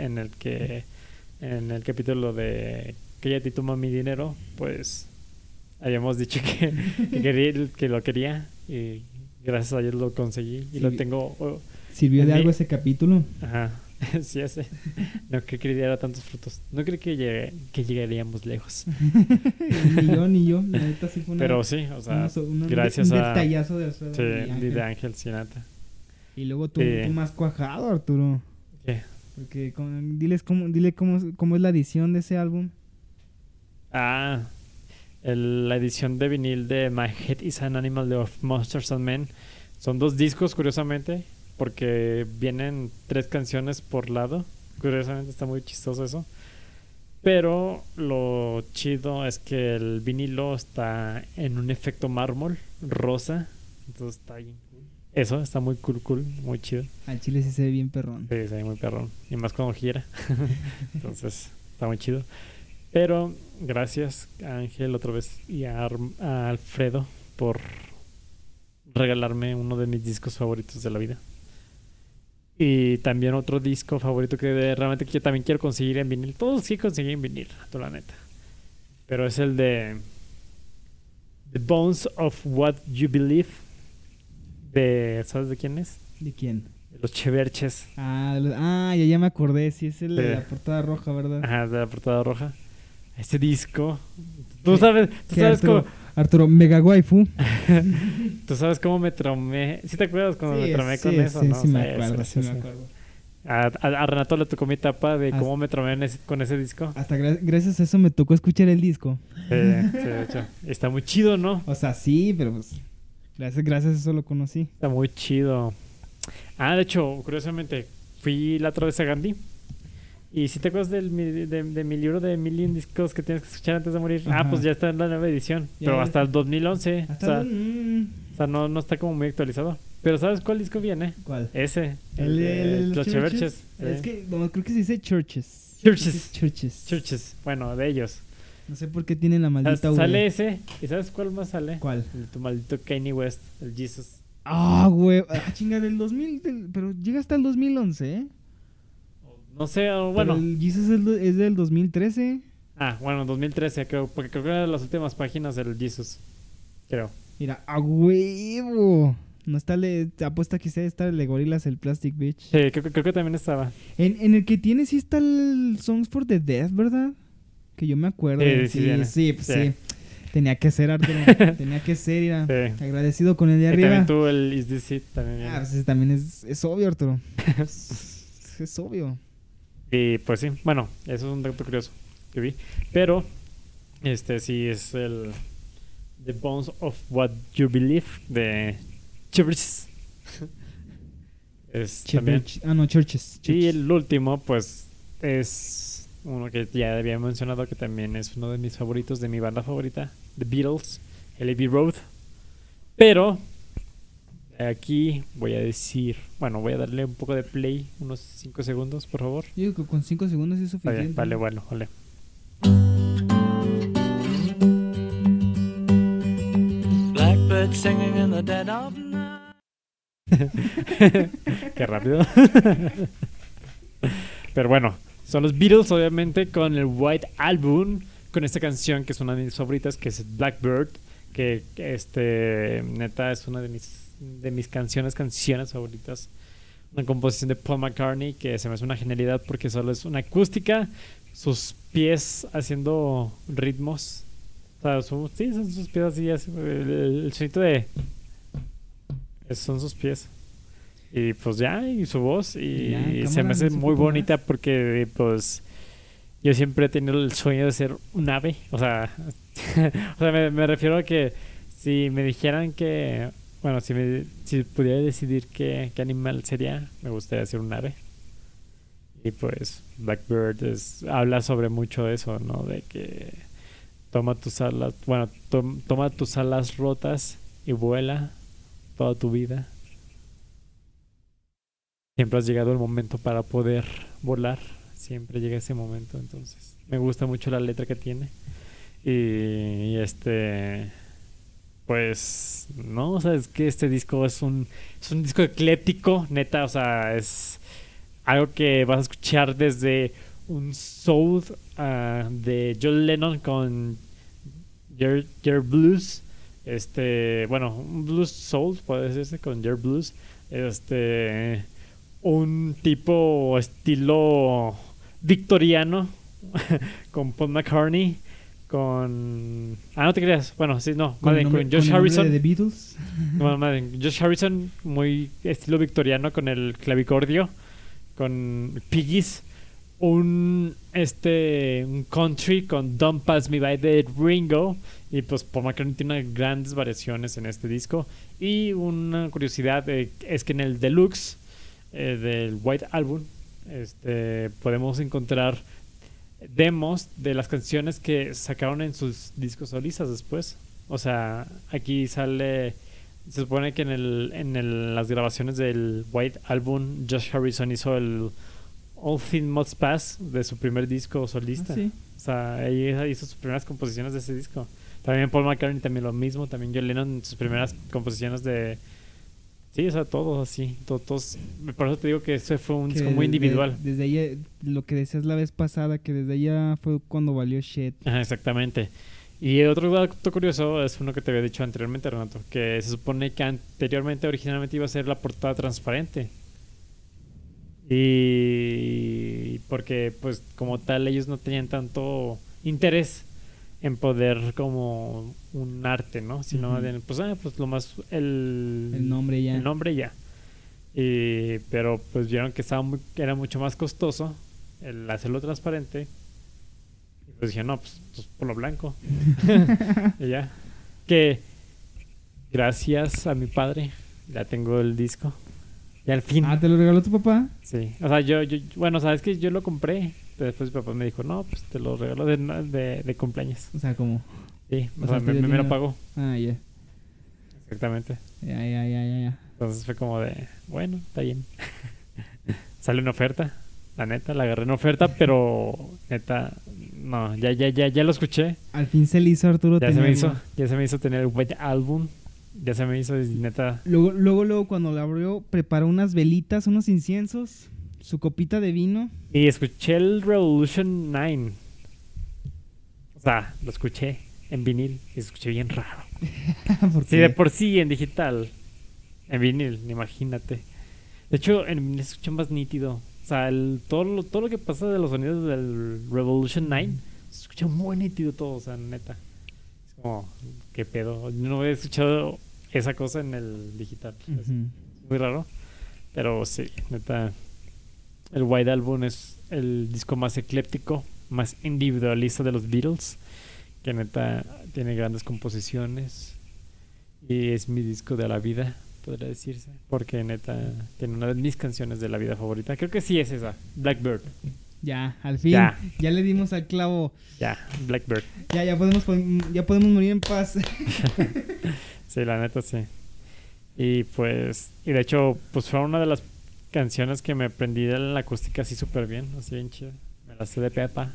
Speaker 1: el capítulo de que ella tituma mi dinero, pues habíamos dicho que lo quería y gracias a ellos lo conseguí y
Speaker 2: Sí.
Speaker 1: lo tengo.
Speaker 2: ¿Sirvió
Speaker 1: en
Speaker 2: de
Speaker 1: mi-
Speaker 2: algo ese capítulo?
Speaker 1: Ajá, sí, ya sé. No creo que diera tantos frutos. No creo que llegaríamos lejos.
Speaker 2: Ni yo. La neta sí fue una...
Speaker 1: Pero sí, o sea,
Speaker 2: un
Speaker 1: gracias
Speaker 2: un
Speaker 1: a...
Speaker 2: detallazo de Alfredo
Speaker 1: Sí,
Speaker 2: y Ángel.
Speaker 1: de Ángel, sí, neta.
Speaker 2: Y luego tú
Speaker 1: Sí.
Speaker 2: más cuajado, Arturo.
Speaker 1: ¿Qué?
Speaker 2: Porque dile cómo es la edición de ese álbum.
Speaker 1: Ah, la edición de vinil de My Head is an Animal de Of Monsters and Men. Son 2 discos, curiosamente, porque vienen 3 canciones por lado. Curiosamente está muy chistoso eso. Pero lo chido es que el vinilo está en un efecto mármol rosa. Entonces está bien cool. Eso está muy cool, muy chido.
Speaker 2: Al chile sí se ve bien perrón.
Speaker 1: Sí, se ve muy perrón. Y más cuando gira. Entonces, está muy chido. Pero gracias a Ángel otra vez y a Alfredo por regalarme uno de mis discos favoritos de la vida. Y también otro disco favorito que realmente yo también quiero conseguir en vinil. Todos sí conseguí en vinil, toda la neta. Pero es el de The Bones of What You Believe. ¿Sabes de quién es?
Speaker 2: ¿De quién?
Speaker 1: De los Cheverches.
Speaker 2: Ya me acordé. Sí, es el de
Speaker 1: Sí.
Speaker 2: la portada roja, ¿verdad?
Speaker 1: Ajá, de la portada roja. ese disco. Tú sabes
Speaker 2: ¿Qué,
Speaker 1: cómo,
Speaker 2: Arturo, mega waifu.
Speaker 1: tú sabes cómo me tromé. ¿Sí te acuerdas cuando me tromé con eso,
Speaker 2: sí,
Speaker 1: no?
Speaker 2: sí, me
Speaker 1: Sí,
Speaker 2: acuerdo,
Speaker 1: sí,
Speaker 2: sí me
Speaker 1: sí.
Speaker 2: acuerdo.
Speaker 1: A Renato le tocó mi etapa de
Speaker 2: Hasta-
Speaker 1: cómo me tromé con ese disco.
Speaker 2: Hasta gracias a eso me tocó escuchar el disco.
Speaker 1: Sí, de hecho. Está muy chido, ¿no?
Speaker 2: O sea, sí, pero pues gracias a eso lo conocí.
Speaker 1: Está muy chido. De hecho, curiosamente, fui la otra vez a Gandhi. Y si te acuerdas de mi libro de 1000 discos que tienes que escuchar antes de morir.
Speaker 2: Ajá.
Speaker 1: Pues ya está en la nueva edición.
Speaker 2: Ya,
Speaker 1: Pero
Speaker 2: ya
Speaker 1: hasta el 2011.
Speaker 2: Hasta
Speaker 1: O sea, no está como muy actualizado. Pero ¿sabes cuál disco viene?
Speaker 2: ¿Cuál?
Speaker 1: Ese.
Speaker 2: El de
Speaker 1: Los Cheverches.
Speaker 2: Es que no, creo que se dice Churches.
Speaker 1: Churches.
Speaker 2: Churches.
Speaker 1: Bueno, de ellos.
Speaker 2: No sé por qué tienen la maldita V.
Speaker 1: Sale ese. ¿Y sabes cuál más sale?
Speaker 2: ¿Cuál?
Speaker 1: El de tu maldito Kanye West. El Jesus.
Speaker 2: Güey. Chinga, del 2000. Pero llega hasta el 2011, ¿eh?
Speaker 1: No sé,
Speaker 2: Pero
Speaker 1: bueno.
Speaker 2: el Jesus es del 2013.
Speaker 1: Bueno, 2013 creo. Porque creo que era de las últimas páginas del Jesus. Creo.
Speaker 2: Mira, a huevo. No está, apuesta que sea está el de Gorillaz, el Plastic Beach.
Speaker 1: Sí, creo que también estaba.
Speaker 2: En el que tiene sí está el Songs for the Dead, ¿verdad? Que yo me acuerdo.
Speaker 1: Sí, viene.
Speaker 2: Sí, pues
Speaker 1: Sí.
Speaker 2: sí. Tenía que ser, Arturo. Tenía que ser, mira.
Speaker 1: Sí.
Speaker 2: Agradecido con el de
Speaker 1: Y
Speaker 2: arriba.
Speaker 1: también tuvo el Is This It también viene.
Speaker 2: Pues ese también es obvio, Arturo. es obvio.
Speaker 1: Y pues sí, bueno, eso es un dato curioso que vi. Pero, sí es el The Bones of What You Believe de Churches. También.
Speaker 2: Churches.
Speaker 1: Y el último, pues, es uno que ya había mencionado, que también es uno de mis favoritos, de mi banda favorita, The Beatles, el Abbey Road. Pero aquí voy a decir, voy a darle un poco de play, unos 5 segundos, por favor.
Speaker 2: Yo digo que con 5 segundos es suficiente.
Speaker 1: Vale.
Speaker 3: Blackbird singing in the dead of night.
Speaker 1: Qué rápido. Pero bueno, son los Beatles, obviamente, con el White Album, con esta canción que es una de mis favoritas, que es Blackbird, que neta es una de mis canciones favoritas. Una composición de Paul McCartney que se me hace una genialidad porque solo es una acústica, sus pies haciendo ritmos. O sea, son sus pies así, el sonido de... Son sus pies. Y pues y su voz. Y
Speaker 2: Ya,
Speaker 1: se me hace
Speaker 2: no se
Speaker 1: muy
Speaker 2: ocupa
Speaker 1: bonita porque pues yo siempre he tenido el sueño de ser un ave. O sea, me refiero a que si me dijeran que... Bueno, si pudiera decidir qué animal sería, me gustaría ser un ave. Y pues Blackbird habla sobre mucho eso, ¿no? De que toma tus alas, toma tus alas rotas y vuela toda tu vida. Siempre has llegado el momento para poder volar. Siempre llega ese momento, entonces me gusta mucho la letra que tiene. Y pues no, o sea, es que este disco es un disco ecléctico, neta, o sea, es algo que vas a escuchar desde un soul de John Lennon con Your Blues, un blues soul puede decirse con Your Blues, un tipo estilo victoriano con Paul McCartney, con... no te creas, bueno, sí, no, con Josh Harrison.
Speaker 2: De The Beatles.
Speaker 1: Josh Harrison, muy estilo victoriano con el clavicordio, con Piggies, un country con Don't Pass Me By de Ringo, y pues Paul McCartney tiene grandes variaciones en este disco. Y una curiosidad es que en el deluxe del White Album podemos encontrar demos de las canciones que sacaron en sus discos solistas después. O sea, aquí sale, se supone que en las grabaciones del White Album Josh Harrison hizo el All Things Must Pass de su primer disco solista.
Speaker 2: Sí.
Speaker 1: O sea, ahí hizo sus primeras composiciones de ese disco. También Paul McCartney también lo mismo, también John Lennon sus primeras composiciones de... Sí, o sea, todos así, todos. Por eso te digo que ese fue un disco muy individual.
Speaker 2: Desde ella, lo que decías la vez pasada, que desde ella fue cuando valió shit.
Speaker 1: Ajá, exactamente. Y otro dato curioso es uno que te había dicho anteriormente, Renato, que se supone que originalmente iba a ser la portada transparente. Y porque, pues, como tal, ellos no tenían tanto interés en poder como un arte, ¿no? Sino
Speaker 2: Ujú.
Speaker 1: pues lo más
Speaker 2: El nombre ya.
Speaker 1: el nombre ya. Pero pues vieron que era mucho más costoso el hacerlo transparente. Y pues dije, no, pues por lo blanco. Y ya. Que gracias a mi padre ya tengo el disco. Y al fin.
Speaker 2: Ah, ¿te lo regaló tu papá?
Speaker 1: Sí. O sea, bueno, sabes que yo lo compré. Pero después mi papá me dijo, no, pues te lo regalo de cumpleaños.
Speaker 2: O sea, como...
Speaker 1: Sí,
Speaker 2: O
Speaker 1: o
Speaker 2: sea,
Speaker 1: sea,
Speaker 2: te dio
Speaker 1: me lo
Speaker 2: dinero.
Speaker 1: pagó.
Speaker 2: Ah, ya.
Speaker 1: Exactamente.
Speaker 2: Ya.
Speaker 1: Entonces fue como de, bueno, está bien. Sale una oferta. La neta, la agarré en oferta, pero neta, no, ya lo escuché.
Speaker 2: Al fin se le hizo a Arturo
Speaker 1: Ya se me
Speaker 2: tenerlo.
Speaker 1: hizo tener el White Album. Ya se me hizo, y neta.
Speaker 2: Luego, cuando lo abrió, preparó unas velitas, unos inciensos, su copita de vino.
Speaker 1: Y escuché el Revolution 9. O sea, lo escuché en vinil y se escuché bien raro.
Speaker 2: Porque
Speaker 1: Sí, de por sí en digital. En vinil, imagínate. De hecho, en vinil se escucha más nítido. O sea, todo lo que pasa de los sonidos del Revolution 9 se escucha muy nítido todo, o sea, neta. Es como, ¿qué pedo? No he escuchado esa cosa en el digital. Es
Speaker 2: Ujú.
Speaker 1: muy raro. Pero sí, neta. El White Album es el disco más ecléptico, más individualista de los Beatles. Que neta tiene grandes composiciones. Y es mi disco de la vida, podría decirse. Porque neta tiene una de mis canciones de la vida favorita. Creo que sí es esa, Blackbird.
Speaker 2: Ya, al fin.
Speaker 1: Ya.
Speaker 2: Ya le dimos al clavo.
Speaker 1: Ya, Blackbird.
Speaker 2: Ya podemos morir en paz.
Speaker 1: Sí, la neta sí. Y pues, y de hecho, pues fue una de las canciones que me aprendí de la acústica así súper bien, así bien chida. Me la sé de pepa.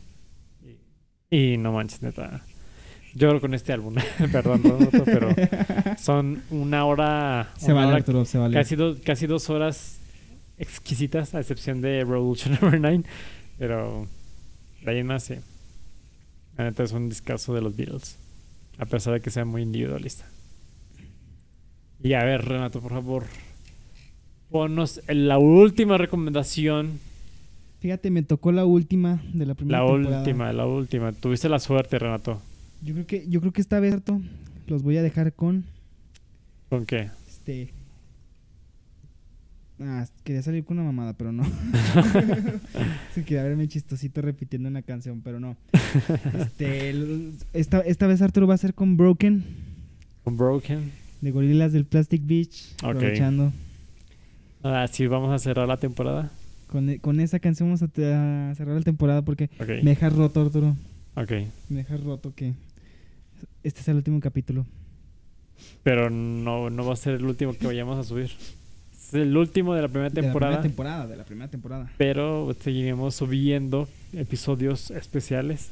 Speaker 1: Y no manches, neta. Lloro con este álbum. Perdón, Roberto, pero son una hora.
Speaker 2: Se
Speaker 1: una
Speaker 2: vale,
Speaker 1: hora,
Speaker 2: Arturo, se vale.
Speaker 1: casi 2 horas exquisitas, a excepción de Revolution Number 9. Pero de ahí en más, sí. La neta es un discazo de los Beatles. A pesar de que sea muy individualista. Y a ver, Renato, por favor. Ponnos la última recomendación.
Speaker 2: Fíjate, me tocó la última de la primera temporada.
Speaker 1: La última. Tuviste la suerte, Renato.
Speaker 2: Yo creo que esta vez, Arturo, los voy a dejar con
Speaker 1: ¿Con qué?
Speaker 2: quería salir con una mamada, pero no. Sí, quería verme chistosito repitiendo una canción, pero no. Esta vez Arturo va a ser con Broken,
Speaker 1: Con Broken.
Speaker 2: de Gorilas del Plastic Beach.
Speaker 1: Ok.
Speaker 2: Aprovechando.
Speaker 1: Sí, vamos a cerrar la temporada.
Speaker 2: Con esa canción vamos a cerrar la temporada porque
Speaker 1: Ok.
Speaker 2: me dejas roto, Arturo.
Speaker 1: Ok.
Speaker 2: Me dejas roto que este es el último capítulo.
Speaker 1: Pero no va a ser el último que vayamos a subir. Es el último de la primera temporada.
Speaker 2: De la primera temporada.
Speaker 1: Pero seguiremos subiendo episodios especiales.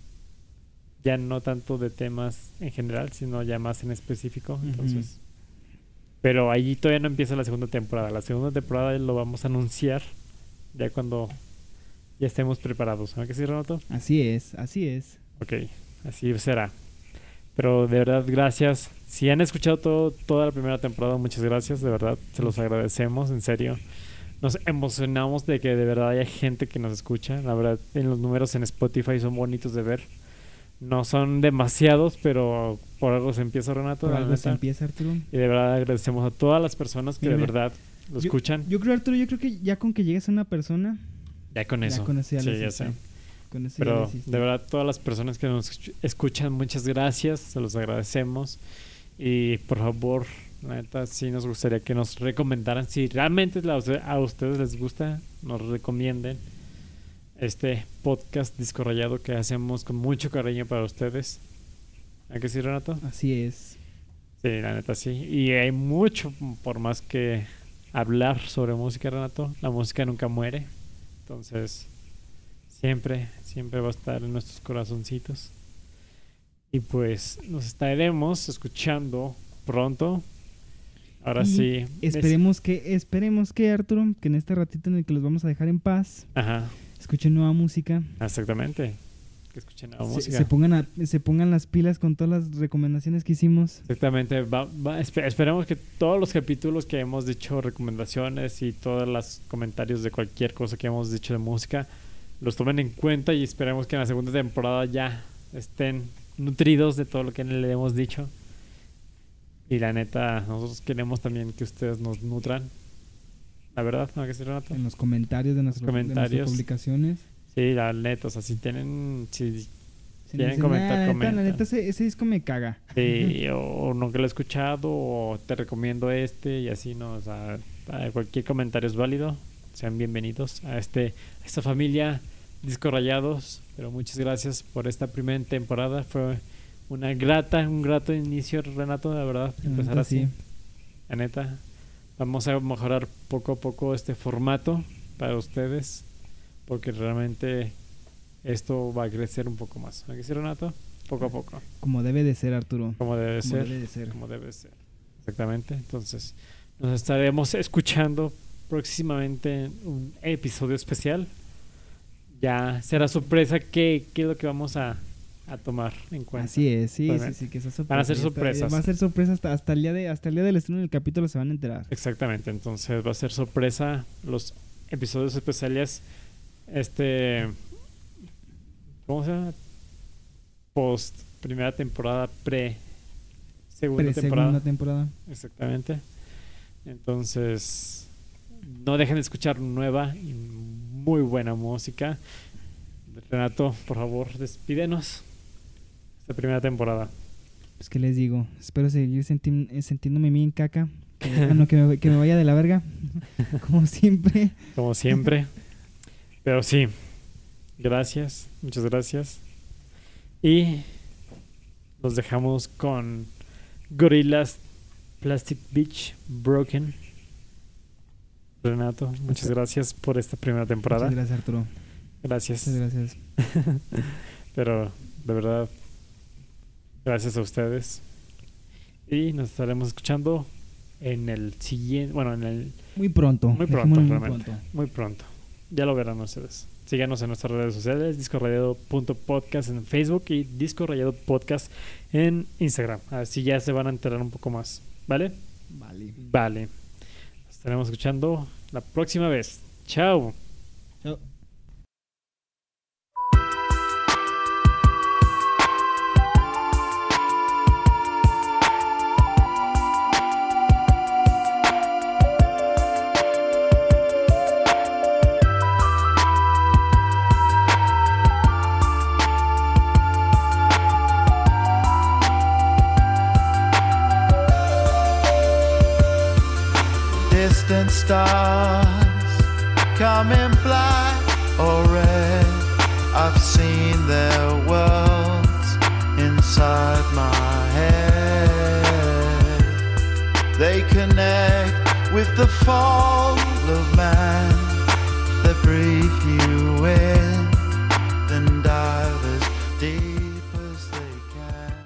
Speaker 1: Ya no tanto de temas en general, sino ya más en específico. Entonces. Pero ahí todavía no empieza la segunda temporada. La segunda temporada lo vamos a anunciar ya cuando ya estemos preparados. ¿No que sí, Renato?
Speaker 2: Así es.
Speaker 1: Ok, así será. Pero de verdad, gracias. Si han escuchado toda la primera temporada, muchas gracias. De verdad, se los agradecemos, en serio. Nos emocionamos de que de verdad haya gente que nos escucha. La verdad, en los números en Spotify son bonitos de ver. No son demasiados, pero por algo se empieza, Renato.
Speaker 2: Por
Speaker 1: la
Speaker 2: algo se
Speaker 1: neta.
Speaker 2: empieza, Arturo.
Speaker 1: Y de verdad agradecemos a todas las personas que
Speaker 2: Mira,
Speaker 1: de
Speaker 2: mira.
Speaker 1: verdad lo escuchan.
Speaker 2: Yo creo, Arturo, que ya con que llegues a una persona,
Speaker 1: Ya con eso.
Speaker 2: ya con eso ya
Speaker 1: Sí,
Speaker 2: lo
Speaker 1: ya
Speaker 2: hiciste.
Speaker 1: sé.
Speaker 2: Con eso ya
Speaker 1: Pero
Speaker 2: lo hiciste.
Speaker 1: de verdad, todas las personas que nos escuchan, muchas gracias. Se los agradecemos. Y por favor, la neta, sí nos gustaría que nos recomendaran. Si realmente a ustedes les gusta, nos recomienden este podcast Disco Rayado que hacemos con mucho cariño para ustedes. ¿A qué sí, Renato?
Speaker 2: Así es.
Speaker 1: Sí, la neta sí. Y hay mucho por más que hablar sobre música, Renato. La música nunca muere. Entonces, siempre va a estar en nuestros corazoncitos. Y pues nos estaremos escuchando pronto. Ahora
Speaker 2: Y
Speaker 1: sí.
Speaker 2: Esperemos que, Arturo, que en este ratito en el que los vamos a dejar en paz,
Speaker 1: Ajá,
Speaker 2: escuchen nueva música.
Speaker 1: exactamente. Que escuchen la música.
Speaker 2: Se pongan las pilas con todas las recomendaciones que hicimos.
Speaker 1: Exactamente. Esperemos que todos los capítulos que hemos dicho, recomendaciones y todos los comentarios de cualquier cosa que hemos dicho de música, los tomen en cuenta y esperemos que en la segunda temporada ya estén nutridos de todo lo que le hemos dicho. Y la neta, nosotros queremos también que ustedes nos nutran. La verdad, ¿no? ¿Que sí, Renato?
Speaker 2: En los comentarios de nuestras publicaciones.
Speaker 1: Sí, la neta, o sea, si tienen... Si
Speaker 2: Se
Speaker 1: quieren
Speaker 2: dicen,
Speaker 1: comentar,
Speaker 2: la
Speaker 1: comenten.
Speaker 2: neta, ese disco me caga.
Speaker 1: Sí, o nunca lo he escuchado, o te recomiendo este, y así, ¿no? O sea, cualquier comentario es válido. Sean bienvenidos a esta familia Disco Rayados. Pero muchas gracias por esta primera temporada. Fue un grato inicio, Renato, la verdad, empezar
Speaker 2: neta,
Speaker 1: así.
Speaker 2: sí.
Speaker 1: La neta, vamos a mejorar poco a poco este formato para ustedes, porque realmente esto va a crecer un poco más. ¿No que sí, Renato? Poco a poco.
Speaker 2: Como debe de ser, Arturo.
Speaker 1: Como debe
Speaker 2: Como
Speaker 1: ser.
Speaker 2: debe de ser.
Speaker 1: Como debe ser. Exactamente. Entonces, nos estaremos escuchando próximamente en un episodio especial. Ya será sorpresa qué es lo que vamos a tomar en cuenta.
Speaker 2: Así es, sí,
Speaker 1: Bueno,
Speaker 2: sí, que esa sorpresa.
Speaker 1: van a ser sorpresas.
Speaker 2: Va a ser sorpresa hasta el día del estreno del capítulo, se van a enterar.
Speaker 1: Exactamente. Entonces va a ser sorpresa los episodios especiales. ¿Cómo se llama? Post primera temporada, segunda
Speaker 2: Segunda temporada.
Speaker 1: Exactamente. Entonces, no dejen de escuchar nueva y muy buena música. Renato, por favor, despídenos esta primera temporada.
Speaker 2: Pues, ¿qué les digo? Espero seguir sintiéndome bien caca. Que me vaya de la verga. Como siempre.
Speaker 1: Como siempre. Pero sí, gracias, muchas gracias. Y los dejamos con Gorillaz, Plastic Beach, Broken. Renato, muchas gracias por esta primera temporada.
Speaker 2: Muchas gracias, Arturo.
Speaker 1: Gracias.
Speaker 2: Muchas gracias.
Speaker 1: Pero de verdad, gracias a ustedes. Y nos estaremos escuchando en el siguiente,
Speaker 2: Muy pronto.
Speaker 1: muy pronto,
Speaker 2: Dejémoslo
Speaker 1: realmente. Muy pronto. Ya lo verán ustedes. Síganos en nuestras redes sociales, discorrayado.podcast en Facebook y Disco Rayado Podcast en Instagram. Así ya se van a enterar un poco más. ¿Vale? Vale. Nos estaremos escuchando la próxima vez. Chao.
Speaker 2: Chao.
Speaker 4: Distant stars come in black or red. I've seen their worlds inside my head. They connect with the fall of man, they breathe you in.